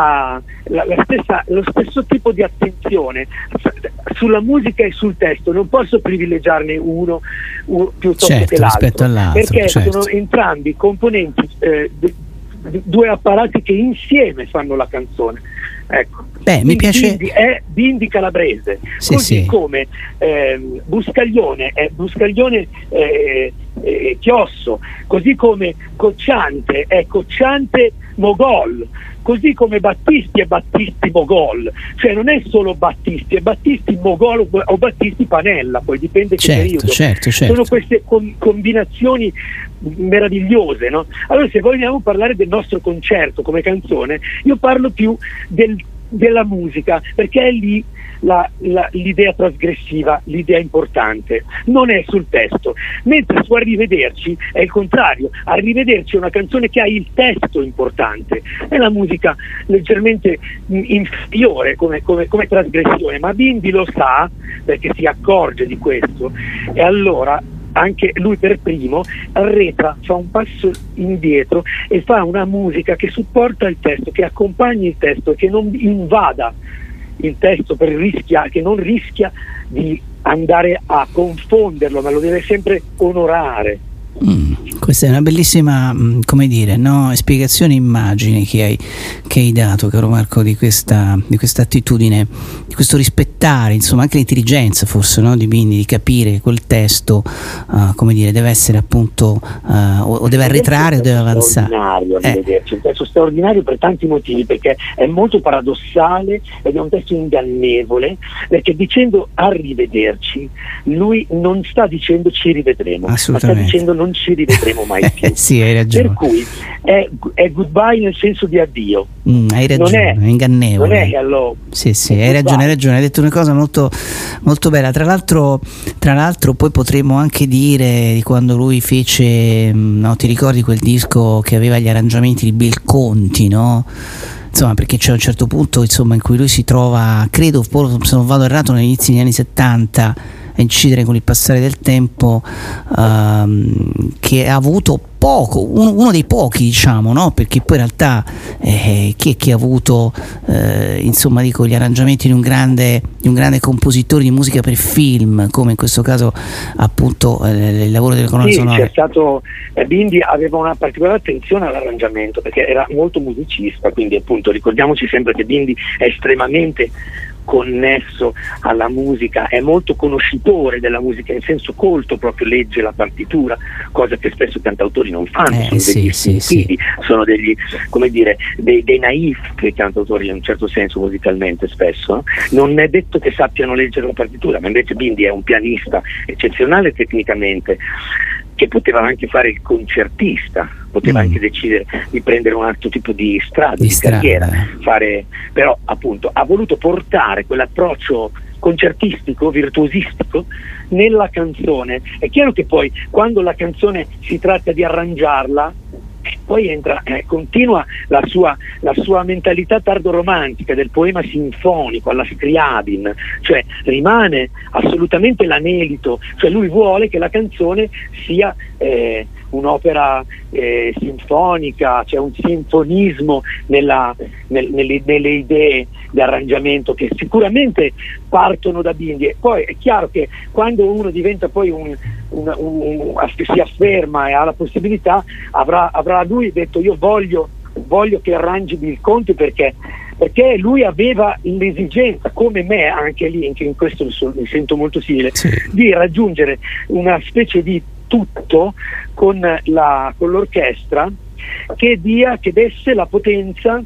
Speaker 16: lo stesso tipo di attenzione sulla musica e sul testo. Non posso privilegiarne uno piuttosto che l'altro, perché sono entrambi componenti, due apparati che insieme fanno la canzone. Ecco.
Speaker 1: Mi piace.
Speaker 16: È Bindi Calabrese, così come Buscaglione è Buscaglione Chiosso, così come Cocciante è Cocciante Mogol, così come Battisti è Battisti Mogol, cioè non è solo Battisti, è Battisti Mogol o Battisti Panella, poi dipende che periodo. Certo. Sono queste combinazioni meravigliose, no? Allora, se vogliamo parlare del nostro concerto come canzone, io parlo più della musica, perché è lì l'idea trasgressiva, l'idea importante, non è sul testo, mentre su Arrivederci è il contrario. Arrivederci è una canzone che ha il testo importante, è la musica leggermente inferiore come trasgressione, ma Bindi lo sa, perché si accorge di questo, e allora anche lui per primo arretra, fa un passo indietro e fa una musica che supporta il testo, che accompagni il testo, che non invada il testo, che non rischia di andare a confonderlo, ma lo deve sempre onorare.
Speaker 1: Questa è una bellissima, come dire, no? Spiegazione, immagine che hai dato, caro Marco, di questa attitudine, di questo rispettare, insomma, anche l'intelligenza forse, no? Di Bindi, di capire che quel testo, come dire, deve essere appunto o deve arretrare o deve avanzare.
Speaker 16: È un testo straordinario per tanti motivi, perché è molto paradossale ed è un testo ingannevole, perché dicendo arrivederci lui non sta dicendo ci rivedremo, ma sta dicendo non ci rivedremo mai più.
Speaker 1: Sì, hai ragione.
Speaker 16: Per cui è goodbye nel senso di addio.
Speaker 1: Hai ragione, è ingannevole.
Speaker 16: Non è hello.
Speaker 1: Sì, hai ragione, hai detto una cosa molto, molto bella. Tra l'altro poi potremmo anche dire di quando lui fece, no, ti ricordi quel disco che aveva gli arrangiamenti di Bill Conti, no? Insomma, perché c'è un certo punto, insomma, in cui lui si trova, credo, se non vado errato, negli inizi degli anni 70, a incidere con il passare del tempo, che ha avuto poco, uno dei pochi, diciamo, no? Perché poi in realtà chi è che ha avuto insomma, dico, gli arrangiamenti di un grande compositore di musica per film, come in questo caso appunto il lavoro delle colonne sonore.
Speaker 16: C'è stato, Bindi aveva una particolare attenzione all'arrangiamento, perché era molto musicista, quindi appunto ricordiamoci sempre che Bindi è estremamente connesso alla musica, è molto conoscitore della musica, in senso colto, proprio legge la partitura, cosa che spesso i cantautori non fanno, sono degli istintivi, sono degli, come dire, dei naif che i cantautori in un certo senso musicalmente spesso, no? Non è detto che sappiano leggere la partitura, ma invece Bindi è un pianista eccezionale tecnicamente, che poteva anche fare il concertista, poteva anche decidere di prendere un altro tipo di strada, di carriera, però appunto ha voluto portare quell'approccio concertistico, virtuosistico nella canzone. È chiaro che poi quando la canzone si tratta di arrangiarla, poi entra, continua la sua mentalità tardoromantica del poema sinfonico alla Scriabin, cioè rimane assolutamente l'anelito, cioè lui vuole che la canzone sia un'opera sinfonica, c'è un sinfonismo nelle idee di arrangiamento che sicuramente partono da Bindi. Poi è chiaro che quando uno diventa poi si afferma e ha la possibilità, avrà lui detto io voglio che arrangi Bill Conti, perché lui aveva l'esigenza, come me anche lì, anche in questo mi sento molto simile, di raggiungere una specie di tutto con l'orchestra che desse la potenza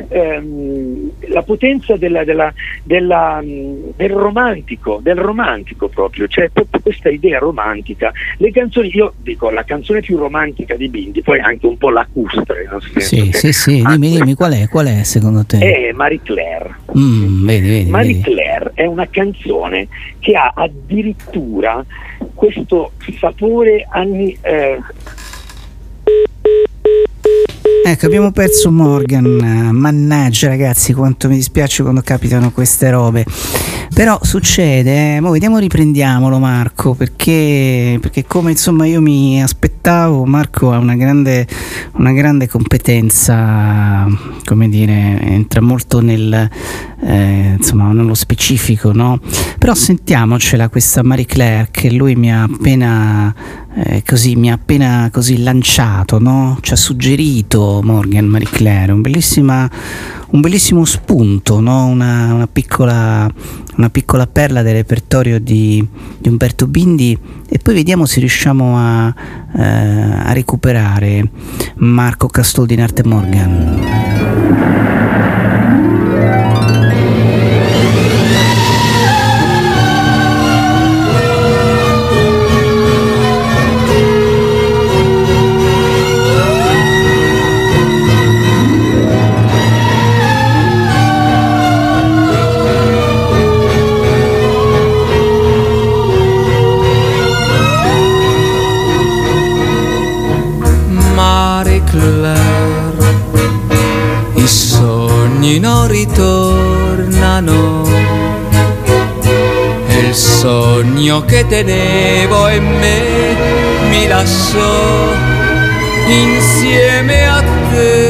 Speaker 16: del romantico proprio, cioè proprio questa idea romantica. Le canzoni, io dico, la canzone più romantica di Bindi, poi anche un po' lacustre, no?
Speaker 1: Sì, dimmi qual è secondo te?
Speaker 16: È Marie Claire.
Speaker 1: Marie
Speaker 16: Claire è una canzone che ha addirittura questo sapore anni
Speaker 1: Ecco, abbiamo perso Morgan, mannaggia ragazzi, quanto mi dispiace quando capitano queste robe, però succede, vediamo, riprendiamolo Marco, perché come insomma io mi aspettavo, Marco ha una grande competenza, come dire, entra molto insomma nello specifico, no? Però sentiamocela questa Marie Claire che lui mi ha appena così lanciato, no? Ci ha suggerito Morgan Marie Claire, un bellissimo spunto, no? una piccola perla del repertorio di Umberto Bindi, e poi vediamo se riusciamo a recuperare Marco Castoldi in arte Morgan.
Speaker 17: I sogni non ritornano, e il sogno che tenevo in me mi lasciò insieme a te.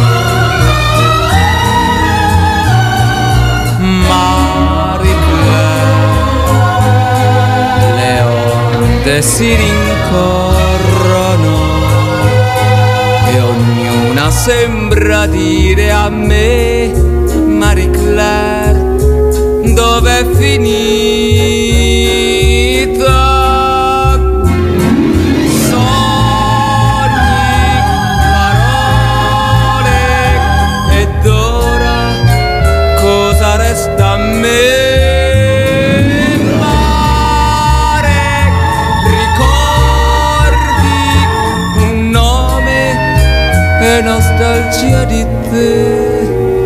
Speaker 17: Marie Claire, le onde si rincorrono sembra dire a me, Marie Claire, dov'è finita? Sogni, parole, ed ora cosa resta a me? E nostalgia di te,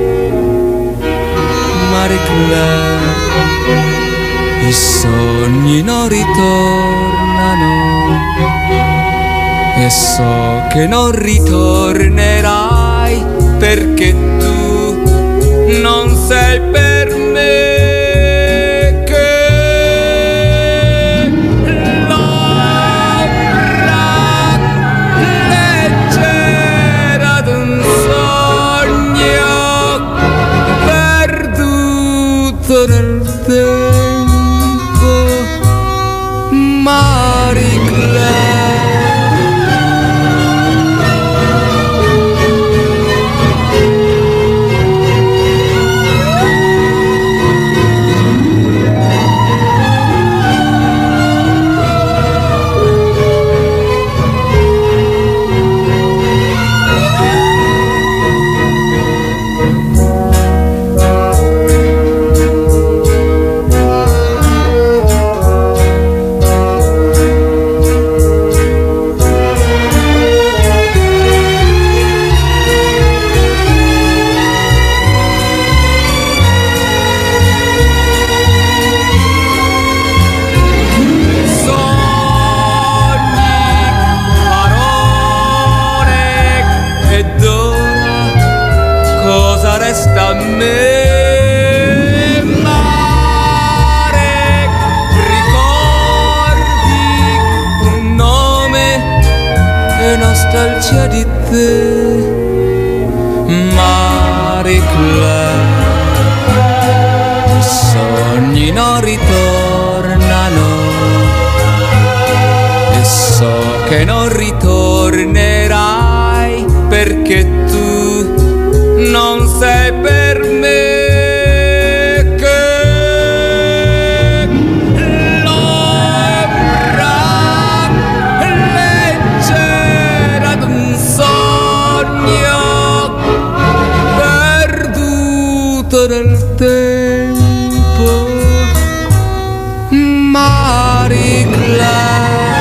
Speaker 17: Marie Claire, i sogni non ritornano e so che non ritornerai perché tu non sei per me. Nel tempo, Marie Claire. Resta a me, mare, ricordi un nome e nostalgia di te, Marie Claire. I sogni non ritornano e so che non ritornerai perché tu non sei per me, che l'ombra leggera d'un sogno perduto nel tempo, Marie Claire.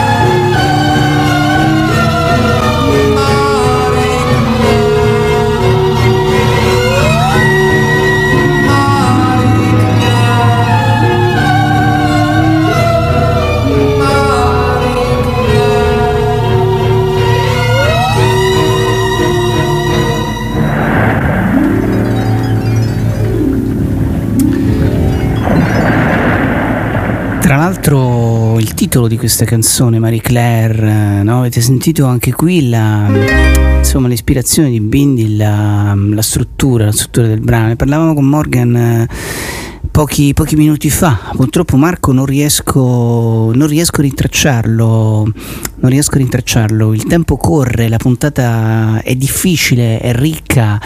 Speaker 1: Tra l'altro il titolo di questa canzone, Marie Claire, no? Avete sentito anche qui insomma, l'ispirazione di Bindi, la struttura del brano. Ne parlavamo con Morgan pochi minuti fa. Purtroppo Marco non riesco a rintracciarlo, il tempo corre, la puntata è difficile, è ricca,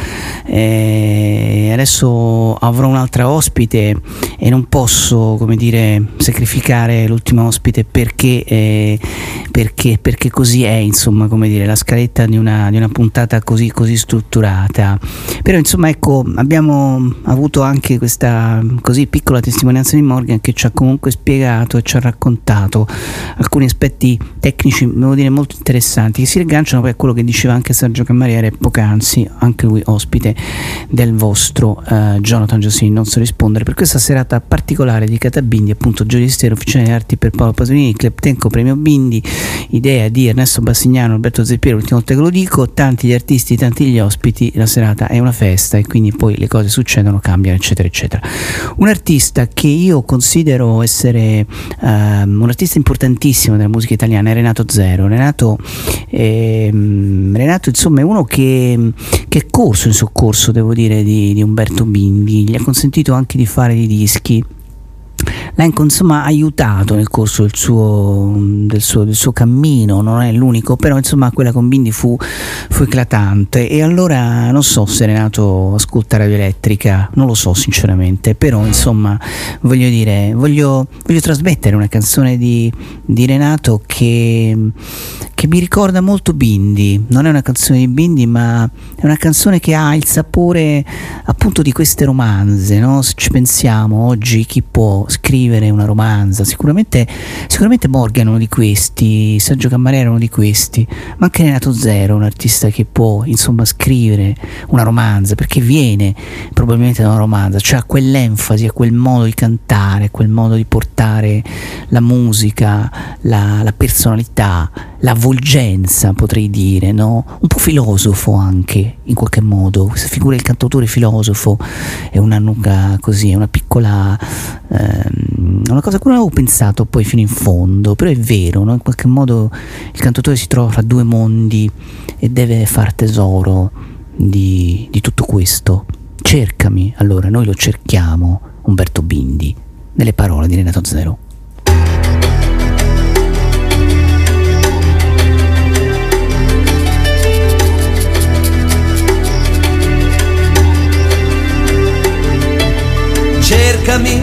Speaker 1: adesso avrò un'altra ospite e non posso, come dire, sacrificare l'ultima ospite perché così è, insomma, come dire, la scaletta di una puntata così strutturata. Però insomma, ecco, abbiamo avuto anche questa così piccola testimonianza di Morgan che ci ha comunque spiegato e ci ha raccontato alcuni aspetti tecnici, devo dire, molto interessanti, che si riagganciano poi a quello che diceva anche Sergio Camariere poc'anzi, anche lui ospite del vostro Jonathan Giosini Non So Rispondere, per questa serata particolare dedicata a Bindi, appunto Gioia di Stereo, Officina di Arti per Paolo Pasolini, Club Tenco Premio Bindi, idea di Ernesto Bassignano, Alberto Zeppiero, l'ultima volta che lo dico, tanti gli artisti, tanti gli ospiti, la serata è una festa e quindi poi le cose succedono, cambiano, eccetera eccetera. Un artista che io considero essere un artista importantissimo della musica italiana è Renato Zero. Renato insomma è uno che è corso in soccorso, devo dire, di Umberto Bindi, gli ha consentito anche di fare dei dischi. insomma aiutato nel corso del suo cammino. Non è l'unico, però insomma quella con Bindi fu eclatante. E allora non so se Renato ascolta Radio Elettrica, non lo so sinceramente, però insomma voglio trasmettere una canzone di Renato che mi ricorda molto Bindi. Non è una canzone di Bindi, ma è una canzone che ha il sapore appunto di queste romanze, no? Se ci pensiamo oggi, chi può scrivere una romanza? Sicuramente Morgan è uno di questi, Sergio Cammarera è uno di questi, ma anche Renato Zero è un artista che può insomma scrivere una romanza, perché viene probabilmente da una romanza, cioè a quell'enfasi, a quel modo di cantare, a quel modo di portare la musica, la personalità, l'avvolgenza, potrei dire, no? Un po' filosofo anche, in qualche modo. Questa figura del cantautore filosofo è una nuca così, è una piccola una cosa a cui non avevo pensato poi fino in fondo, però è vero, no? In qualche modo il cantautore si trova fra due mondi e deve far tesoro di tutto questo. Cercami, allora noi lo cerchiamo, Umberto Bindi, nelle parole di Renato Zero.
Speaker 18: Cercami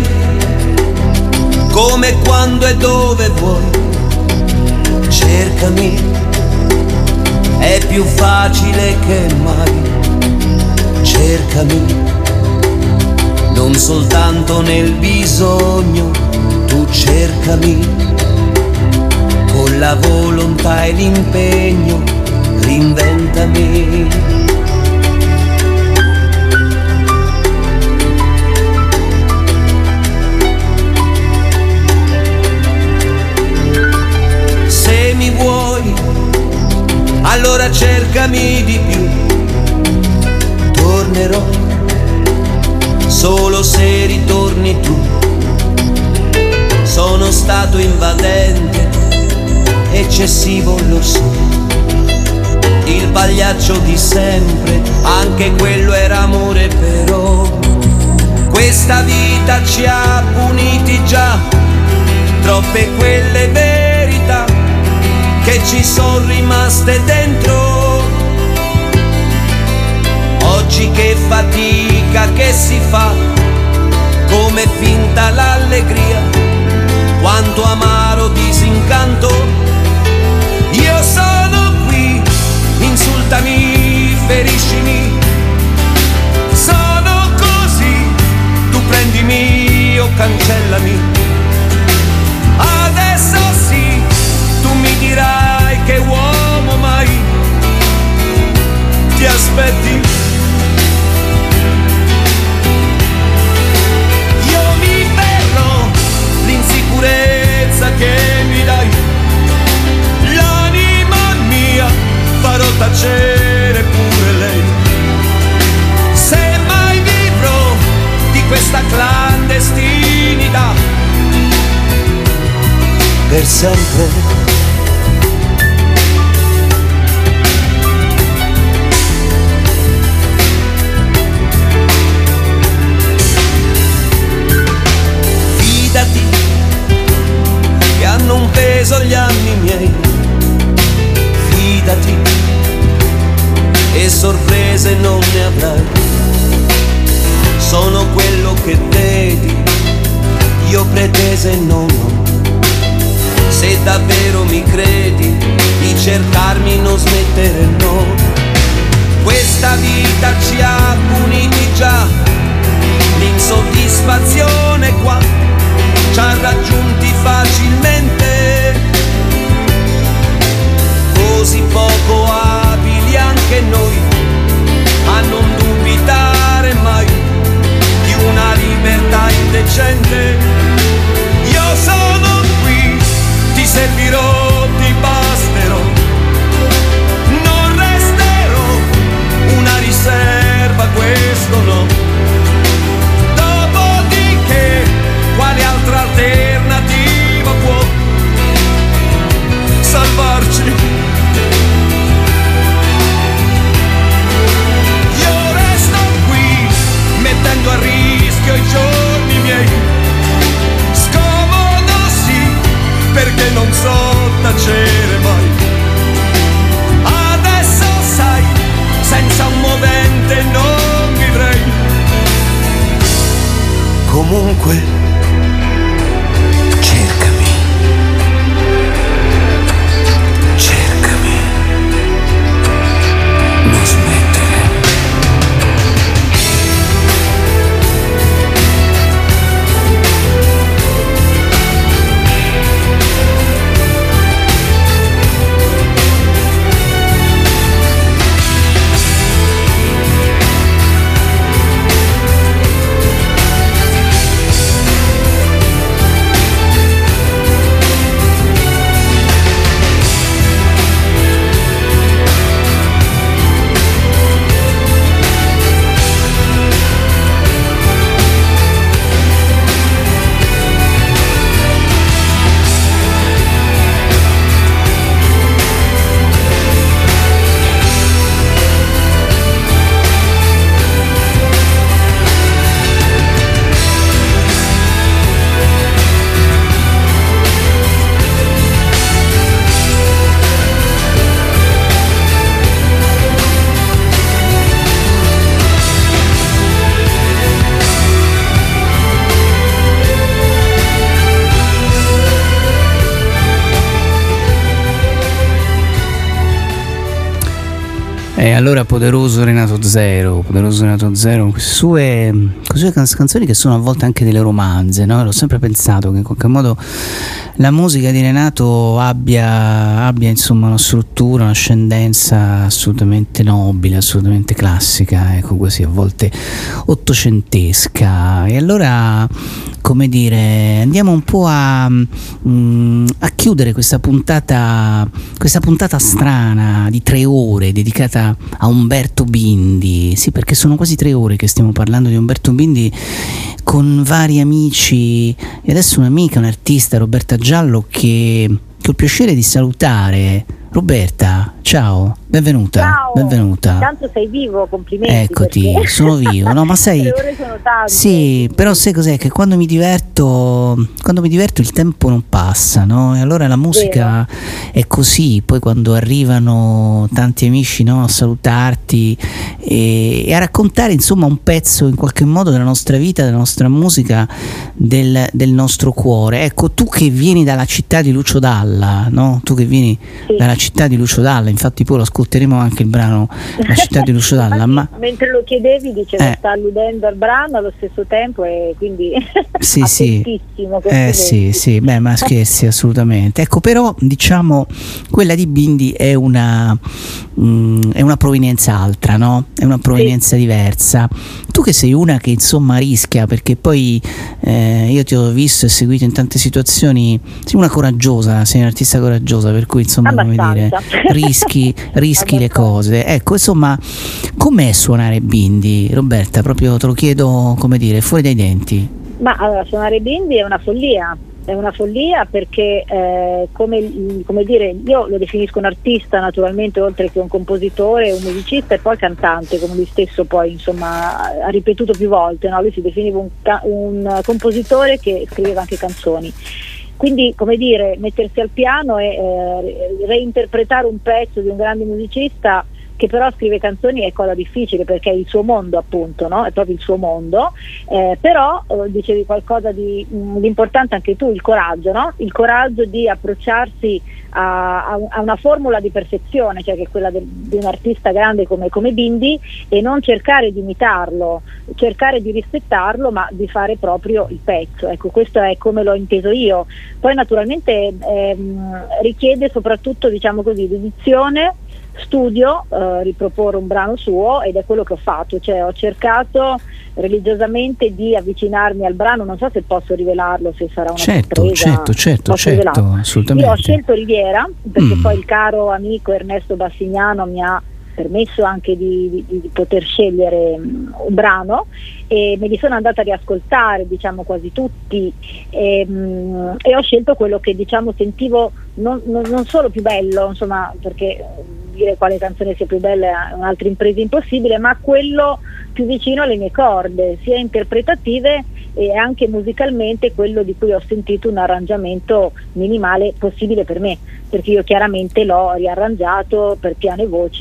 Speaker 18: come, quando e dove vuoi. Cercami, è più facile che mai. Cercami, non soltanto nel bisogno. Tu cercami, con la volontà e l'impegno. Reinventami. Vuoi, allora cercami di più. Tornerò solo se ritorni tu. Sono stato invadente, eccessivo, lo so. Il pagliaccio di sempre, anche quello era amore, però questa vita ci ha puniti già. Troppe quelle verità che ci sono rimaste dentro. Oggi che fatica che si fa, come finta l'allegria, quanto amaro disincanto. Io sono qui, insultami, feriscimi, sono così, tu prendimi o cancellami. Adesso sì, tu mi dirai che uomo mai ti aspetti. Io mi berrò l'insicurezza che mi dai, l'anima mia farò tacere pure lei. Se mai vivrò di questa clandestinità per sempre. Che hanno un peso gli anni miei, fidati, e sorprese non ne avrai. Sono quello che vedi, io pretese non ho. Se davvero mi credi, di cercarmi non smettere, no. Questa vita ci ha puniti già, l'insoddisfazione qua ci ha raggiunti facilmente, così poco abili anche noi a non dubitare mai di una libertà indecente. Io sono qui, ti servirò, ti basterò, non resterò una riserva, questo no. Dopo
Speaker 14: ovunque. Cercami, cercami, non smettere.
Speaker 1: E allora Poderoso Renato Zero, queste sue canzoni che sono a volte anche delle romanze, no? L'ho sempre pensato che in qualche modo la musica di Renato abbia insomma una struttura, un'ascendenza assolutamente nobile, assolutamente classica, ecco, così a volte ottocentesca. E allora, come dire, andiamo un po' a chiudere questa puntata strana di 3 ore dedicata a Umberto Bindi. Sì, perché sono quasi 3 ore che stiamo parlando di Umberto Bindi con vari amici, e adesso un'amica, un'artista, Roberta Giallo, che ho il piacere di salutare. Roberta, ciao, benvenuta.
Speaker 19: Ciao,
Speaker 1: benvenuta.
Speaker 19: Tanto sei vivo, complimenti.
Speaker 1: Eccoti,
Speaker 19: perché
Speaker 1: sono vivo, no, ma sai,
Speaker 19: 3 ore sono tante.
Speaker 1: sì, però sai cos'è? Che quando mi diverto il tempo non passa, no? E allora la musica è così, poi quando arrivano tanti amici, no, a salutarti e a raccontare insomma un pezzo in qualche modo della nostra vita, della nostra musica, del nostro cuore. Ecco, tu che vieni dalla città di Lucio Dalla, no? Tu che vieni dalla città di Lucio Dalla, infatti poi lo ascolteremo anche il brano La città di Lucio Dalla. Ma
Speaker 19: mentre lo chiedevi dicevo sta alludendo al brano allo stesso tempo, e quindi
Speaker 1: sì,
Speaker 19: attentissimo.
Speaker 1: Sì, beh, ma scherzi, assolutamente. Ecco, però diciamo quella di Bindi è una provenienza altra, no? È una provenienza diversa. Tu che sei una che insomma rischia, perché poi io ti ho visto e seguito in tante situazioni, sei una coraggiosa, sei un'artista coraggiosa, per cui insomma come dire, rischi le cose. Ecco, insomma, com'è suonare Bindi, Roberta? Proprio te lo chiedo, come dire, fuori dai denti.
Speaker 19: Ma allora, suonare Bindi è una follia perché come dire, io lo definisco un artista naturalmente, oltre che un compositore, un musicista e poi cantante, come lui stesso poi insomma ha ripetuto più volte, no? Lui si definiva un compositore che scriveva anche canzoni. Quindi, come dire, mettersi al piano e reinterpretare un pezzo di un grande musicista che però scrive canzoni è cosa difficile, perché è il suo mondo, appunto, no? È proprio il suo mondo, però dicevi qualcosa di importante anche tu, il coraggio, no? Il coraggio di approcciarsi a una formula di perfezione, cioè che è quella di un artista grande come Bindi, e non cercare di imitarlo, cercare di rispettarlo, ma di fare proprio il pezzo. Ecco, questo è come l'ho inteso io. Poi naturalmente richiede soprattutto, diciamo così, dedizione, studio, riproporre un brano suo, ed è quello che ho fatto, cioè ho cercato religiosamente di avvicinarmi al brano. Non so se posso rivelarlo, se sarà una sorpresa.
Speaker 1: Certo, assolutamente.
Speaker 19: Io ho scelto Riviera perché poi il caro amico Ernesto Bassignano mi ha permesso anche di poter scegliere un brano, e me li sono andata a riascoltare, diciamo quasi tutti, e ho scelto quello che, diciamo, sentivo non solo più bello, insomma, perché dire quale canzone sia più bella è un'altra impresa impossibile, ma quello più vicino alle mie corde, sia interpretative e anche musicalmente, quello di cui ho sentito un arrangiamento minimale possibile per me, perché io chiaramente l'ho riarrangiato per piano e voce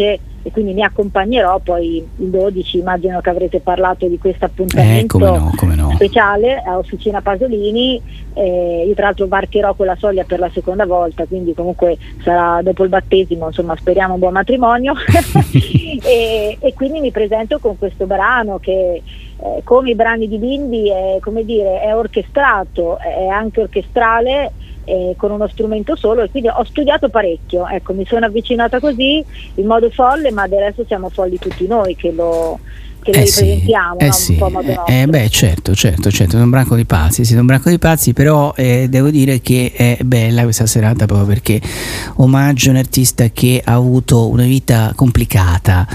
Speaker 19: e quindi mi accompagnerò poi il 12, immagino che avrete parlato di questo appuntamento
Speaker 1: come no.
Speaker 19: speciale a Officina Pasolini. Io tra l'altro varcherò quella soglia per la seconda volta, quindi comunque sarà dopo il battesimo, insomma speriamo un buon matrimonio. e quindi mi presento con questo brano che come i brani di Bindi è, come dire, è orchestrato, è anche orchestrale, con uno strumento solo, e quindi ho studiato parecchio, ecco, mi sono avvicinata così in modo folle, ma adesso siamo folli tutti noi che lo ripresentiamo, no?
Speaker 1: Sì.
Speaker 19: Un po' a modo nostro.
Speaker 1: Beh, certo, è un branco di pazzi, però devo dire che è bella questa serata proprio perché omaggio a un artista che ha avuto una vita complicata,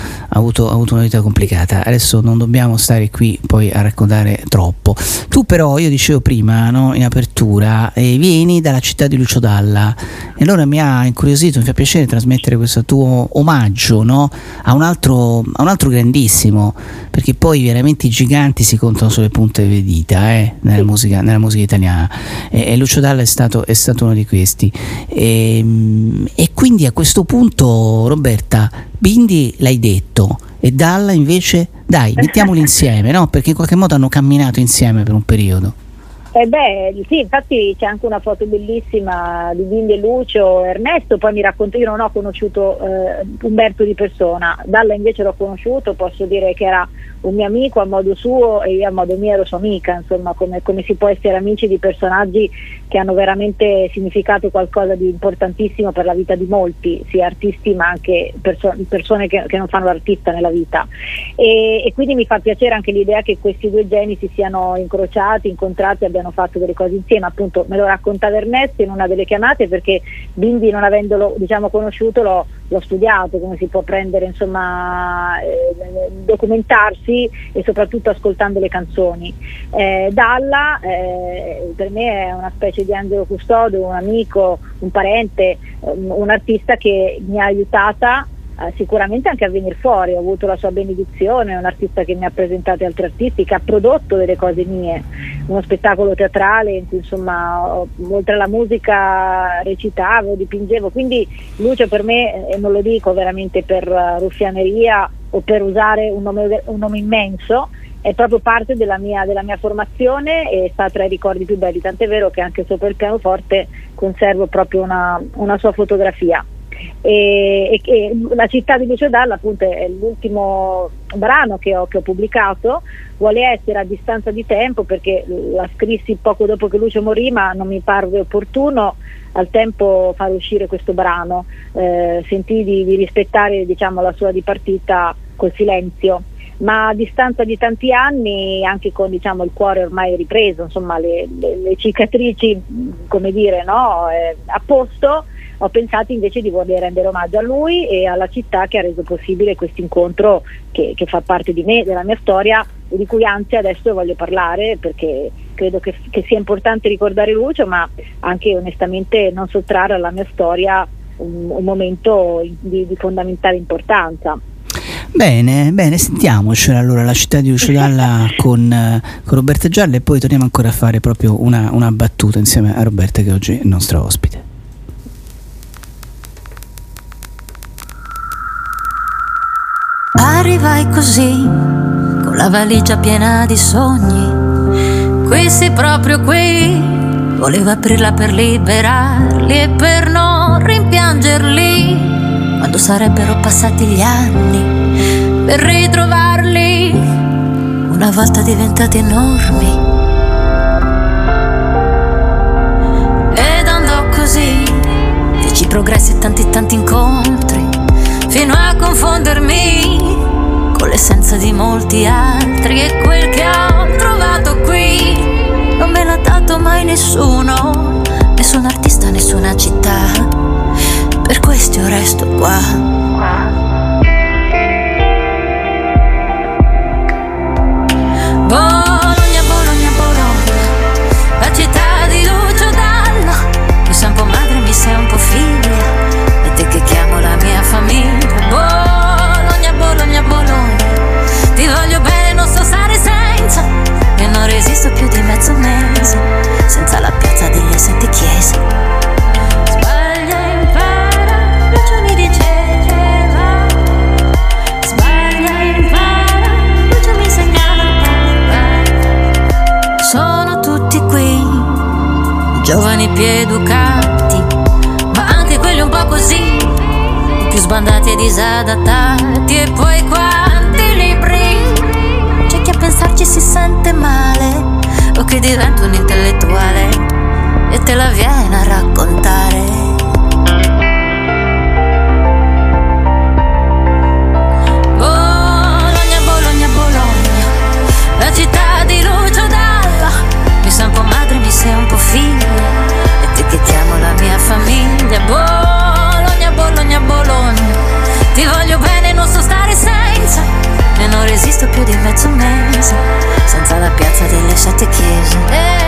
Speaker 1: adesso non dobbiamo stare qui poi a raccontare troppo. Tu però, io dicevo prima, no, in apertura, vieni dalla città di Lucio Dalla, e allora mi ha incuriosito, mi fa piacere trasmettere questo tuo omaggio, no, a un altro grandissimo, perché poi veramente i giganti si contano sulle punte delle dita nella musica italiana, e Lucio Dalla è stato uno di questi, e quindi a questo punto, Roberta, Bindi l'hai detto, e Dalla invece, dai, mettiamoli insieme, no? Perché in qualche modo hanno camminato insieme per un periodo.
Speaker 19: Sì, infatti c'è anche una foto bellissima di Bindi e Lucio. Ernesto poi mi racconta, io non ho conosciuto Umberto di persona, Dalla invece l'ho conosciuto, posso dire che era un mio amico a modo suo e io a modo mio ero sua amica, insomma, come si può essere amici di personaggi che hanno veramente significato qualcosa di importantissimo per la vita di molti, sia artisti ma anche persone che non fanno l'artista nella vita, e quindi mi fa piacere anche l'idea che questi due geni si siano incontrati, abbiano fatto delle cose insieme. Appunto me lo raccontava Ernesto in una delle chiamate, perché Bindi, non avendolo conosciuto, l'ho studiato, come si può prendere, insomma, documentarsi e soprattutto ascoltando le canzoni. Dalla per me è una specie di angelo custode, un amico, un parente, un artista che mi ha aiutata sicuramente anche a venire fuori. Ho avuto la sua benedizione, è un artista che mi ha presentato altri artisti, che ha prodotto delle cose mie, uno spettacolo teatrale in cui, insomma, oltre alla musica recitavo, dipingevo, quindi Lucio per me, e non lo dico veramente per ruffianeria o per usare un nome immenso, è proprio parte della mia formazione e sta tra i ricordi più belli, tant'è vero che anche sopra il pianoforte conservo proprio una sua fotografia. E La città di Lucio Dalla, appunto, è l'ultimo brano che ho pubblicato. Vuole essere a distanza di tempo, perché la scrissi poco dopo che Lucio morì, ma non mi parve opportuno al tempo far uscire questo brano. Sentii di rispettare, diciamo, la sua dipartita col silenzio, ma a distanza di tanti anni, anche con, diciamo, il cuore ormai ripreso, insomma, le cicatrici, come dire, no, a posto, ho pensato invece di voler rendere omaggio a lui e alla città che ha reso possibile questo incontro che fa parte di me, della mia storia, e di cui anzi adesso voglio parlare, perché credo che sia importante ricordare Lucio, ma anche onestamente non sottrarre alla mia storia un momento di fondamentale importanza.
Speaker 1: Bene, sentiamocela allora La città di Lucio Dalla con Roberta Gialla, e poi torniamo ancora a fare proprio una battuta insieme a Roberta, che oggi è il nostro ospite.
Speaker 20: Arrivai così, con la valigia piena di sogni, qui sei proprio qui, volevo aprirla per liberarli e per non rimpiangerli, quando sarebbero passati gli anni, per ritrovarli, una volta diventati enormi. Ed andò così, feci progressi e tanti incontri, fino a confondermi con l'essenza di molti altri, e quel che ho trovato qui non me l'ha dato mai nessuno, nessun artista, nessuna città, per questo io resto qua. Bologna, Bologna, Bologna, la città di Lucio Dalla, tu sei un po' madre, mi sei un po' figlia, e te che chiamo la mia famiglia. Bologna, Bologna, Bologna, ti voglio bene, non so stare senza, e non resisto più di mezzo mese senza la piazza delle 7 chiese. Sbaglia, impara, Lucio mi diceva, tutti qui, giovani più educati, ma anche quelli un po' così, più sbandati e disadattati. E poi quanti libri, c'è chi a pensarci si sente male, o che diventa un intellettuale e te la viene a raccontare. La città di Lucio Dalla, mi sei un po' madre, mi sei un po' figlia, e te che chiamo la mia famiglia. Bologna, Bologna, Bologna, ti voglio bene, non so stare senza, e non resisto più di mezzo mese senza la piazza delle 7 chiese.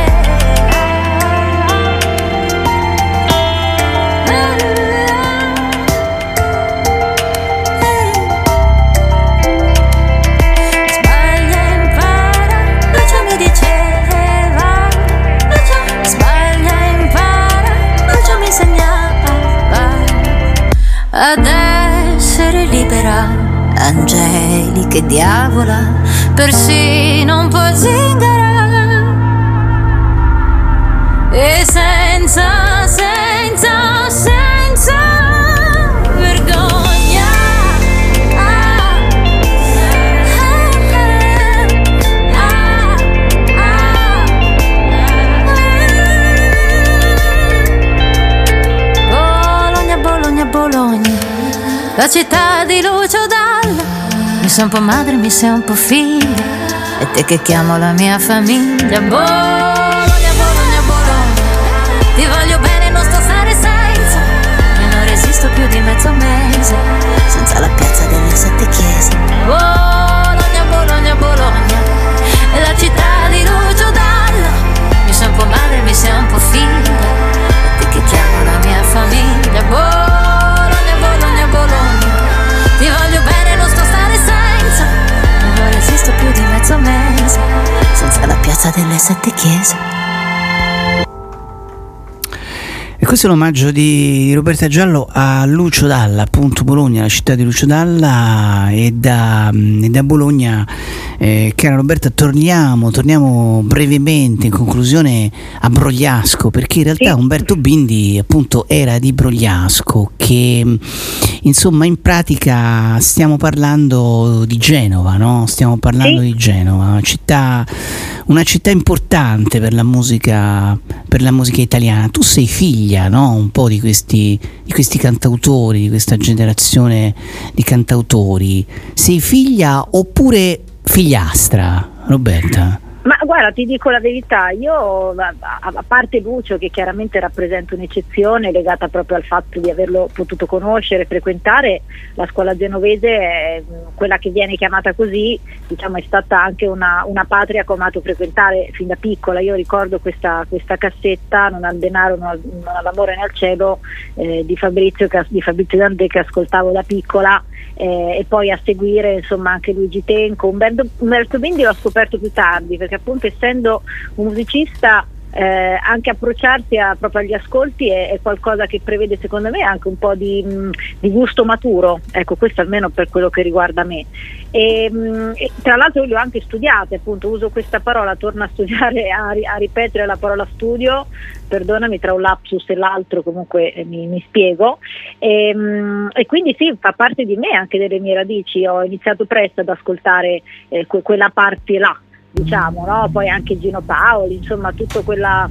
Speaker 20: Ad essere libera, angelica e diavola, persino un po' zingara, e senza vergogna. Bologna, Bologna, Bologna, la città di Lucio Dalla, mi sei un po' madre, mi sei un po' figlia, e te che chiamo la mia famiglia. Bologna, Bologna, Bologna, ti voglio bene, non sto stare senza, e non resisto più di mezzo mese senza la piazza delle 7 chiese. Bologna, Bologna, Bologna, la città di Lucio Dalla, mi sei un po' madre, mi sei un po' figlia, e te che chiamo la mia famiglia. Bologna, Bologna, Bologna, ti voglio bene, non sto stare senza, non resisto più di mezzo mese senza la piazza delle 7 chiese.
Speaker 1: E questo è l'omaggio di Roberta Giallo a Lucio Dalla, appunto Bologna, la città di Lucio Dalla, e da Bologna, cara Roberta, torniamo brevemente in conclusione a Brogliasco, perché in realtà Umberto Bindi appunto era di Brogliasco, che insomma in pratica stiamo parlando di Genova, no? Stiamo parlando di Genova, una città importante per la musica italiana. Tu sei figlia, no? Un po' di questi cantautori, di questa generazione di cantautori. Sei figlia oppure figliastra, Roberta?
Speaker 19: Ma guarda, ti dico la verità, io a parte Lucio, che chiaramente rappresenta un'eccezione legata proprio al fatto di averlo potuto conoscere, frequentare, la scuola genovese, quella che viene chiamata così, diciamo, è stata anche una patria che ho amato frequentare fin da piccola. Io ricordo questa cassetta, Non al denaro, non all'amore né al cielo, di Fabrizio Dandè, che ascoltavo da piccola, e poi a seguire insomma anche Luigi Tenco. Umberto Bindi l'ho scoperto più tardi, perché appunto essendo un musicista, anche approcciarsi proprio agli ascolti è qualcosa che prevede secondo me anche un po' di gusto maturo, ecco, questo almeno per quello che riguarda me. E tra l'altro io li ho anche studiate, appunto uso questa parola, torno a studiare, a ripetere la parola studio, perdonami, tra un lapsus e l'altro comunque mi spiego, e quindi sì, fa parte di me, anche delle mie radici. Ho iniziato presto ad ascoltare quella parte là, diciamo, no? Poi anche Gino Paoli, insomma tutta quella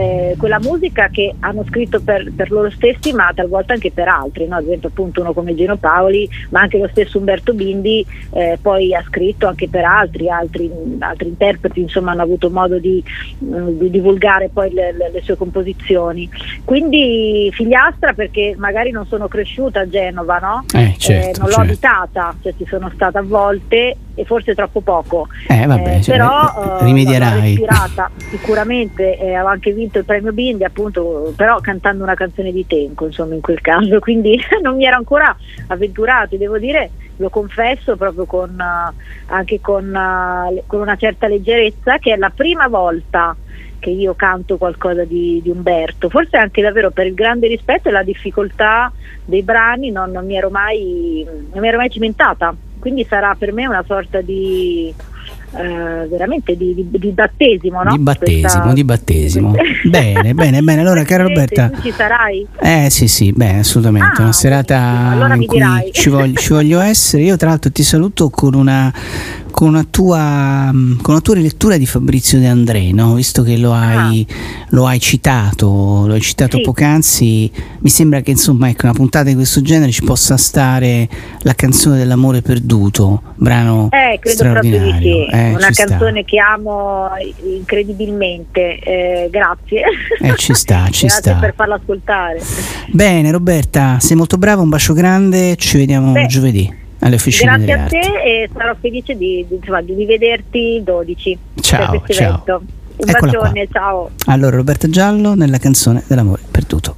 Speaker 19: musica che hanno scritto per loro stessi, ma talvolta anche per altri, no? Ad esempio appunto uno come Gino Paoli, ma anche lo stesso Umberto Bindi poi ha scritto anche per altri interpreti, insomma hanno avuto modo di divulgare poi le sue composizioni. Quindi figliastra, perché magari non sono cresciuta a Genova, no?
Speaker 1: Certo,
Speaker 19: non l'ho abitata, cioè ci sono stata a volte e forse troppo poco, però
Speaker 1: rimedierai.
Speaker 19: l'ho ispirata sicuramente, ho anche vinto il premio Bindi, appunto, però cantando una canzone di Tenco, insomma, in quel caso, quindi non mi ero ancora avventurato, devo dire, lo confesso, proprio anche con una certa leggerezza, che è la prima volta che io canto qualcosa di Umberto, forse anche davvero per il grande rispetto e la difficoltà dei brani, non mi ero mai cimentata, quindi sarà per me una sorta di veramente di battesimo, no?
Speaker 1: Di battesimo. Bene. Allora, cara Roberta,
Speaker 19: tu ci sarai?
Speaker 1: Sì, beh, assolutamente. Una serata
Speaker 19: allora
Speaker 1: in cui ci voglio essere. Io tra l'altro ti saluto con una tua rilettura di Fabrizio De André, no? Visto che lo hai citato sì, poc'anzi, mi sembra che insomma, ecco, una puntata di questo genere ci possa stare La canzone dell'amore perduto, brano
Speaker 19: credo
Speaker 1: straordinario.
Speaker 19: Proprio di sì. Una canzone
Speaker 1: sta.
Speaker 19: che amo incredibilmente, grazie.
Speaker 1: Ci sta.
Speaker 19: Grazie per farla ascoltare.
Speaker 1: Bene Roberta, sei molto brava, un bacio grande, ci vediamo giovedì alle officine delle arti.
Speaker 19: Grazie a te e sarò felice di vederti il 12.
Speaker 1: Ciao.
Speaker 19: Un
Speaker 1: Eccola
Speaker 19: bacione,
Speaker 1: qua.
Speaker 19: ciao.
Speaker 1: Allora, Roberta Giallo nella canzone dell'amore perduto.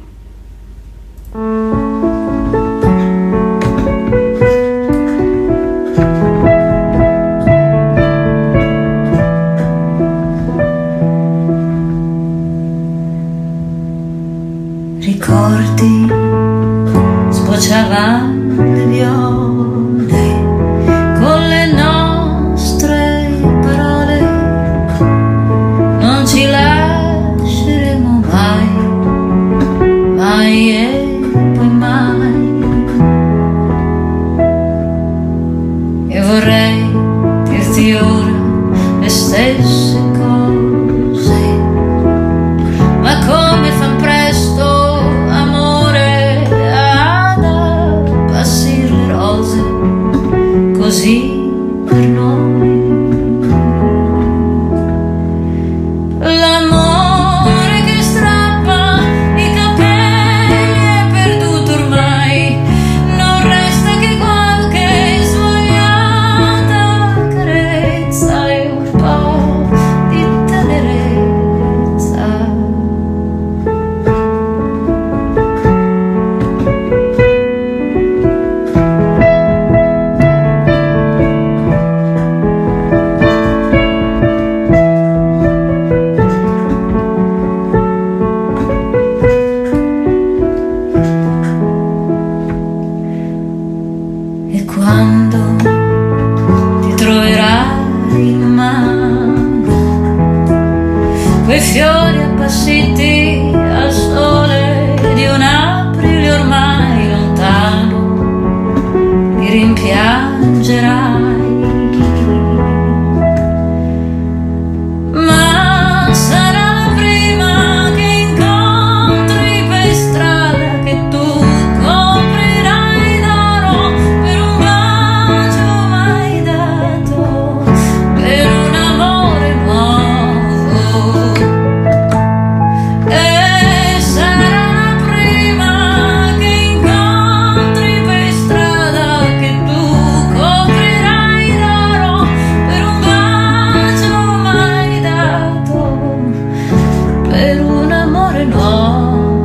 Speaker 20: Ricordi sbocciavano le viole con le nostre parole, non ci lasceremo mai e poi mai. E vorrei dirti ora le stesse cose, ma come fa presto così per noi. L'amore che strappa i capelli è perduto ormai, non resta che qualche svogliata carezza e un po' di tenerezza. Quei fiori appassiti al sole di un aprile ormai lontano, li rimpiangerai. Ma sarà la prima che incontri per strada che tu coprirai d'oro per un bacio mai dato, per un amore nuovo. E sarà la prima che incontri per strada che tu coprirai d'oro per un bacio mai dato, per un amore nuovo.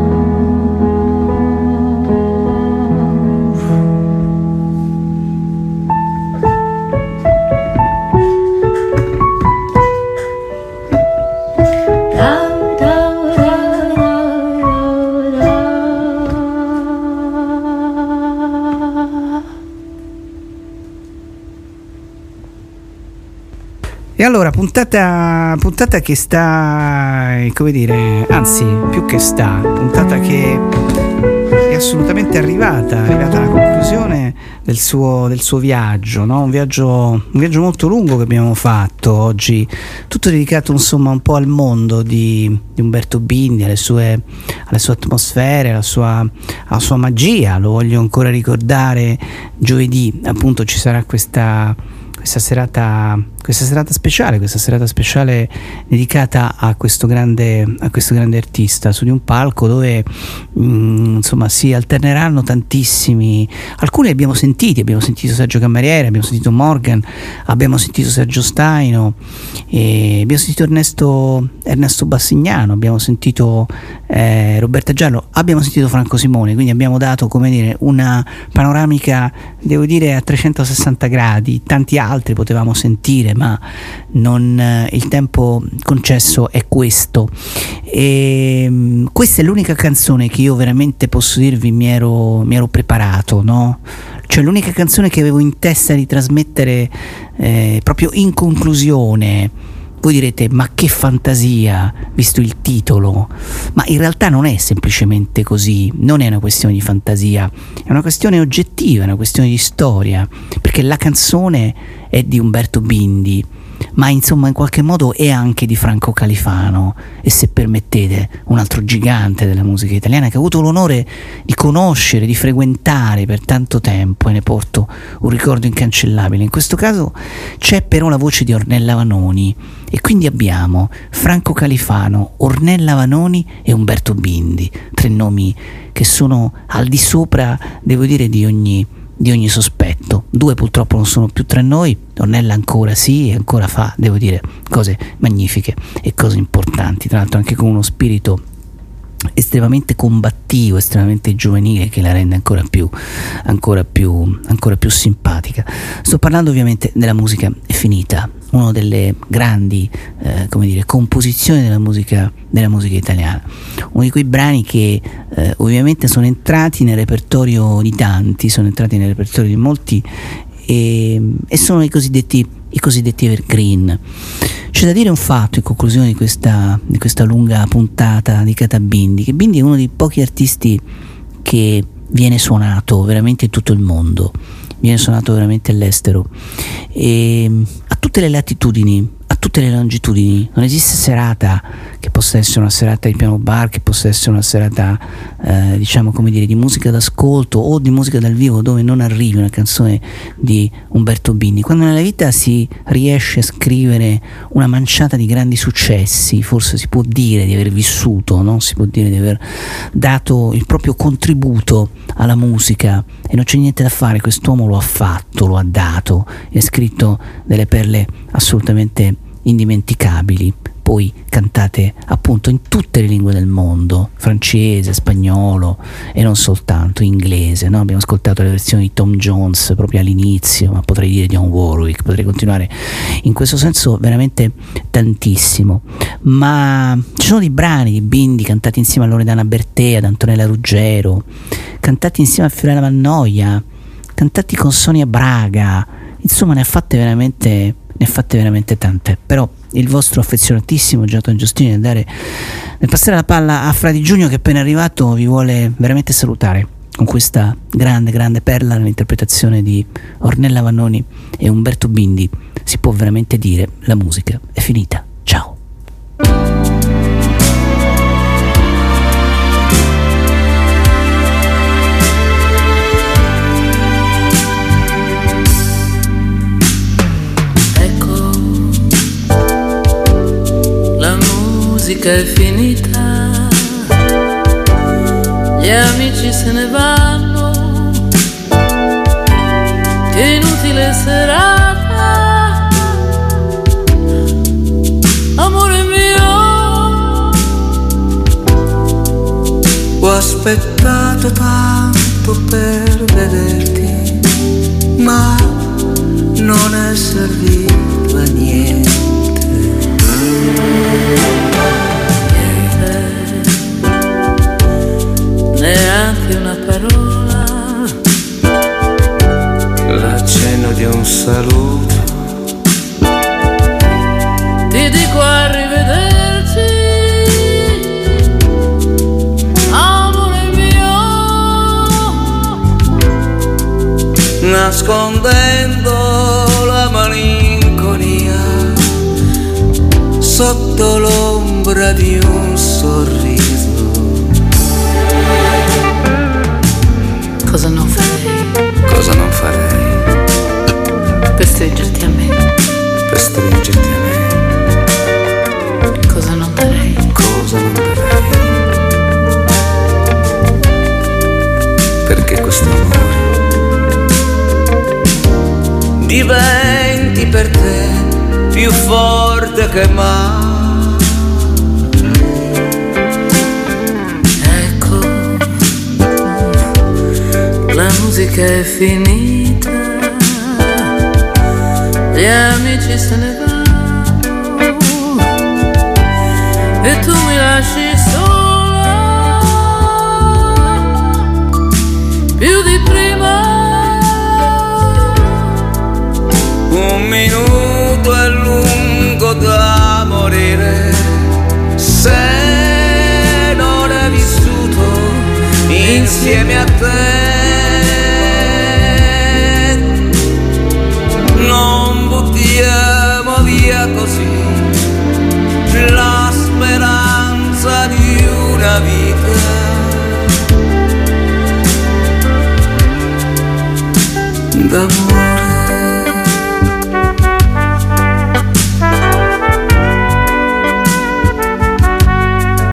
Speaker 1: E allora, puntata che sta, come dire, anzi, più che sta, puntata che è assolutamente arrivata alla conclusione del suo viaggio, no? Un viaggio molto lungo che abbiamo fatto oggi, tutto dedicato insomma un po' al mondo di Umberto Bindi, alle sue atmosfere, alla sua magia. Lo voglio ancora ricordare, giovedì appunto ci sarà questa serata speciale dedicata a questo grande artista, su di un palco dove insomma si alterneranno tantissimi. Alcuni abbiamo sentito Sergio Cameriere, abbiamo sentito Morgan, abbiamo sentito Sergio Staino, abbiamo sentito Ernesto Bassignano, abbiamo sentito Roberta Giallo, abbiamo sentito Franco Simone, quindi abbiamo dato, come dire, una panoramica, devo dire, a 360 gradi. Tanti altri potevamo sentire, ma il tempo concesso è questo. E questa è l'unica canzone che io veramente posso dirvi mi ero preparato, no? Cioè l'unica canzone che avevo in testa di trasmettere proprio in conclusione. Voi direte, ma che fantasia, visto il titolo. Ma in realtà non è semplicemente così, non è una questione di fantasia, è una questione oggettiva, è una questione di storia, perché la canzone è di Umberto Bindi, ma insomma in qualche modo è anche di Franco Califano, e se permettete un altro gigante della musica italiana che ho avuto l'onore di conoscere, di frequentare per tanto tempo, e ne porto un ricordo incancellabile. In questo caso c'è però la voce di Ornella Vanoni, e quindi abbiamo Franco Califano, Ornella Vanoni e Umberto Bindi, 3 nomi che sono al di sopra, devo dire, di ogni sospetto. 2 purtroppo non sono più tra noi, Ornella ancora sì, e ancora fa, devo dire, cose magnifiche e cose importanti, tra l'altro anche con uno spirito estremamente combattivo, estremamente giovanile, che la rende ancora più simpatica. Sto parlando ovviamente della musica finita, una delle grandi composizioni della musica italiana, uno di quei brani che ovviamente sono entrati nel repertorio di tanti, sono entrati nel repertorio di molti, e sono i cosiddetti evergreen. C'è da dire un fatto in conclusione di questa lunga puntata dedicata a Bindi, che Bindi è uno dei pochi artisti che viene suonato veramente in tutto il mondo, viene suonato veramente all'estero, e a tutte le latitudini, a tutte le longitudini. Non esiste serata che possa essere una serata di piano bar, che possa essere una serata di musica d'ascolto o di musica dal vivo dove non arrivi una canzone di Umberto Bindi. Quando nella vita si riesce a scrivere una manciata di grandi successi, forse si può dire di aver vissuto, no? Si può dire di aver dato il proprio contributo alla musica, e non c'è niente da fare, quest'uomo lo ha fatto, lo ha dato, e ha scritto delle perle assolutamente indimenticabili, poi cantate appunto in tutte le lingue del mondo, francese, spagnolo e non soltanto, inglese, no? Abbiamo ascoltato le versioni di Tom Jones proprio all'inizio, ma potrei dire Dionne Warwick, potrei continuare in questo senso veramente tantissimo. Ma ci sono dei brani di Bindi cantati insieme a Loredana Bertè, ad Antonella Ruggero, cantati insieme a Fiorella Mannoia, cantati con Sonia Braga, insomma ne ha fatte veramente tante. Però il vostro affezionatissimo Jonathan Giustini nel passare la palla a Fra Di Giugno, che è appena arrivato, vi vuole veramente salutare con questa grande perla nell'interpretazione di Ornella Vanoni e Umberto Bindi. Si può veramente dire, la musica è finita. Ciao.
Speaker 21: È finita, gli amici se ne vanno, che inutile serata, amore mio.
Speaker 4: Ho aspettato tanto per vederti, ma non è servito a niente.
Speaker 21: Neanche una parola,
Speaker 4: l'accenno di un saluto,
Speaker 21: ti dico arrivederci, amore mio,
Speaker 4: nascondendo la malinconia sotto l'ombra di un sorriso.
Speaker 21: Cosa non farei?
Speaker 4: Cosa non farei?
Speaker 21: Per stringerti a me.
Speaker 4: Per stringerti a me.
Speaker 21: Cosa non darei?
Speaker 4: Cosa non darei? Perché questo amore diventi per te più forte che mai.
Speaker 21: La musica è finita, gli amici se ne vanno e tu mi lasci sola più di prima. d'amore.